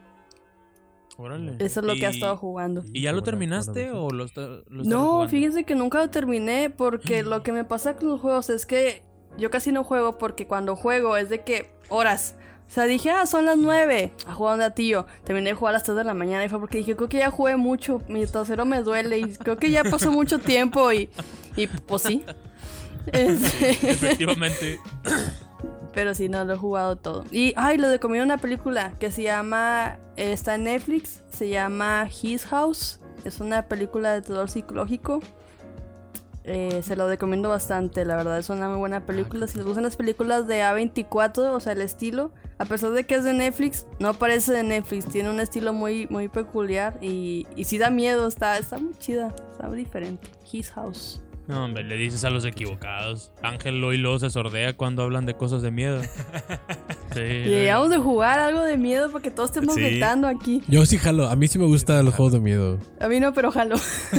Órale. Eso es lo que ha Y- estado jugando. ¿Y ya lo Buena- terminaste buena o lo, está, lo estás No, jugando? fíjense que nunca lo terminé porque lo que me pasa con los juegos es que yo casi no juego porque cuando juego es de que horas. O sea, dije, ah, son las nueve. A jugar un tío. Terminé de jugar a las tres de la mañana y fue porque dije, creo que ya jugué mucho. Mi trasero me duele y creo que ya pasó mucho tiempo y, y pues sí. Este, Efectivamente. pero sí, no lo he jugado todo. Y, ay, lo recomiendo una película que se llama, eh, está en Netflix, se llama His House. Es una película de terror psicológico. Eh, se lo recomiendo bastante, la verdad, es una muy buena película. Si les gustan las películas de A veinticuatro, o sea, el estilo, a pesar de que es de Netflix, no parece de Netflix, tiene un estilo muy, muy peculiar y, y sí da miedo, está, está muy chida, está muy diferente. His House. No, hombre, le dices a los equivocados. Ángel lo y lo se sordea cuando hablan de cosas de miedo. Sí. Y llegamos de jugar algo de miedo porque todos estemos Sí. gritando aquí. Yo sí jalo. A mí sí me gustan los juegos de miedo. A mí no, pero jalo.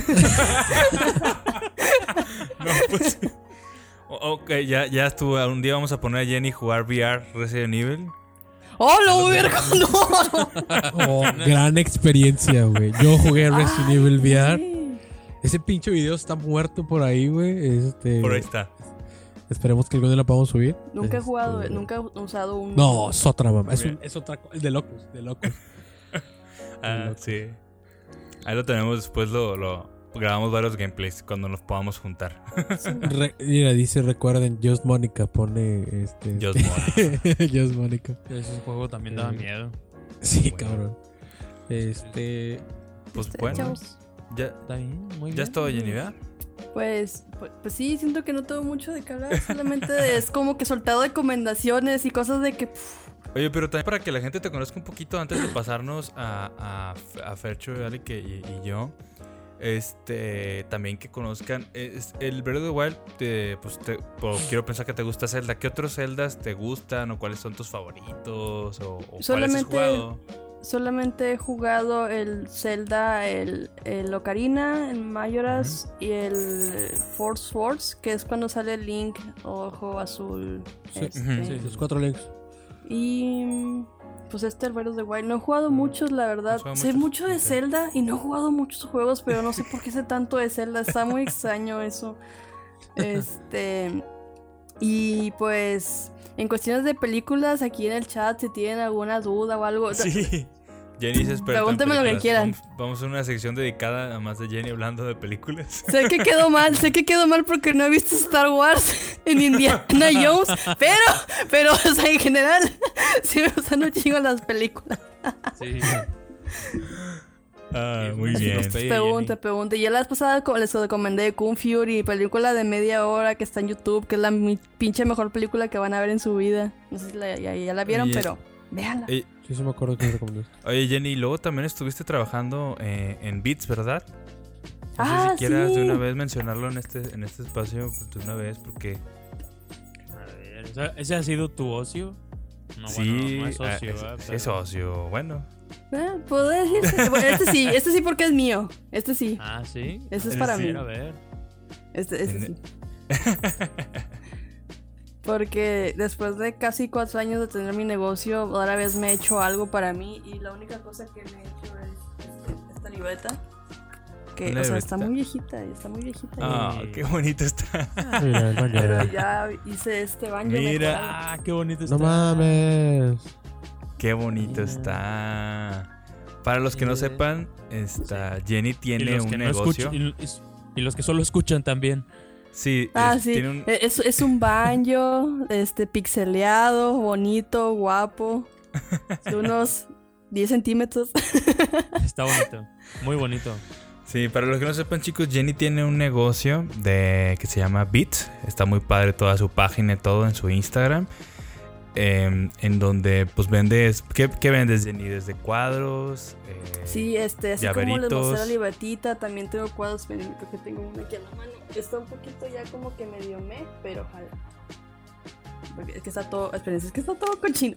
No, pues. O- ok, ya, ya estuvo. Un día vamos a poner a Jenny a jugar V R Resident Evil. ¡Oh, lo verga! ¡No! Oh, gran experiencia, güey. Yo jugué Resident Evil V R. Sí. Ese pinche video está muerto por ahí, güey. Este, Por ahí está. Esperemos que algún día lo podamos subir. Nunca he Este, jugado, nunca he usado un... No, es otra mamá. Es, Bien. un- es otra cosa. Es de locos, de locos. Ah, loco. sí. Ahí lo tenemos. Después lo, lo grabamos varios gameplays cuando nos podamos juntar. Re- mira, dice, recuerden, Just Mónica pone este. Just Mónica. Just Mónica. Ese juego también daba miedo. Sí, cabrón. Este. Pues Este, bueno. chavos. Ya, Está bien, muy bien. ya es todo, Jenny, ¿verdad? Pues, pues, pues sí, siento que no tengo mucho de qué hablar. Solamente es como que soltado recomendaciones y cosas de que... pff, Oye, pero también para que la gente te conozca un poquito antes de pasarnos a, a, a Fercho, Ale que, y, y yo, este, también que conozcan es, el Breath of the Wild. Te, pues te, pues, quiero pensar que te gusta Zelda. ¿Qué otros Zeldas te gustan o cuáles son tus favoritos o, o cuáles has Solamente- jugado? solamente he jugado el Zelda, el, el Ocarina, el Majora's y el Force Wars, que es cuando sale Link, ojo azul. Sí, este. sí, los cuatro links. Y pues este el Breath of the Wild. No he jugado muchos, la verdad. ¿Has jugado Sé muchos? mucho de Ok. Zelda y no he jugado muchos juegos, pero no sé por qué sé tanto de Zelda. Está muy extraño eso. Este. Y pues, en cuestiones de películas, aquí en el chat, si tienen alguna duda o algo. Sí. Jenny es experta en Pregúntenme lo que películas. quieran. Vamos, vamos a una sección dedicada a más de Jenny hablando de películas. Sé que quedó mal, sé que quedó mal porque no he visto Star Wars en Indiana Jones, pero, pero, o sea, en general, sí me gustan un chingo las películas. Sí. Ah, muy Así bien. nos pedí, Pregunta, Jenny. pregunta. Y ya la vez pasada co- les recomendé Kung Fury, película de media hora que está en YouTube, que es la mi- pinche mejor película que van a ver en su vida. No sé si la- ya, ya la vieron, Oye, pero véanla. Eh, Sí, sí me acuerdo que me recomendaste. Oye, Jenny, luego también estuviste trabajando eh, en Beats, ¿verdad? No Ah, sé si quieras sí. de una vez mencionarlo en este, en este espacio de una vez, porque A ver, ¿ese- ¿ese ha sido tu ocio? No, sí, bueno, no es ah, ocio, es, ¿verdad? es Pero- socio, bueno. Eh, ¿puedo decirse? Bueno, este sí, este sí porque es mío. Este sí. Ah, sí. Ese es A para ver, mí. A ver. Este, este En- sí. Porque después de casi cuatro años de tener mi negocio, ahora vez me he hecho algo para mí y la única cosa que me he hecho es este, esta libreta. Que, Una o sea, libreta. está muy viejita, está muy viejita. Ah, qué bonito está. Mira, el Pero bañero. ya hice este baño. mejorado. Mira, Ah, qué bonito está. No mames. qué bonito Mira. está. Para los que no Eh, sepan, esta Jenny Y tiene los un que no negocio. escuchan- y, y- y los que solo escuchan también. Sí, Ah, es- sí. tiene un, E- Es, es un baño, este, pixeleado, bonito, guapo. De unos diez centímetros. Está bonito. Muy bonito. Sí, para los que no sepan, chicos, Jenny tiene un negocio de que se llama Beats. Está muy padre toda su página y todo en su Instagram. eh, en donde pues vendes... ¿Qué, qué vendes, Jenny? Desde cuadros. eh, Sí, este, así como les mostré la llaveritos. libretita, también tengo cuadros, miren, creo que tengo uno aquí en la mano. Está un poquito ya como que medio me, pero ojalá. Porque es que está todo, esperen, es que está todo cochino.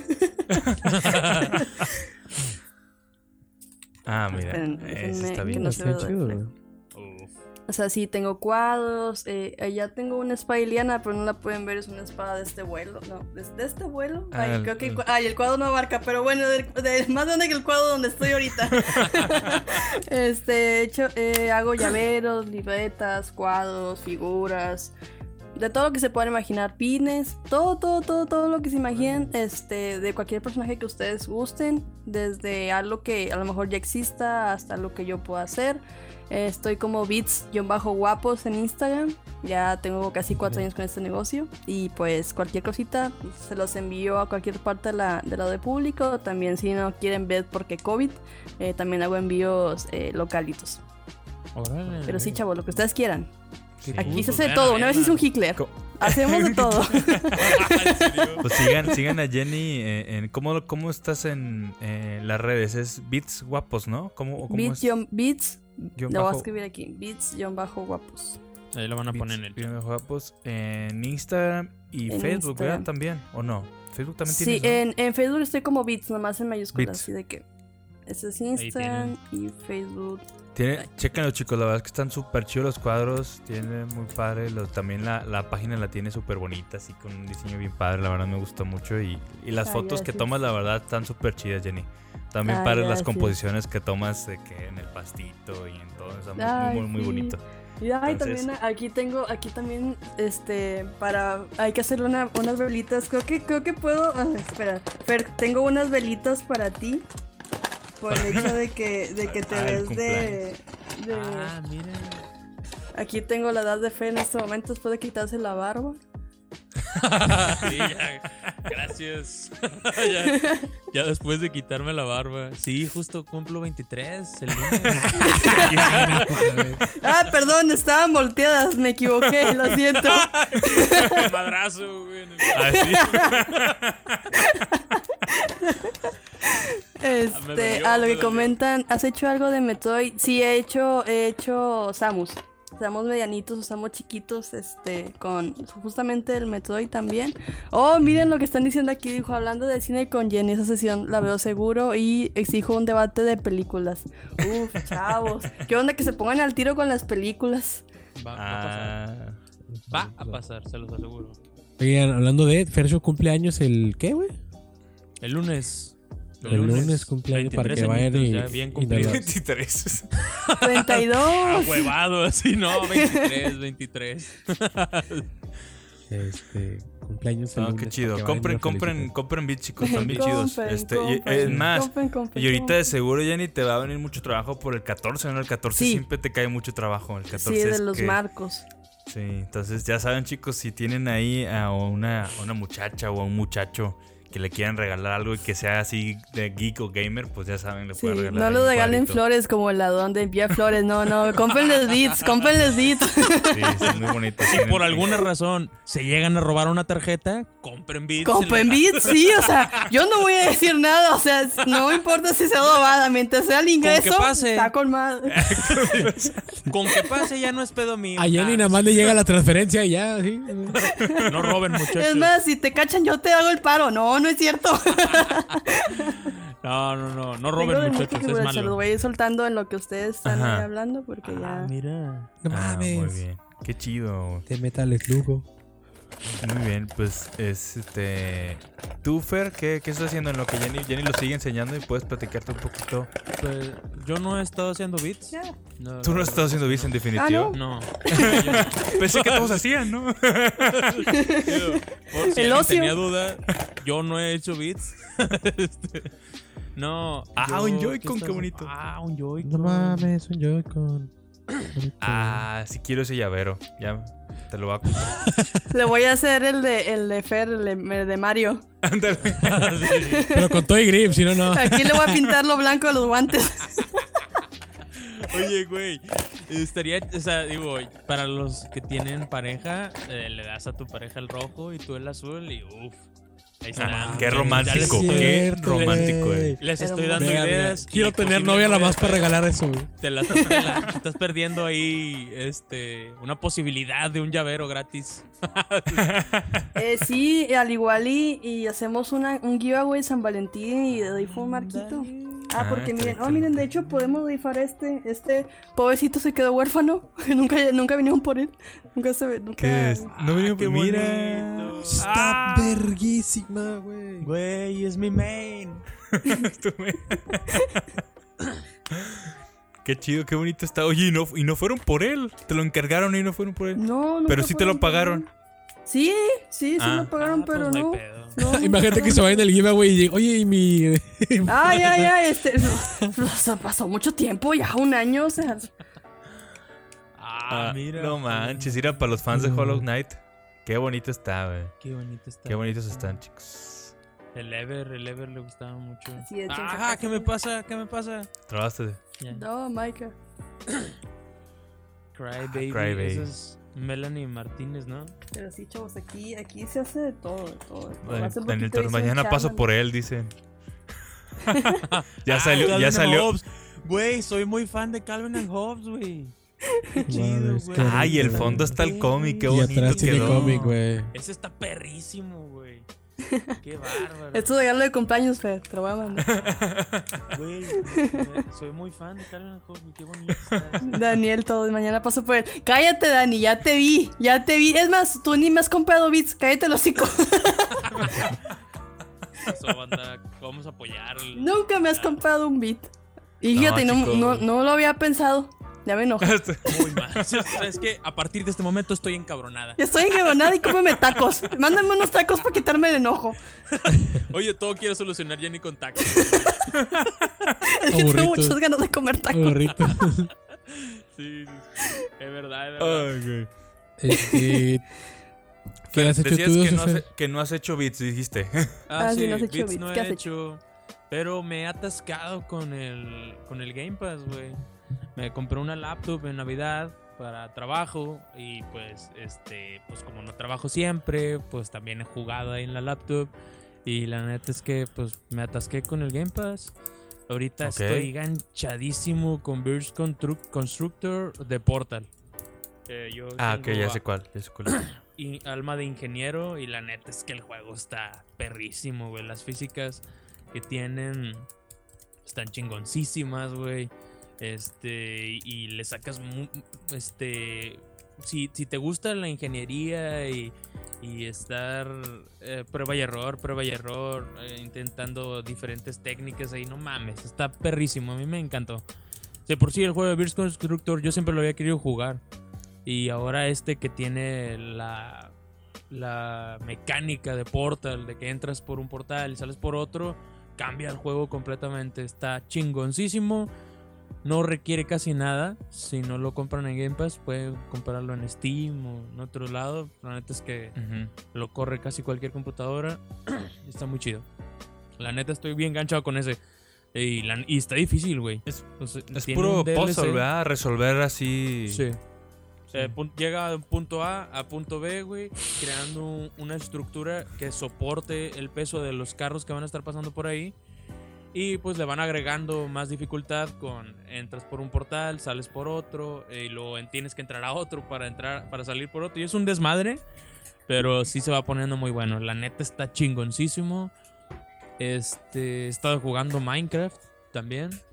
Ah, mira. Esperen, Eso déjenme está que bien. no Qué se ve chido. reflejo. O sea, sí, tengo cuadros. Eh, allá tengo una espada iliana, pero no la pueden ver. Es una espada de este vuelo. No, de, de este vuelo. Ay, Ah, creo que el, el- cua- ay, el cuadro no abarca, pero bueno, de, de- más grande que el cuadro donde estoy ahorita. este, hecho, eh, hago llaveros, libretas, cuadros, figuras. De todo lo que se puedan imaginar, pines, todo, todo, todo, todo lo que se imaginen, este, de cualquier personaje que ustedes gusten, desde algo que a lo mejor ya exista hasta lo que yo pueda hacer. Eh, estoy como beats-guapos en Instagram, ya tengo casi cuatro años con este negocio y pues cualquier cosita se los envío a cualquier parte de la, de la de público. También si no quieren ver porque COVID, eh, también hago envíos eh, localitos. Órale. Pero sí, chavos, lo que ustedes quieran. Sí, Aquí pues se hace de vean, todo. vean, Una vez hice un Hitler. Co- Hacemos de todo. ¿En serio? Pues sigan, sigan a Jenny eh, en... ¿Cómo, cómo estás en eh, las redes? Es Beats Guapos, ¿no? ¿Cómo, cómo Beats, es? guión- beats Guión lo voy a bajo- escribir aquí. Beats-guapos. Ahí lo van a poner en el Beats chat. Guión Guapos en Instagram y En Facebook, ¿verdad? Instagram. También, ¿o no? Facebook también Sí, tienes, ¿no? en, en Facebook estoy como Beats, nomás en mayúsculas. Beats. Así de que. Este es Instagram y Facebook. Tiene, chéquenlo, chicos, la verdad es que están súper chidos los cuadros, tiene muy padre, los, también la, la página la tiene súper bonita, así con un diseño bien padre, la verdad me gustó mucho y, y las Ay, fotos que gracias. tomas, la verdad, están súper chidas, Jenny. También Ay, padres las gracias. composiciones que tomas de que en el pastito y en todo, está muy, Ay, muy, muy, muy sí. bonito. Y ay, Entonces- también aquí tengo, aquí también, este, para, hay que hacerle una, unas velitas. Creo que, creo que puedo, ah, espera, Fer, tengo unas velitas para ti. Por el hecho de que, de que te Ah, el ves de, de- Ah, mira. Aquí tengo la edad de Fer en este momento después de quitarse la barba. Sí, ya. Gracias. ya, ya después de quitarme la barba. Sí, justo cumplo veintitrés el lunes. Ah, perdón, estaban volteadas, me equivoqué, lo siento. Madrazo, güey. en el- Ah, Me Este, dolió, a lo me que dolió. comentan, ¿has hecho algo de Metroid? Sí, he hecho, he hecho Samus. Samus medianitos, usamos chiquitos, este, con justamente el Metroid también. Oh, miren lo que están diciendo aquí, dijo, hablando de cine con Jenny, esa sesión la veo seguro y exijo un debate de películas. Uf, chavos, ¿qué onda que se pongan al tiro con las películas? Va, va a pasar. Ah, Va a pasar, se los aseguro. Oigan, hablando de Fercho cumpleaños el ¿qué, güey? El lunes. El lunes cumpleaños para que vayan y, ya bien y cumplido. nos- veintitrés. treinta y dos. Huevado, así no, veintitrés, veintitrés. este cumpleaños el No, lunes qué para chido. que vayan y Compren, nos compren, feliciten. compren beats, chicos, están bien chidos. Compren, Este, y- compren, es más, compren, compren, y ahorita de compren. seguro, Jenny, te va a venir mucho trabajo por el catorce, ¿no? El catorce Sí. siempre te cae mucho trabajo. El catorce Sí, de es los que- marcos. Sí, entonces ya saben, chicos, si tienen ahí a una, a una muchacha o a un muchacho que le quieran regalar algo y que sea así de geek o gamer, pues ya saben, le Sí, pueden regalar. no ahí les un regalen cuadrito. flores como el ladrón de envía flores, no, no, cómprenles beats, cómprenles beats. Sí, son muy bonitos. Si Tienen- por alguna razón se llegan a robar una tarjeta, compren bits. Compren beats, sí, o sea, yo no voy a decir nada, o sea, no importa si sea robada, mientras sea el ingreso, pase. está con más. Con que pase ya no es pedo mío. A Jenny Ah, nada más le llega la transferencia y ya, ¿sí? No roben, muchachos. Es más, si te cachan yo te hago el paro, no, no es cierto. No, no, no. No Tengo roben, de muchachos. mucho que Es ver, se los malo. voy a ir soltando en lo que ustedes están Ajá. ahí hablando, porque Ah, ya... mira. No Ah, mames. muy bien. Qué chido. De metal es lujo. Muy bien, pues este... ¿Tú, Fer, qué, qué estás haciendo en lo que Jenny, Jenny lo sigue enseñando y puedes platicarte un poquito? Pues yo no he estado haciendo beats. Ya. No, Tú no has estado haciendo beats en definitivo. Ah, No. Pensé que todos hacían, ¿no? Digo, por si El alguien ocio. tenía duda, yo no he hecho beats. Este, no. Ah, yo- un Joy-Con, estás- qué bonito. Ah, un Joy-Con. No mames, un Joy-Con. Bonito. Ah, sí quiero ese llavero. Ya te lo voy a comprar. Le voy a hacer el de, el de Fer, el de, el de Mario. Ándale. Pero con todo y grip, si no, no. Aquí le voy a pintar lo blanco de los guantes. Oye, güey, estaría, o sea, digo, para los que tienen pareja, eh, le das a tu pareja el rojo y tú el azul y uff. Ahí está. Qué Ya romántico, les qué estoy- romántico, güey. Les estoy Hermoso. dando Mira, mira, ideas. quiero y tener novia la más para regalar eso, güey. Te la estás, te la- te estás perdiendo ahí, este, una posibilidad de un llavero gratis. Eh, sí, al igual y, y hacemos una, un giveaway San Valentín y de rifo un marquito. Ah, Ah, porque está miren, oh, excelente. miren, de hecho podemos rifar este, este pobrecito se quedó huérfano, nunca, nunca vinieron por él, nunca se ve, nunca... ¿Qué es? No vinieron qué por mira. bonito. Está Ah. verguísima, güey. Güey, es mi main. Estuve- Qué chido, qué bonito está. Oye, y no, y no fueron por él. Te lo encargaron y no fueron por él. No, nunca Pero sí te lo fueron por pagaron. él. Sí, sí, sí Ah. lo pagaron, Ah, pues pero no hay no. pedo. no, no Imagínate que se vaya en el giveaway y llegue, oye, y mi. Ay, ay, ay, este. Pasó, pasó mucho tiempo, ya un año, o sea. Ah, Ah, mira. no manches, ir a para los fans de Hollow Knight. Qué bonito está, güey. Qué bonito está. Qué bonitos están, chicos. El Ever, el Ever le gustaba mucho. Sí, échense Ajá, acá. ¿qué me pasa? ¿Qué me pasa? Trabaste. Ya. No, Micah. Cry Baby. Cry Baby. Esa es Melanie Martínez, ¿no? Pero sí, chavos, aquí, aquí se hace de todo, de todo. de todo. Bueno, Hace Daniel poquito Torres, hice un mañana paso challenge. por él, dicen. ya Ah, salió, Calvin ya and salió. Hobbes. Güey, soy muy fan de Calvin and Hobbes, güey. Qué chido, Mames, güey. qué Ah, y el rico. fondo está el cómic, qué Y bonito atrás tiene quedó. cómic, güey. Ese está perrísimo, güey. Qué bárbaro. Es tu regalo de cumpleaños, Fer, te lo voy a mandar. Güey, soy muy fan de Calvin and Hobbes, güey, qué bonito está. Daniel, todo, mañana paso por él. Cállate, Dani, ya te vi, ya te vi. Es más, tú ni me has comprado bits, cállate los hocico. Eso, banda, vamos a apoyar. el- Nunca me has comprado un bit. Y No, fíjate, no, chico. no, no lo había pensado. Ya me enojo. Muy mal. O sea, es que a partir de este momento estoy encabronada. Ya estoy engebronada y cómeme tacos. Mándame unos tacos para quitarme el enojo. Oye, todo quiero solucionar ya ni con tacos. Es que tengo Burritos. muchas ganas de comer tacos. Burrito. Sí, sí, sí. Es verdad, es verdad. Ay, güey. Este, ¿Qué has hecho Decías tú, que no, Fer? has, que no has hecho beats, dijiste. Ah, Ah, sí, sí, no has hecho beats beats. no ¿Qué he has hecho. Pero me he atascado con el, con el Game Pass, güey. Me compré una laptop en Navidad para trabajo y pues, este, pues como no trabajo siempre, pues también he jugado ahí en la laptop y la neta es que pues me atasqué con el Game Pass. Ahorita Ok. estoy ganchadísimo con Burst Constru- Constructor de Portal. Eh, yo Ah, ok, tengo ya a- sé cuál. Ya sé cuál. y alma de ingeniero y la neta es que el juego está perrísimo, güey. Las físicas que tienen están chingoncísimas, güey. Este, y le sacas mu- este si, si te gusta la ingeniería y, y estar eh, prueba y error, prueba y error, eh, intentando diferentes técnicas ahí, no mames, está perrísimo, a mí me encantó. De por sí el juego de Burst Constructor yo siempre lo había querido jugar. Y ahora este que tiene la, la mecánica de Portal, de que entras por un portal y sales por otro, cambia el juego completamente. Está chingoncísimo. No requiere casi nada. Si no lo compran en Game Pass, pueden comprarlo en Steam o en otro lado. La neta es que Ujú. lo corre casi cualquier computadora. Está muy chido. La neta estoy bien enganchado con ese. Y, la- y está difícil, güey. Es, O sea, es tiene puro un D L C. puzzle, ¿verdad? Resolver así. Sí. Eh, pun- llega de un punto A a punto B, güey, creando un- una estructura que soporte el peso de los carros que van a estar pasando por ahí. Y pues le van agregando más dificultad con entras por un portal, sales por otro, eh, y luego en- tienes que entrar a otro para entrar, para salir por otro. Y es un desmadre, pero sí se va poniendo muy bueno. La neta está chingoncísimo. Este, he estado jugando Minecraft también.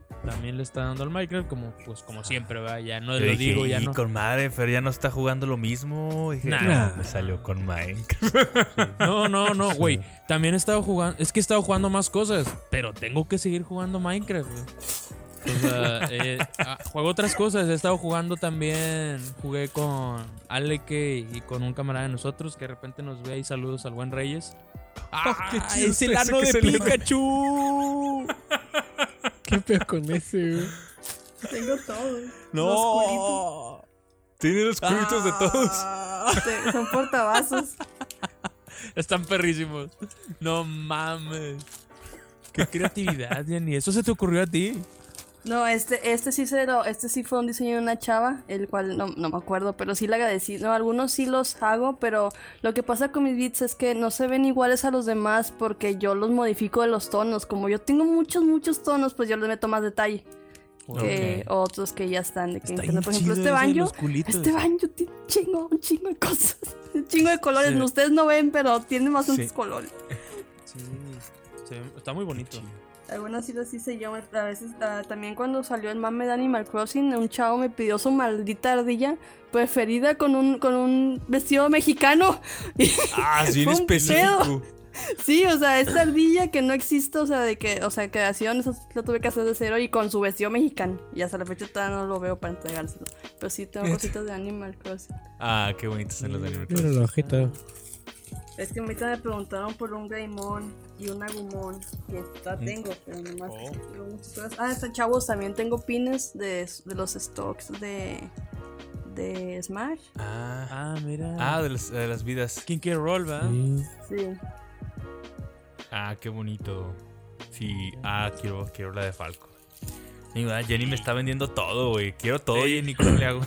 también le está dando al Minecraft, como pues como siempre, ¿verdad? Ya no Yo lo dije, digo, ya "Y no. con madre, pero ya no está jugando lo mismo. Dije, Nah. nah, me salió con Minecraft. No, no, no, güey. También he estado jugando. Es que he estado jugando más cosas. Pero tengo que seguir jugando Minecraft, güey. O sea, eh, ah, juego otras cosas. He estado jugando también. Jugué con Aleke y con un camarada de nosotros que de repente nos ve ahí. Saludos al buen Reyes. ¡Ah! qué chido ¡Es el ese ano que de se le- Pikachu! ¿Qué peor con ese, güey? Tengo todo. ¡No! Tiene los cubitos de todos. Ah. Te- Son portavasos. Están perrísimos. No mames. Qué creatividad, Jenny. ¿Eso se te ocurrió a ti? No, este, este sí se lo, este sí fue un diseño de una chava, el cual no, no me acuerdo, pero sí le agradecí. No, algunos sí los hago, pero lo que pasa con mis beats es que no se ven iguales a los demás porque yo los modifico de los tonos. Como yo tengo muchos, muchos tonos, pues yo les meto más detalle que Ok. otros que ya están. De que, Está por bien ejemplo, chido este eso de banjo, los culitos. este banjo tiene un chingo, un chingo de cosas, un chingo de colores. Sí. Ustedes no ven, pero tiene bastantes Sí. colores. Sí, se ve- está muy bonito. Algunas sí las hice yo, a veces ah, también cuando salió el mame de Animal Crossing, un chavo me pidió su maldita ardilla preferida con un, con un vestido mexicano. Y Ah, sí, en fue un específico. sí, o sea, esta ardilla que no existe, o sea, de que, o sea, creación, eso lo tuve que hacer de cero y con su vestido mexicano. Y hasta la fecha todavía no lo veo para entregárselo. Pero sí tengo cositas de Animal Crossing. Ah, qué bonitos son los de Animal Mira Crossing. la hojita. Es que ahorita me preguntaron por un Greymon y un Agumon, que la tengo, pero nomás Oh. tengo muchas cosas. Ah, está, chavos, también tengo pines de, de los stocks de, de Smash. Ah, Ah, mira. ah de, las, de las vidas. ¿Quién quiere roll, verdad? Sí. Sí. Ah, qué bonito. Sí, ah, quiero, quiero la de Falco. Sí, ¿verdad? Jenny me está vendiendo todo, güey. Quiero todo, Sí. Jenny, ¿cómo le hago?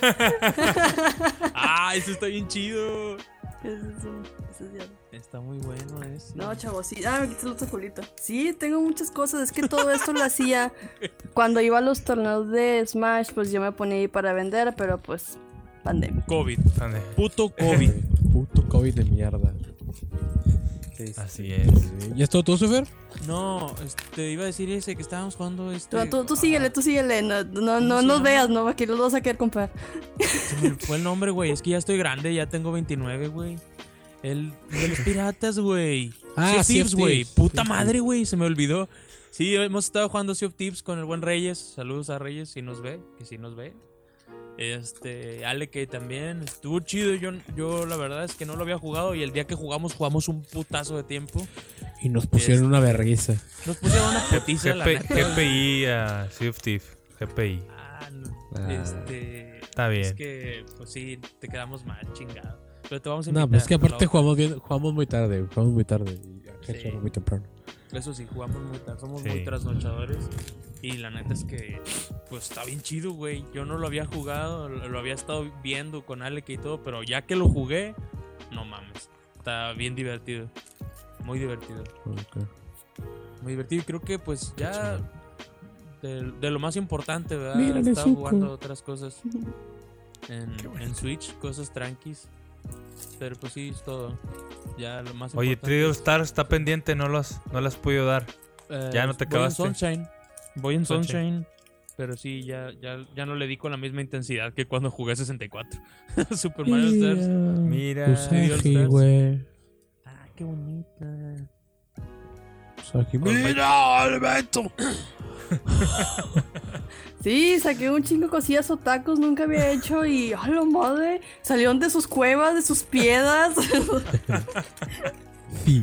Ah, eso está bien chido. Ese es un- ese es ya- Está muy bueno ese. No, chavos, sí. Ah, me quité el otro culito. Sí, tengo muchas cosas. Es que todo esto lo hacía cuando iba a los torneos de Smash, pues yo me ponía ahí para vender, pero pues pandemia. COVID. Ande. Puto COVID. Puto COVID de mierda. Este, Así es. ¿Ya es todo tu Sofer? No, este, iba a decir ese que estábamos jugando este. Tú, tú, tú síguele, tú síguele. No, no, no se nos llama? veas, no, aquí los vas a querer comprar. Se me fue el nombre, güey. Es que ya estoy grande, ya tengo veintinueve, güey. El de los piratas, güey. Ah, Sea of Sea Thieves, of güey. Thieves. Puta Sí, madre, güey. Se me olvidó. Sí, hemos estado jugando Sea of Thieves con el buen Reyes. Saludos a Reyes si nos ve, que si nos ve. Este, Ale que también estuvo chido. Yo, yo la verdad es que no lo había jugado y el día que jugamos jugamos un putazo de tiempo. Y nos pusieron una vergüenza. Nos pusieron una putiza, la G P, neta. G P I a Sea of Thief. G P I. Ah, no. Ah. Este, Está bien. es que pues sí, te quedamos mal, chingado. Pero te vamos a No, invitar. pues es que aparte la- jugamos bien, jugamos muy tarde, jugamos muy tarde. Y acá Sí. echamos muy temprano. Eso sí, jugamos muy tarde, somos Sí. muy trasnochadores. Y la neta es que, pues está bien chido, güey. Yo no lo había jugado, lo, lo había estado viendo con Alec y todo, pero ya que lo jugué, no mames. Está bien divertido. Muy divertido. Ok. Muy divertido. Y creo que, pues ya, de, de lo más importante, ¿verdad? Mira, He de estado cinco. jugando otras cosas en, en Switch, cosas tranquis. Pero pues sí, es todo. Ya lo más Oye, importante Trio es- Star está pendiente, no las, no las puedo dar. Eh, Ya no te voy en acabaste. Sunshine. Voy en Sunshine. Sunshine. Pero sí, ya, ya, ya no le di con la misma intensidad que cuando jugué sesenta y cuatro. Super Mario Stars. Mira, Usagi, Stars. güey. Ah, qué bonita. Usagi. Con ¡Mira, Alberto! Sí, saqué un chingo de cosillas otakus, nunca había hecho y ¡a la madre! Salieron de sus cuevas, de sus piedras. Sí.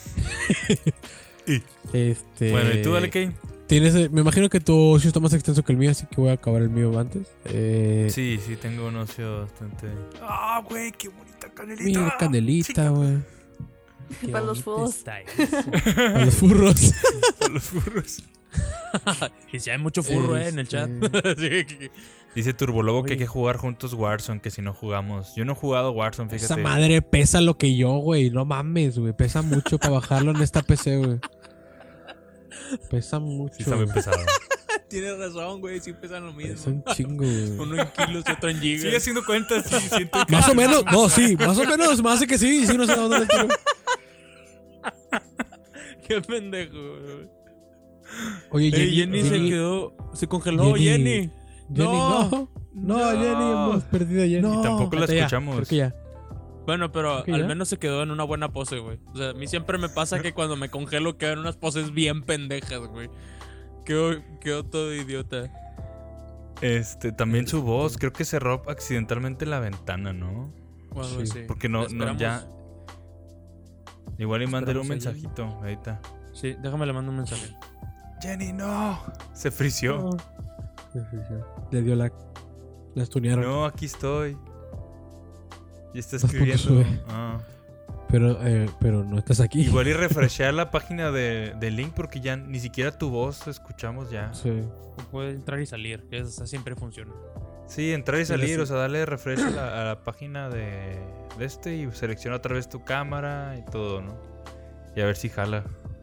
Y. Este. Bueno, ¿y tú, dale, qué? Tienes, eh, me imagino que tu ocio está más extenso que el mío, así que voy a acabar el mío antes. Eh, Sí, sí, tengo un ocio bastante. Ah, güey, qué bonita canelita. Mira, candelita, güey. Qué Para los bonita furros. está esa. A los furros. Para los furros. Y si hay mucho furro, eh, en el chat. Sí, que- Dice Turbolobo que hay Oye. que jugar juntos Warzone, que si no jugamos. Yo no he jugado Warzone, fíjate. Esa madre pesa lo que yo, güey. No mames, güey. Pesa mucho para bajarlo en esta P C, güey. Pesa mucho. Sí, está muy güey. pesado. Tienes razón, güey. Sí pesan lo Pesa mismo. un chingo, güey. Uno en kilos y otro en gigas. Sigue haciendo cuentas, sí, siento que... Más o menos, no, sí, más o menos, más hace que sí, sí, no sé a dónde le tiro. Qué pendejo, güey. Oye, Ey, Jenny, Jenny, se Jenny, quedó. Se congeló, Jenny. Jenny. Jenny, No. no. No, Jenny, hemos perdido a Jenny. No. Y tampoco la Ahorita ya, escuchamos. creo que ya. Bueno, pero ¿Qué al ya? menos se quedó en una buena pose, güey. O sea, a mí siempre me pasa que cuando me congelo quedo en unas poses bien pendejas, güey. Quedo, quedo todo idiota. Este, también su voz, creo que cerró accidentalmente la ventana, ¿no? O algo Sí. así. Porque no, no, Esperamos- ya. Igual y mándale un Esperamos a Jenny. mensajito, ahorita. Sí, déjame le mando un mensaje. Jenny, no. Se frició. No. Sí, sí, sí. Le dio la. La estunearon. No, aquí estoy. Y está Dos puntos escribiendo. sube. Ah. Pero, eh, pero no estás aquí. Igual y refreshear la página de, de Link porque ya ni siquiera tu voz escuchamos ya. Sí. Puede entrar y salir, que esa siempre funciona. Sí, entrar y Sí, salir, sí. o sea, darle refresh a la, a la página de, de este y selecciona otra vez tu cámara y todo, ¿no? Y a ver si jala.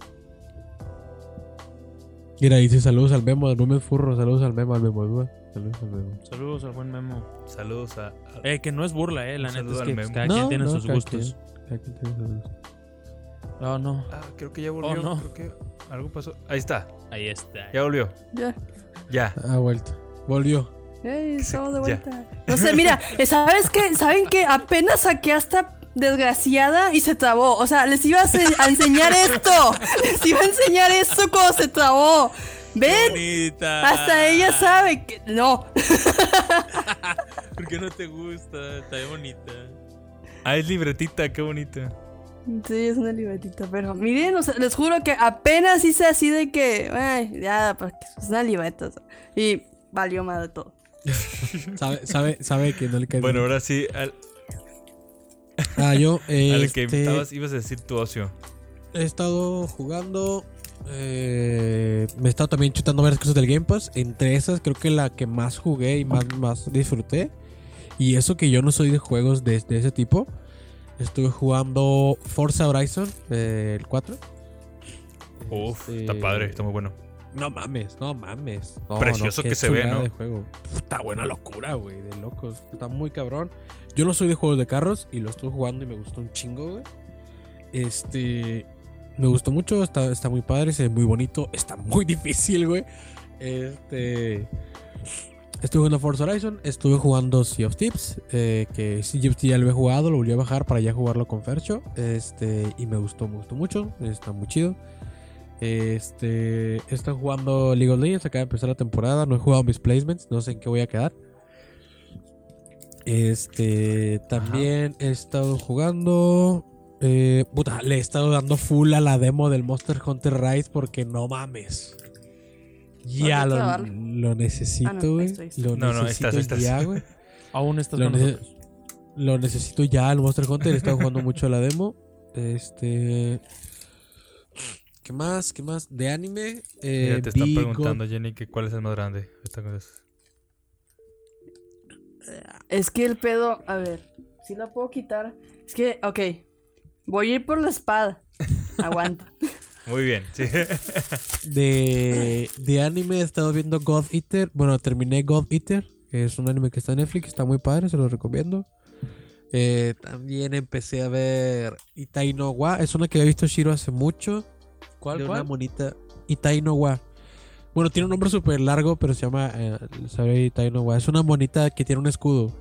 Mira, dice saludos al Memo, al Memo Furro, saludos al Memo, al Memo, güey. Saludos al Memo. Saludos al buen Memo. Saludos a... a- Eh, que no es burla, eh. La Un neta saludo es al que Memo. pues, cada quien tiene sus cada gustos. quien, cada quien tiene sus gustos. No, no. Ah, creo que ya volvió. Oh, no. Creo que algo pasó. Ahí está. Ahí está. Ya volvió. Ya. Ya. Ha vuelto. Volvió. Ey, estamos de Ya. vuelta. No sé, mira, ¿sabes qué? ¿Saben qué? Apenas saqué a esta desgraciada y se trabó. O sea, les iba a, se- a enseñar esto. Les iba a enseñar esto cuando se trabó. ¿Ven? Bonita. Hasta ella sabe que... No. ¿Por qué no te gusta? Está bien bonita. Ah, es libretita, qué bonita. Sí, es una libretita, pero miren, o sea, les juro que apenas hice así de que... Ay, ya, porque es una libreta. o sea, y valió más de todo. Sabe, sabe, sabe que no le cae Bueno, bien. ahora sí, al, Ah, yo, eh, al que este, invitabas ibas a decir tu ocio. he estado jugando. eh, me he estado también chutando varias cosas del Game Pass. Entre esas, creo que la que más jugué y más, más disfruté. Y eso que yo no soy de juegos de, de ese tipo. Estuve jugando Forza Horizon, eh, el cuatro. Uf, Este, está padre, está muy bueno. No mames, no mames. No, Precioso qué que se ve, chulada ¿no? de juego. Está buena locura, güey, de locos. Está muy cabrón. Yo no soy de juegos de carros y lo estuve jugando y me gustó un chingo, güey. Este, me gustó mucho, está, está muy padre, se ve muy bonito, está muy difícil, güey. Este, estuve jugando Forza Horizon, estuve jugando Sea of Thieves, eh, que Sea of Thieves ya lo he jugado, lo volví a bajar para ya jugarlo con Fercho. Este, y me gustó, me gustó mucho, está muy chido. Este, he estado jugando League of Legends, acaba de empezar la temporada, no he jugado mis placements, no sé en qué voy a quedar. Este, también he estado jugando, eh, puta, le he estado dando full a la demo del Monster Hunter Rise porque no mames. Ya Hay que lo, grabarlo. lo necesito, Ah, no, güey. ahí estoy. Lo No, no, necesito estás, estás. ya, güey. Aún estás Lo, con nece- nosotros. lo necesito ya el Monster Hunter. He estado jugando mucho a la demo. Este. ¿Qué más? ¿Qué más? De anime. Eh, Mira, te están vi preguntando, Jenny, que cuál es el más grande. Esta cosa es- Es que el pedo, a ver, si la puedo quitar. Es que, ok, voy a ir por la espada. Aguanta. Muy bien, sí. De, de anime he estado viendo God Eater. Bueno, terminé God Eater, que es un anime que está en Netflix, está muy padre, se lo recomiendo. Eh, también empecé a ver Itai no Wa. Es una que había visto Shiro hace mucho. ¿Cuál, de una cuál? monita. Itai no Wa. Bueno, tiene un nombre súper largo, pero se llama eh, sabe Itai no Wa. Es una monita que tiene un escudo.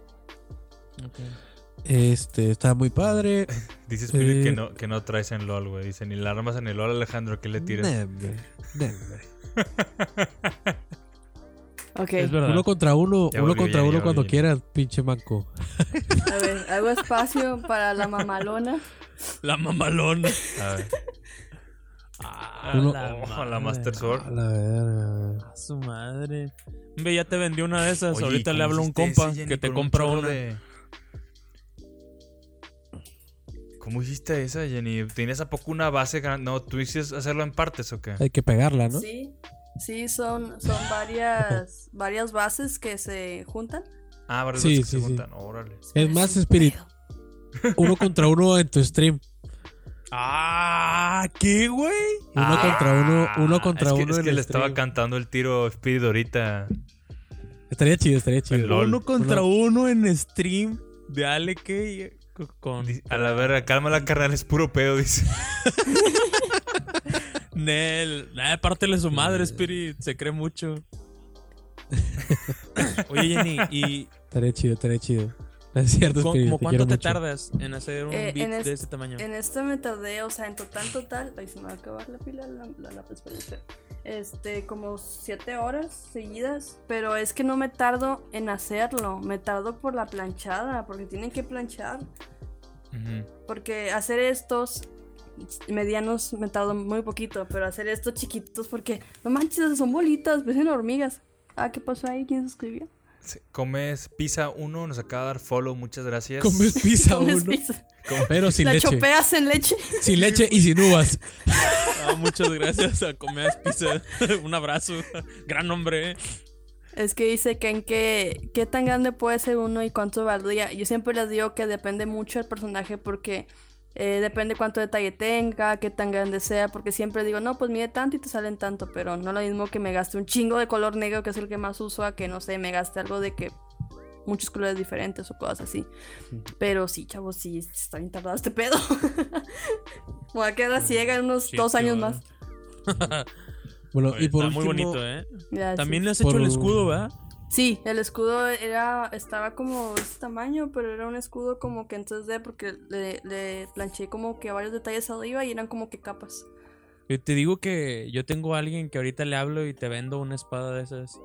Este, está muy padre. Dice Spirit Eh. que, no, que no traes en LOL, güey. Dice, ni la armas en el LOL, Alejandro, ¿qué le tiras? Nembe, nembe. Ok, Es verdad. Uno contra uno, Ya uno volvió, contra ya, uno ya cuando volvió. quieras, pinche manco. a ver, hago espacio para la mamalona. La mamalona. A ver. Ah, Uno- Ojo, la madre. Master A Sword. la verga. A su madre. Ve, ya te vendí una de esas. Oye, Ahorita ¿cómo le hablo a un hiciste compa ese, Jenny, que te con un compra chorro una. de- ¿Cómo hiciste esa, Jenny? ¿Tienes a poco una base grande? No, ¿tú hiciste hacerlo en partes o qué? Hay que pegarla, ¿no? Sí, sí, son, son varias, varias bases que se juntan. Ah, varios Sí, que sí, se sí. juntan. Órale. Es más, Spirit, uno contra uno en tu stream. Ah, ¿qué, güey? Uno Ah, contra uno, uno contra es que, uno Es en que el le estaba stream. cantando el tiro Spirit ahorita. Estaría chido, estaría chido. En LOL. Uno contra uno en stream de Ale que con Di- A la verga, calma la carnal, es puro pedo, dice. Nel. Nah, pártele su madre, Spirit. Se cree mucho. Oye, Jenny, ¿y Estaría chido, estaría chido. Es cierto, ¿cómo, Spirit, como te cuánto quiero te mucho. tardas en hacer un Eh, beat en de es- ese tamaño? En esto me tardé, o sea, en total, total. Ay, se me va a acabar la pila, la, la lápiz, espera, espera. Este, como siete horas seguidas. Pero es que no me tardo en hacerlo. Me tardo por la planchada, porque tienen que planchar. Ujú. Porque hacer estos medianos me tardo muy poquito, pero hacer estos chiquitos, porque no manches, son bolitas, parecen hormigas. Ah, ¿qué pasó ahí? ¿Quién se escribió? Sí, Comes Pizza uno, nos acaba de dar follow, muchas gracias. Comes pizza ¿Comes uno, pizza? pero sin La leche. chopeas en leche. Sin leche y sin uvas. Ah, muchas gracias a Comer Pizza. Un abrazo. Gran hombre. Es que dice que en qué, qué tan grande puede ser uno y cuánto valdría. Yo siempre les digo que depende mucho del personaje porque eh, depende cuánto detalle tenga, qué tan grande sea, porque siempre digo, no, pues mide tanto y te salen tanto, pero no lo mismo que me gaste un chingo de color negro, que es el que más uso, a que, no sé, me gaste algo de que muchos colores diferentes o cosas así. Pero sí, chavos, sí, está bien tardado este pedo. Me voy a quedar ciega en unos Sí, dos qué años bueno. más. Bueno, Oye, y por está muy último, bonito, ¿eh? Ya, También sí. le has hecho Por- el escudo, ¿verdad? Sí, el escudo era estaba como de este tamaño, pero era un escudo como que en tres D porque le, le planché como que varios detalles arriba y eran como que capas. Yo te digo que yo tengo a alguien que ahorita le hablo y te vendo una espada de esas.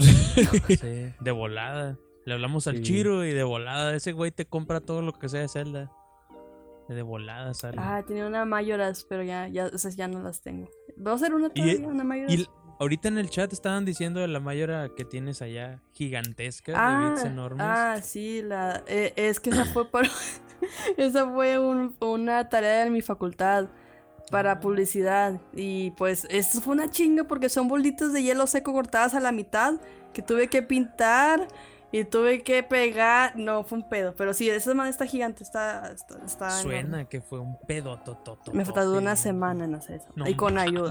Sí, de volada. Le hablamos al Sí. Chiro y de volada. Ese güey te compra todo lo que sea de Zelda. De volada sale. Ah, tenía una Mayoras, pero ya, ya, esas ya no las tengo. ¿Voy a hacer una Y- todavía? ¿Una Mayoras? Y l- ahorita en el chat estaban diciendo de la mayora que tienes allá, gigantesca, de ah, bits enormes. ah, sí, la, eh, es que esa fue para, esa fue un- una tarea de mi facultad para publicidad y pues esto fue una chinga porque son bolitas de hielo seco cortadas a la mitad que tuve que pintar y tuve que pegar, no, fue un pedo, pero sí, esa madre está gigante, está, está, está Suena enorme. que fue un pedo tototo. Me tardó una semana en hacer eso, No y con ayuda,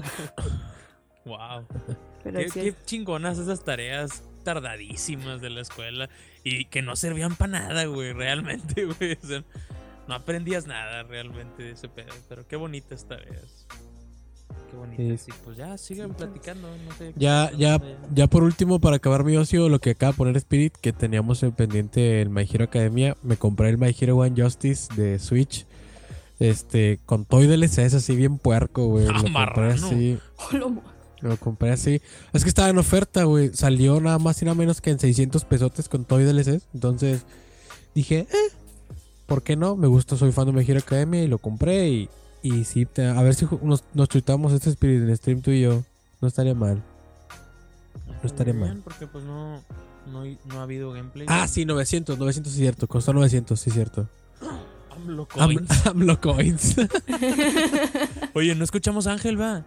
Wow. pero Qué, sí qué es- chingonas esas tareas tardadísimas de la escuela y que no servían para nada, güey, realmente, güey. O sea, no aprendías nada realmente de ese pedo, pero qué bonitas tareas. Qué bonitas. Sí. Y pues ya, sigan platicando, no sé. ya, qué ya, pasa allá. ya por último, para acabar mi ocio, lo que acaba de poner Spirit, que teníamos en pendiente el My Hero Academia, me compré el My Hero One Justice de Switch. Este, con todo y D L Cs así bien puerco, güey. Lo compré marrano. así. Oh, lo mo- Lo compré así. Es que estaba en oferta, güey. Salió nada más y nada menos que en seiscientos pesotes con todo y D L Cs. Entonces dije, eh, ¿por qué no? Me gusta, soy fan de My Hero Academia y lo compré. Y, y sí, te- a ver si ju- nos, nos chutamos este Spirit en stream tú y yo. No estaría mal. No estaría Bien, mal. porque pues no, no, no ha habido gameplay. Ah, sí, novecientos. novecientos sí es cierto. Costó novecientos, sí es cierto. AMLO Am- coins. AMLO Coins. Oye, no escuchamos a Ángel, va.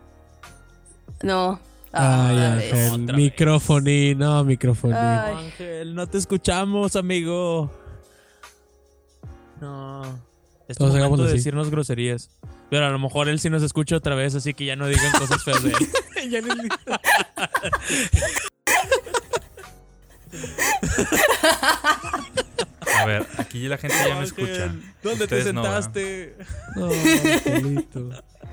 No. Ay, Ah, Ángel. Otra Microfoní. No, microfoní. Ay. Ángel, no te escuchamos, amigo. No. Es tu Todos momento hagámoslo de así. decirnos groserías. Pero a lo mejor él sí nos escucha otra vez, así que ya no digan cosas feas de él. Ya ni- A ver, aquí la gente ya me escucha. Ángel, ¿dónde Ustedes te no, ¿verdad? sentaste? No, Angelito.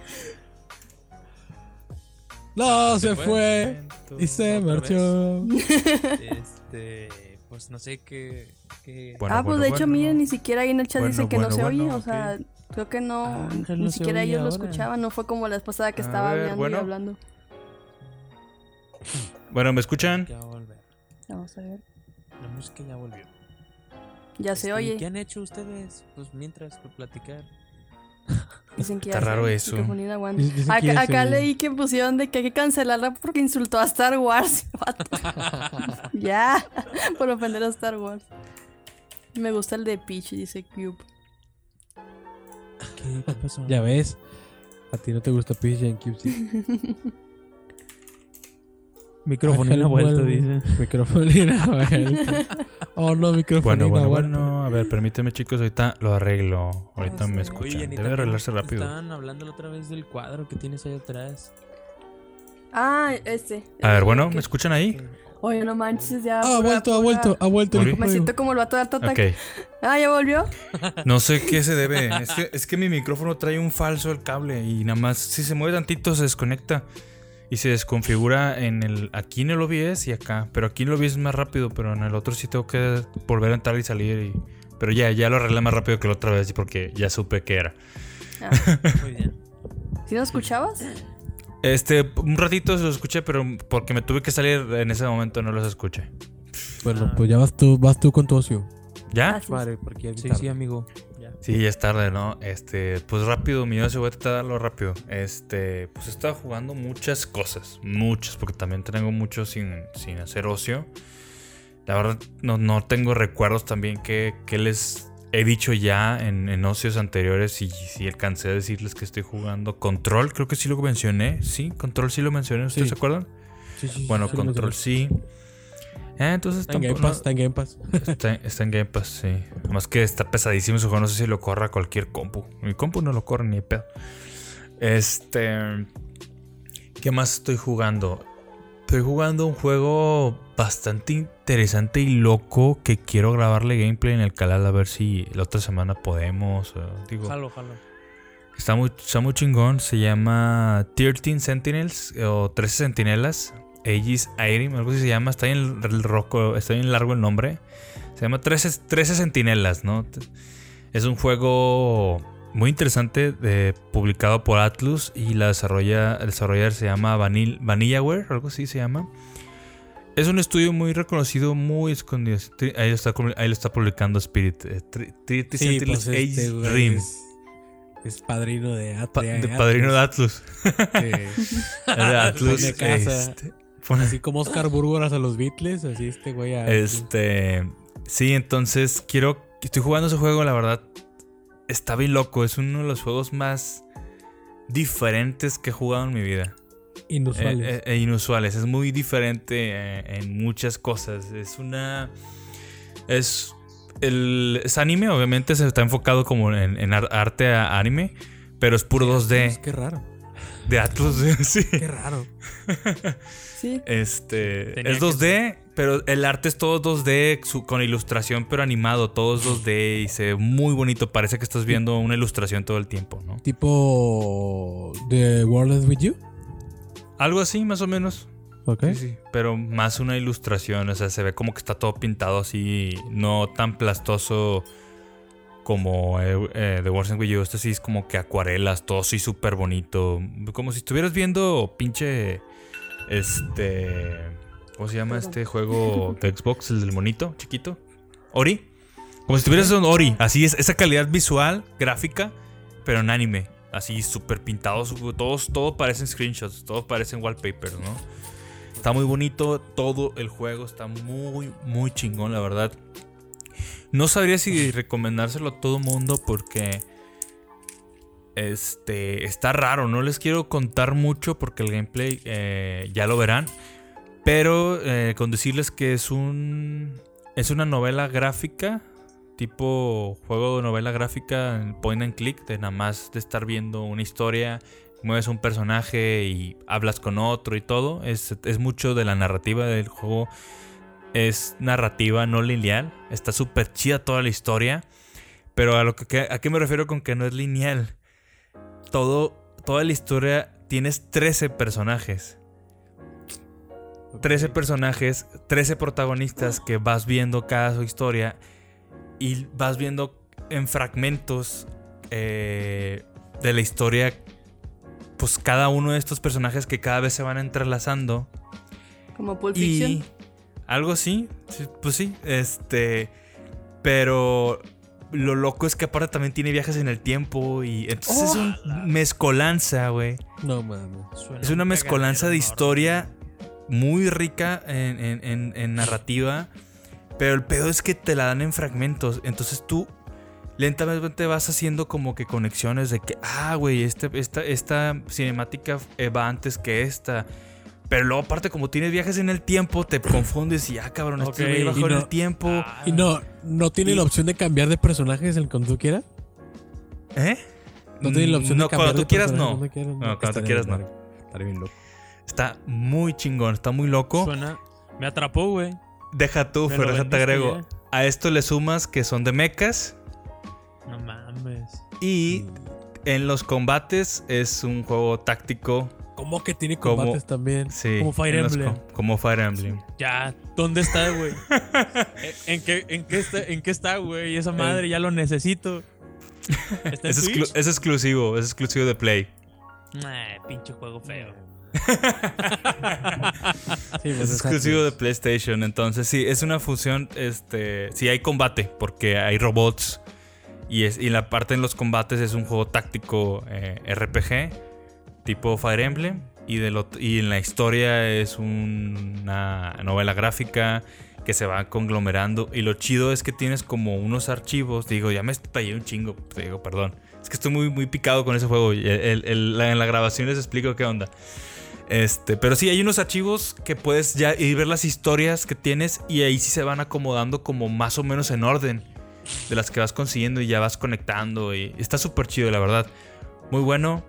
No, se fue. Y se ¿Otra marchó. Este, pues no sé qué. qué- Bueno, ah, pues bueno, de hecho, bueno. miren, ni siquiera ahí en el chat Bueno, dice que bueno, no se bueno, oye. O ok. sea, creo que no. Ah, Ángel ni no se siquiera oye ellos lo ahora. escuchaban. No fue como la vez pasada que A estaba ver, hablando bueno. y hablando. Bueno, ¿me escuchan? Ya va a volver. Vamos a ver. La música ya volvió. Ya se Este, oye. ¿Qué han hecho ustedes? Pues mientras, por platicar. Dicen que ya Está se raro oye, eso. microfonía de aguante. Dicen que Acá, ya acá se- leí que pusieron de que hay que cancelarla porque insultó a Star Wars. Vato. Ya, por ofender a Star Wars. Me gusta el de Peach, dice Cube. ¿Qué, qué pasó? Ya ves. A ti no te gusta Peach en Cube, sí. Microfonía Ángel vuelto, vuelve. dice. Microfonía vuelto. Oh, no, microfonía Bueno, bueno, vuelto. bueno. A ver, permíteme, chicos. Ahorita lo arreglo. Ahorita Vamos a me ver. escuchan. Oye, Jenny, Debe también arreglarse rápido. Estaban hablando la otra vez del cuadro que tienes ahí atrás. Ah, este. A ver, bueno, ¿Qué? ¿me escuchan ahí? Oye, no manches, ya. Ah, ha vuelto, ha vuelto, ha vuelto. ¿Volví? el Me juego. siento como el vato de Art Attack. Ok. Ah, ¿ya volvió? No sé qué se debe. Es que, es que mi micrófono trae un falso el cable y nada más si se mueve tantito se desconecta y se desconfigura en el aquí en el O B S y acá, pero aquí en el O B S es más rápido, pero en el otro sí tengo que volver a entrar y salir y pero ya ya lo arreglé más rápido que la otra vez porque ya supe qué era. Ah. Muy bien. ¿Sí nos escuchabas? Este, un ratito se los escuché, pero porque me tuve que salir en ese momento no los escuché. Bueno, pues ya vas tú, vas tú con tu ocio. ¿Ya? Ah, sí. Vale, porque ya es Sí, tarde. sí, amigo. Ya. Sí, ya es tarde, ¿no? Este, pues rápido, mi ocio, voy a tratar de darlo rápido. Este, pues he estado jugando muchas cosas, muchas, porque también tengo mucho sin, sin hacer ocio. La verdad, no, no tengo recuerdos también que, que les he dicho ya en, en ocios anteriores y si alcancé a decirles que estoy jugando Control, creo que sí lo mencioné, sí, Control sí lo mencioné, ¿ustedes Sí. se acuerdan? Sí, sí, sí, Bueno, sí, Control sí. Eh, entonces Está en Game tampoco- Pass, está en Game Pass. Está, está en Game Pass, sí. Además que está pesadísimo ese juego. No sé si lo corra cualquier compu. Mi compu no lo corre ni de pedo. Este... ¿Qué más estoy jugando? Estoy jugando un juego bastante interesante y loco que quiero grabarle gameplay en el canal a ver si la otra semana podemos. eh, digo, Jalo, jalo. está muy, está muy chingón. Se llama trece Sentinels eh, o trece Sentinelas. Aegis Irem, algo así se llama. Está en el, el roco, está en largo el nombre. Se llama trece, trece Sentinelas, ¿no? Es un juego muy interesante de, publicado por Atlus y la desarrolla, el desarrollador se llama Vanil, Vanillaware, algo así se llama. Es un estudio muy reconocido, muy escondido. Ahí lo está, ahí lo está publicando Spirit. Eh, trece Sí, Sentinels pues este Aegis güey Rim. es, es padrino de, At- Pa- de de Atlus. padrino de Atlus. Sí. Es de Atlus. Pone casa. este, pone- Así como Oscar Burgos a los Beatles, así este güey a... Este, sí, entonces quiero, estoy jugando ese juego, la verdad, está bien loco, es uno de los juegos más diferentes que he jugado en mi vida. Inusuales. Eh, eh, e inusuales, es muy diferente eh, en muchas cosas, es una, es, el, es anime, obviamente se está enfocado como en, en ar- arte a anime, pero es puro dos D, Qué raro, de Atlus, sí. qué raro. Sí. Este Tenía es que dos D, pero el arte es todo dos D su- con ilustración, pero animado, todo es dos D y se ve muy bonito. Parece que estás viendo una ilustración todo el tiempo, ¿no? Tipo The World is With You. Algo así, más o menos. Ok. Sí, sí. Pero más una ilustración, o sea, se ve como que está todo pintado así, no tan plastoso como eh, eh, The World is With You. Esto sí es como que acuarelas, todo así súper bonito. Como si estuvieras viendo pinche. Este. ¿Cómo se llama este juego de Xbox? El del monito chiquito. Ori. Como si estuvieras en Ori. Así es, esa calidad visual, gráfica, pero en anime. Así súper pintados. Todos, todo parecen screenshots. Todos parecen wallpapers, ¿no? Está muy bonito. Todo el juego está muy, muy chingón, la verdad. No sabría si recomendárselo a todo mundo porque. Este, está raro, no les quiero contar mucho porque el gameplay eh, ya lo verán. Pero eh, con decirles que es un es una novela gráfica, tipo juego de novela gráfica, point and click, de nada más de estar viendo una historia, mueves un personaje y hablas con otro y todo. Es, es mucho de la narrativa del juego, es narrativa no lineal, está súper chida toda la historia. Pero a lo que a qué me refiero con que no es lineal. Todo, toda la historia tienes trece personajes. trece personajes, trece protagonistas que vas viendo cada su historia y vas viendo en fragmentos eh, de la historia, pues cada uno de estos personajes que cada vez se van entrelazando. Como Pulp Y Fiction. algo así, sí, pues sí, este, pero lo loco es que aparte también tiene viajes en el tiempo y entonces Oh. es un mezcolanza, güey. No mames. Suena Es una un mezcolanza de cagadero historia muy rica en, en- en- en narrativa, pero el pedo es que te la dan en fragmentos, entonces tú lentamente vas haciendo como que conexiones de que, ah, güey, este, esta, esta cinemática eh, va antes que esta. Pero luego aparte como tienes viajes en el tiempo, te confundes y, ah, cabrón, este Ok, güey bajó y en no- el tiempo. Ah, Y no, no tiene Y- la opción de cambiar de personajes el cuando tú quieras. ¿Eh? No tiene la opción No, de cambiar cuando de tú quieras, personaje no. cuando quieras, No, cuando tú Estaría quieras, bien no. verga. Estaría bien loco. Está muy chingón, está muy loco. Suena, Me atrapó, güey. Deja tú, Me pero lo déjate vendiste agrego. ya. A esto le sumas que son de mechas. No mames. Y en los combates es un juego táctico. ¿Cómo que tiene Como- combates también? Sí, Como Fire en los Emblem. com- como Fire Emblem. Ya, ¿dónde está, güey? ¿En qué, en, qué está, ¿En qué está, güey? Esa madre ya lo necesito. ¿Está en Es, exclu- Switch? es exclusivo, es exclusivo de Play. Nah, pinche juego feo. Sí, pues, Es exacto. exclusivo de PlayStation, entonces sí, es una fusión, este, sí hay combate, porque hay robots y, es, y la parte en los combates es un juego táctico eh, R P G, tipo Fire Emblem, y, de lo, y en la historia es un- una novela gráfica que se va conglomerando, y lo chido es que tienes como unos archivos, digo, ya me estallé un chingo, te digo, perdón, es que estoy muy, muy picado con ese juego, y el- el- el- la- en la grabación les explico qué onda. Este, pero sí, hay unos archivos que puedes ya ir ver las historias que tienes y ahí sí se van acomodando como más o menos en orden de las que vas consiguiendo y ya vas conectando y está súper chido, la verdad. Muy bueno.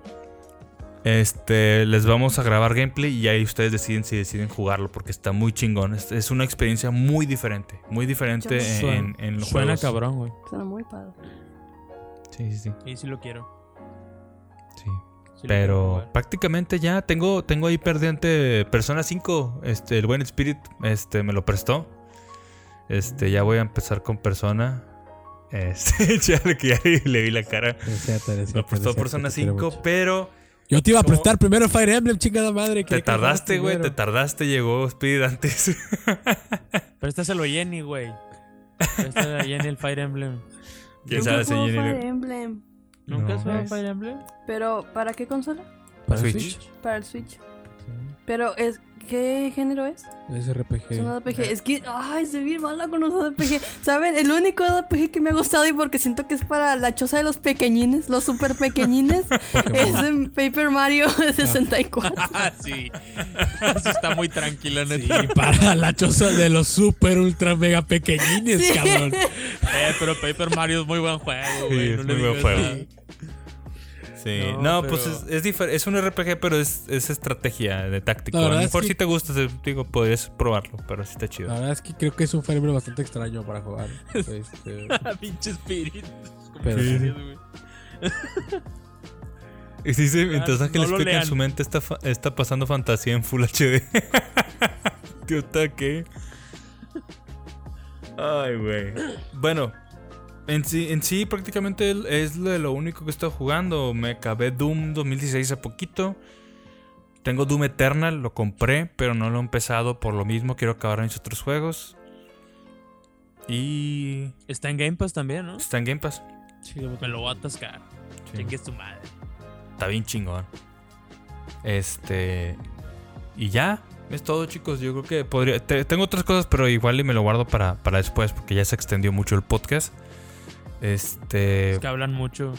Este, les vamos a grabar gameplay y ahí ustedes deciden si deciden jugarlo porque está muy chingón. Es, es una experiencia muy diferente, muy diferente en, Suena- en, en los Suena juegos. cabrón, güey. Suena muy padre. Sí, sí, sí. Y sí lo quiero. Sí. Sí lo quiero Pero jugar. prácticamente ya tengo, tengo ahí pendiente Persona cinco. Este, el buen Spirit este, me lo prestó. Este, ya voy a empezar con Persona. Este, ya le, ya le vi la cara. Es cierto, es Me cierto, prestó es cierto, Persona te quiero cinco, mucho. pero Yo te iba a ¿Cómo? prestar primero Fire Emblem, chingada madre. te quería que jugaras tardaste, güey. Te primero. tardaste, llegó Spirit antes. Préstaselo a Jenny, güey. Préstaselo a Jenny el Fire Emblem. ¿Quién Nunca sabe si juego Jenny- Fire Emblem. ¿Nunca No. has jugado ¿Ves? Fire Emblem? Pero, ¿para qué consola? Para Switch. Switch. Para el Switch. Pero, es ¿qué género es? Es R P Es un G. A D P G. Es que, ay, soy bien mala con los A D P G. ¿Saben? El único A D P G que me ha gustado y porque siento que es para la choza de los pequeñines, los super pequeñines, es en Paper Mario sesenta y cuatro. Ah, sí. Sí está muy tranquilo, Sí, neta. para la choza de los super ultra mega pequeñines, Sí. cabrón. Eh, pero Paper Mario es muy buen juego, Sí, güey. es no le muy buen digas juego. nada. Sí. No, No, pero- pues es, es, difer- es un R P G, pero es, es estrategia de táctico. La A lo verdad es mejor que- si te gusta, te- digo, podrías probarlo, pero sí está chido. La verdad es que creo que es un Fire Emblem bastante extraño para jugar. Este, Pinche Spirit. Pero sí. Serios, güey. Y sí, sí, mientras no Ángel lo explica en lean. su mente, está, fa- está pasando fantasía en Full H D. Tío, ¿qué? Ay, güey. Bueno, en sí, en sí prácticamente es lo, lo único que estoy jugando. Me acabé Doom dos mil dieciséis hace poquito. Tengo Doom Eternal, lo compré, pero no lo he empezado por lo mismo. Quiero acabar mis otros juegos. Y Está en Game Pass también, ¿no? está en Game Pass. Me lo voy a atascar. Sí. Chingue su madre. Está bien chingón. Este. Y ya. Es todo, chicos. Yo creo que podría. te- tengo otras cosas, pero igual y me lo guardo para, para después. Porque ya se extendió mucho el podcast. Este. Es que hablan mucho.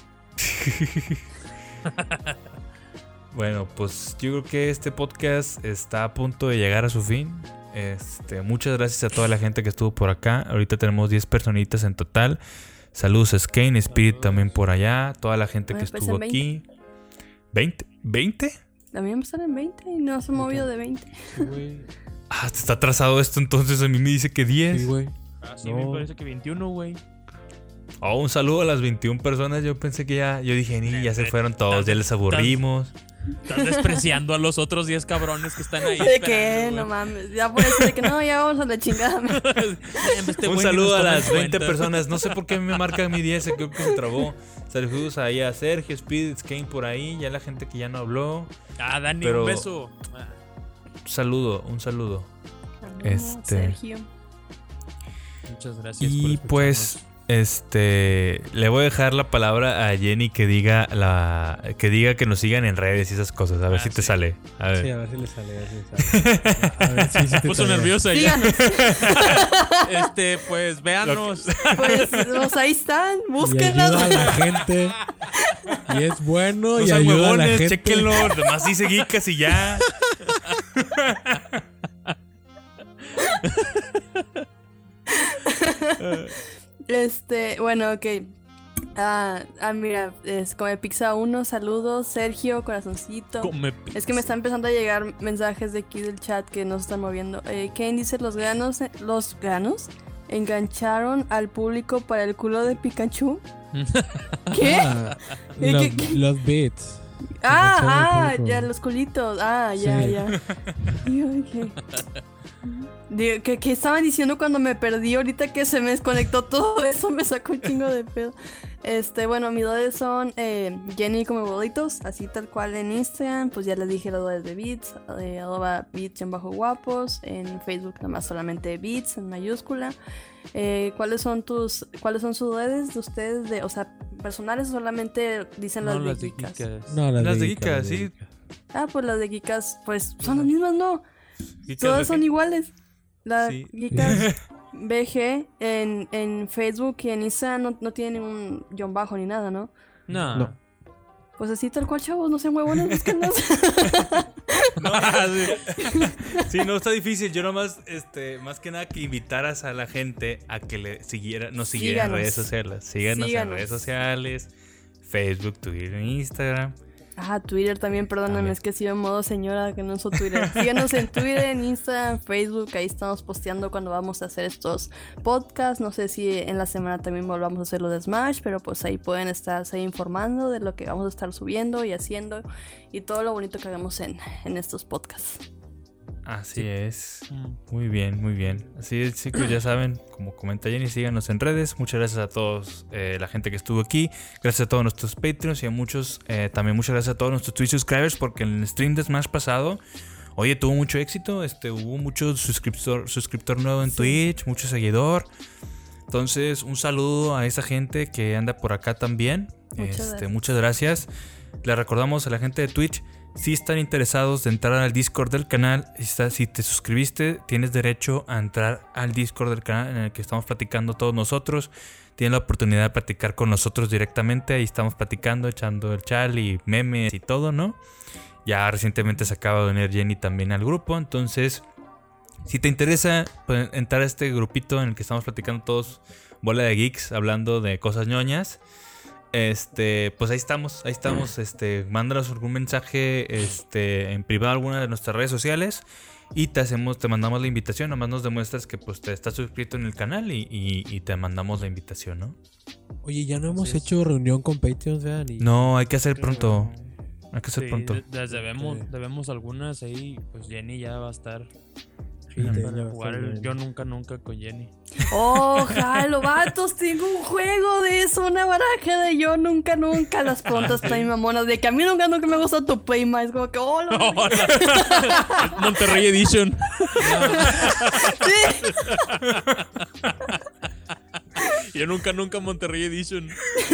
Bueno, pues yo creo que este podcast está a punto de llegar a su fin. Este, muchas gracias a toda la gente que estuvo por acá. Ahorita tenemos diez personitas en total. Saludos a Skane, Spirit también por allá. Toda la gente Bueno, que pues estuvo en aquí. ¿veinte? ¿veinte? A mí me están en veinte y no se ha movido de veinte. Sí, güey. Ah, está atrasado esto, entonces a mí me dice que diez. Sí, güey. Ah, sí, No. me parece que veintiuno, güey. Oh, un saludo a las veintiuna personas. Yo pensé que ya, yo dije, ni, ya se fueron todos, ya les aburrimos. Estás despreciando a los otros diez cabrones que están ahí. ¿De qué? esperando, No güey. mames. Ya por eso de que no, ya vamos a la chingada. Este Un güey ni saludo nos a toma en las veinte cuenta. personas. No sé por qué me marca mi diez, creo que se trabó. Saludos ahí a Sergio, Speed, Skane por ahí, ya la gente que ya no habló. Ah, Dani, Pero- un beso. Ah, Un saludo, un saludo. Este- Sergio. muchas gracias. por Y escucharnos. pues, este, le voy a dejar la palabra a Jenny que diga la, que diga que nos sigan en redes y esas cosas. A ver Ah, si te sí. sale. A ver. Sí, a ver si le sale. A ver si le sale. A ver si Se puso nerviosa ya. Díganos. Este, pues véanos. Pues, pues ahí están. Y Búsquenlos. ayuda a la gente. Y es bueno No y sean ayuda a la huevones, gente. chéquenlo. Nomás dice geekas y ya. Este, bueno, ok. Ah, ah, mira, es Come Pizza uno, saludos, Sergio, corazoncito. Come pizza. Es que me están empezando a llegar mensajes de aquí del chat que nos están moviendo. Eh, Kane dice, los granos, los granos engancharon al público para el culo de Pikachu. ¿Qué? Ah, ¿Qué, los, qué, qué? los beats. Ah, Engancharon al ah, público. ya, los culitos. Ah, ya, Sí. ya. Digo, ¿qué? Digo, ¿qué, ¿qué estaban diciendo cuando me perdí? Ahorita que se me desconectó todo eso, me sacó un chingo de pedo. Este, bueno, mis redes son eh, Jenny Come Bolitos, así tal cual en Instagram. Pues ya les dije las redes de Beats, eh, arroba Beats en bajo guapos. En Facebook nomás solamente Beats en mayúscula. Eh, ¿Cuáles son tus, cuáles son sus redes de ustedes? De, o sea, personales o solamente dicen las No, de las de Geekas? Geekas. No, las, Las de Geekas, Geekas, las de sí. Geekas. Ah, pues las de Geekas, pues son las mismas, ¿no? Geekas Todas B G. son iguales. La Sí. Geekas B G en, en Facebook y en Instagram no, no tiene ningún guión bajo ni nada, ¿no? No. No. Pues así tal cual, chavos, no sean huevones, búsquenlos. No, sí. Sí, no está difícil. Yo nomás, este, más que nada que invitaras a la gente a que le siguiera, nos siguiera en Síganos. redes sociales. Síganos, Síganos. en redes sociales, Facebook, Twitter, Instagram. Ah, Twitter también, perdónenme, También. es que sigo en modo señora que no uso Twitter. Síganos en Twitter, en Instagram, Facebook, ahí estamos posteando cuando vamos a hacer estos podcasts. No sé si en la semana también volvamos a hacer lo de Smash, pero pues ahí pueden estarse informando de lo que vamos a estar subiendo y haciendo y todo lo bonito que hagamos en, en estos podcasts. Así es. Mm. Muy bien, muy bien. Así es, chicos, ya saben, como comenta Jenny, síganos en redes. Muchas gracias a todos, eh, la gente que estuvo aquí. Gracias a todos nuestros Patreons y a muchos, eh, también muchas gracias a todos nuestros Twitch subscribers, porque en el stream de Smash pasado, oye, tuvo mucho éxito. Este, hubo mucho suscriptor, suscriptor nuevo en Sí. Twitch, mucho seguidor. Entonces, un saludo a esa gente que anda por acá también. Muchas este, gracias. muchas gracias. Le recordamos a la gente de Twitch, si están interesados de entrar al Discord del canal, está- si te suscribiste, tienes derecho a entrar al Discord del canal en el que estamos platicando todos nosotros. Tienes la oportunidad de platicar con nosotros directamente. Ahí estamos platicando, echando el chal y memes y todo, ¿no? Ya recientemente se acaba de unir Jenny también al grupo. Entonces, si te interesa pues, entrar a este grupito en el que estamos platicando todos, bola de geeks, hablando de cosas ñoñas, este, pues ahí estamos, ahí estamos, este, mándanos algún mensaje, este, en privado a alguna de nuestras redes sociales y te hacemos, te mandamos la invitación. Nomás nos demuestras que pues te estás suscrito en el canal y, y, y te mandamos la invitación, ¿no? Oye, ya no hemos Así es. hecho reunión con Patreons, vean. Y... No, hay que hacer pronto, hay que hacer Sí, pronto. de- las debemos, Sí. debemos algunas ahí, pues Jenny ya va a estar Sí, para ya va a jugar estar el bien. Yo Nunca Nunca con Jenny. Oh, jalo, vatos, tengo un juego de eso, una baraja de yo nunca, nunca. Las preguntas están mamonas de que a mí nunca, nunca me gusta tu Playma. Es como que, oh, lo Monterrey Edition. sí. Yo Nunca Nunca Monterrey Edition.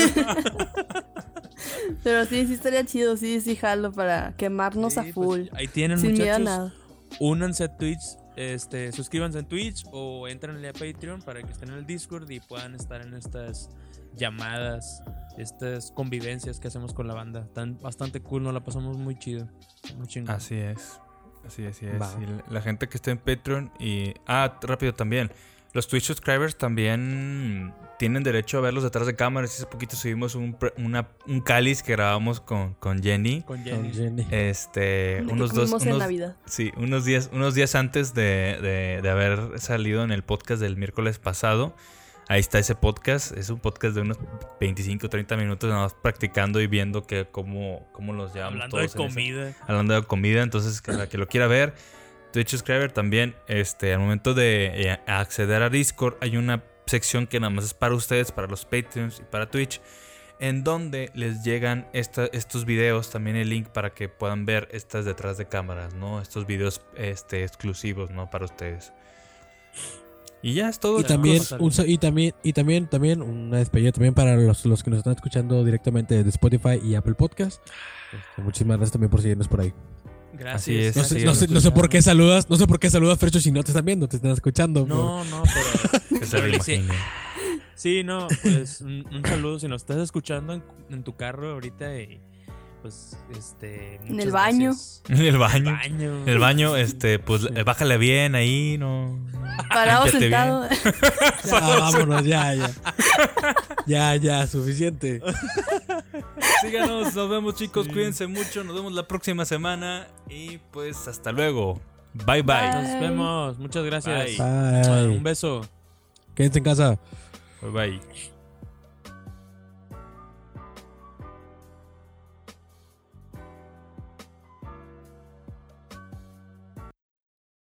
Pero sí, sí estaría chido, sí, sí, jalo para quemarnos Sí, a pues, full. ahí tienen, sin miedo a muchachos. nada. Únanse a Twitch, este, suscríbanse en Twitch o entrenle a Patreon para que estén en el Discord y puedan estar en estas llamadas, estas convivencias que hacemos con la banda. Están bastante cool, nos la pasamos muy chido. Muy chingón. Así es. Así es, así es. Va. Y la, la gente que esté en Patreon y... Ah, rápido también. Los Twitch subscribers también tienen derecho a verlos detrás de cámaras. Hace poquito subimos un, pre- una, un cáliz que grabamos con, con Jenny. Con Con Jenny. Jenny. Este, De que unos dos... comimos en Unos, Navidad. sí, unos días, unos días antes de, de, de haber salido en el podcast del miércoles pasado. Ahí está ese podcast. Es un podcast de unos veinticinco, treinta minutos nada más practicando y viendo que cómo, cómo los llevamos Hablando de todos en ese- comida. hablando de comida, entonces que la que lo quiera ver, Twitch subscriber también, este, al momento de eh, acceder a Discord hay una sección que nada más es para ustedes, para los Patreons y para Twitch, en donde les llegan esta, estos videos, también el link para que puedan ver estas detrás de cámaras, ¿no? Estos videos este, exclusivos, ¿no? Para ustedes. Y ya es todo. Y Ya, también, vamos a un sa- y también, y también, también una despedida también para los, los que nos están escuchando directamente de Spotify y Apple Podcast. Este, muchísimas gracias también por seguirnos por ahí. Gracias. Así es, No así sé, es. no sé, no sé por qué saludas, no sé por qué saludas, Fercho, si no te están viendo, te están escuchando. No, no, pero. Que se lo Oye, sí. imaginen. Sí, no, pues un, un saludo si nos estás escuchando en, en tu carro ahorita y pues este En muchas el baño. gracias. En el baño. baño. En el baño, este, pues Sí. eh, bájale bien ahí, no. Parado Límpiate sentado. Ya, vámonos, ya, ya. Ya, ya, suficiente. Síganos, nos vemos chicos, Sí. cuídense mucho, nos vemos la próxima semana y pues hasta luego. Bye bye. Bye. Nos vemos. Muchas gracias. Bye. Un Bye. beso. Quédense en casa. Bye bye.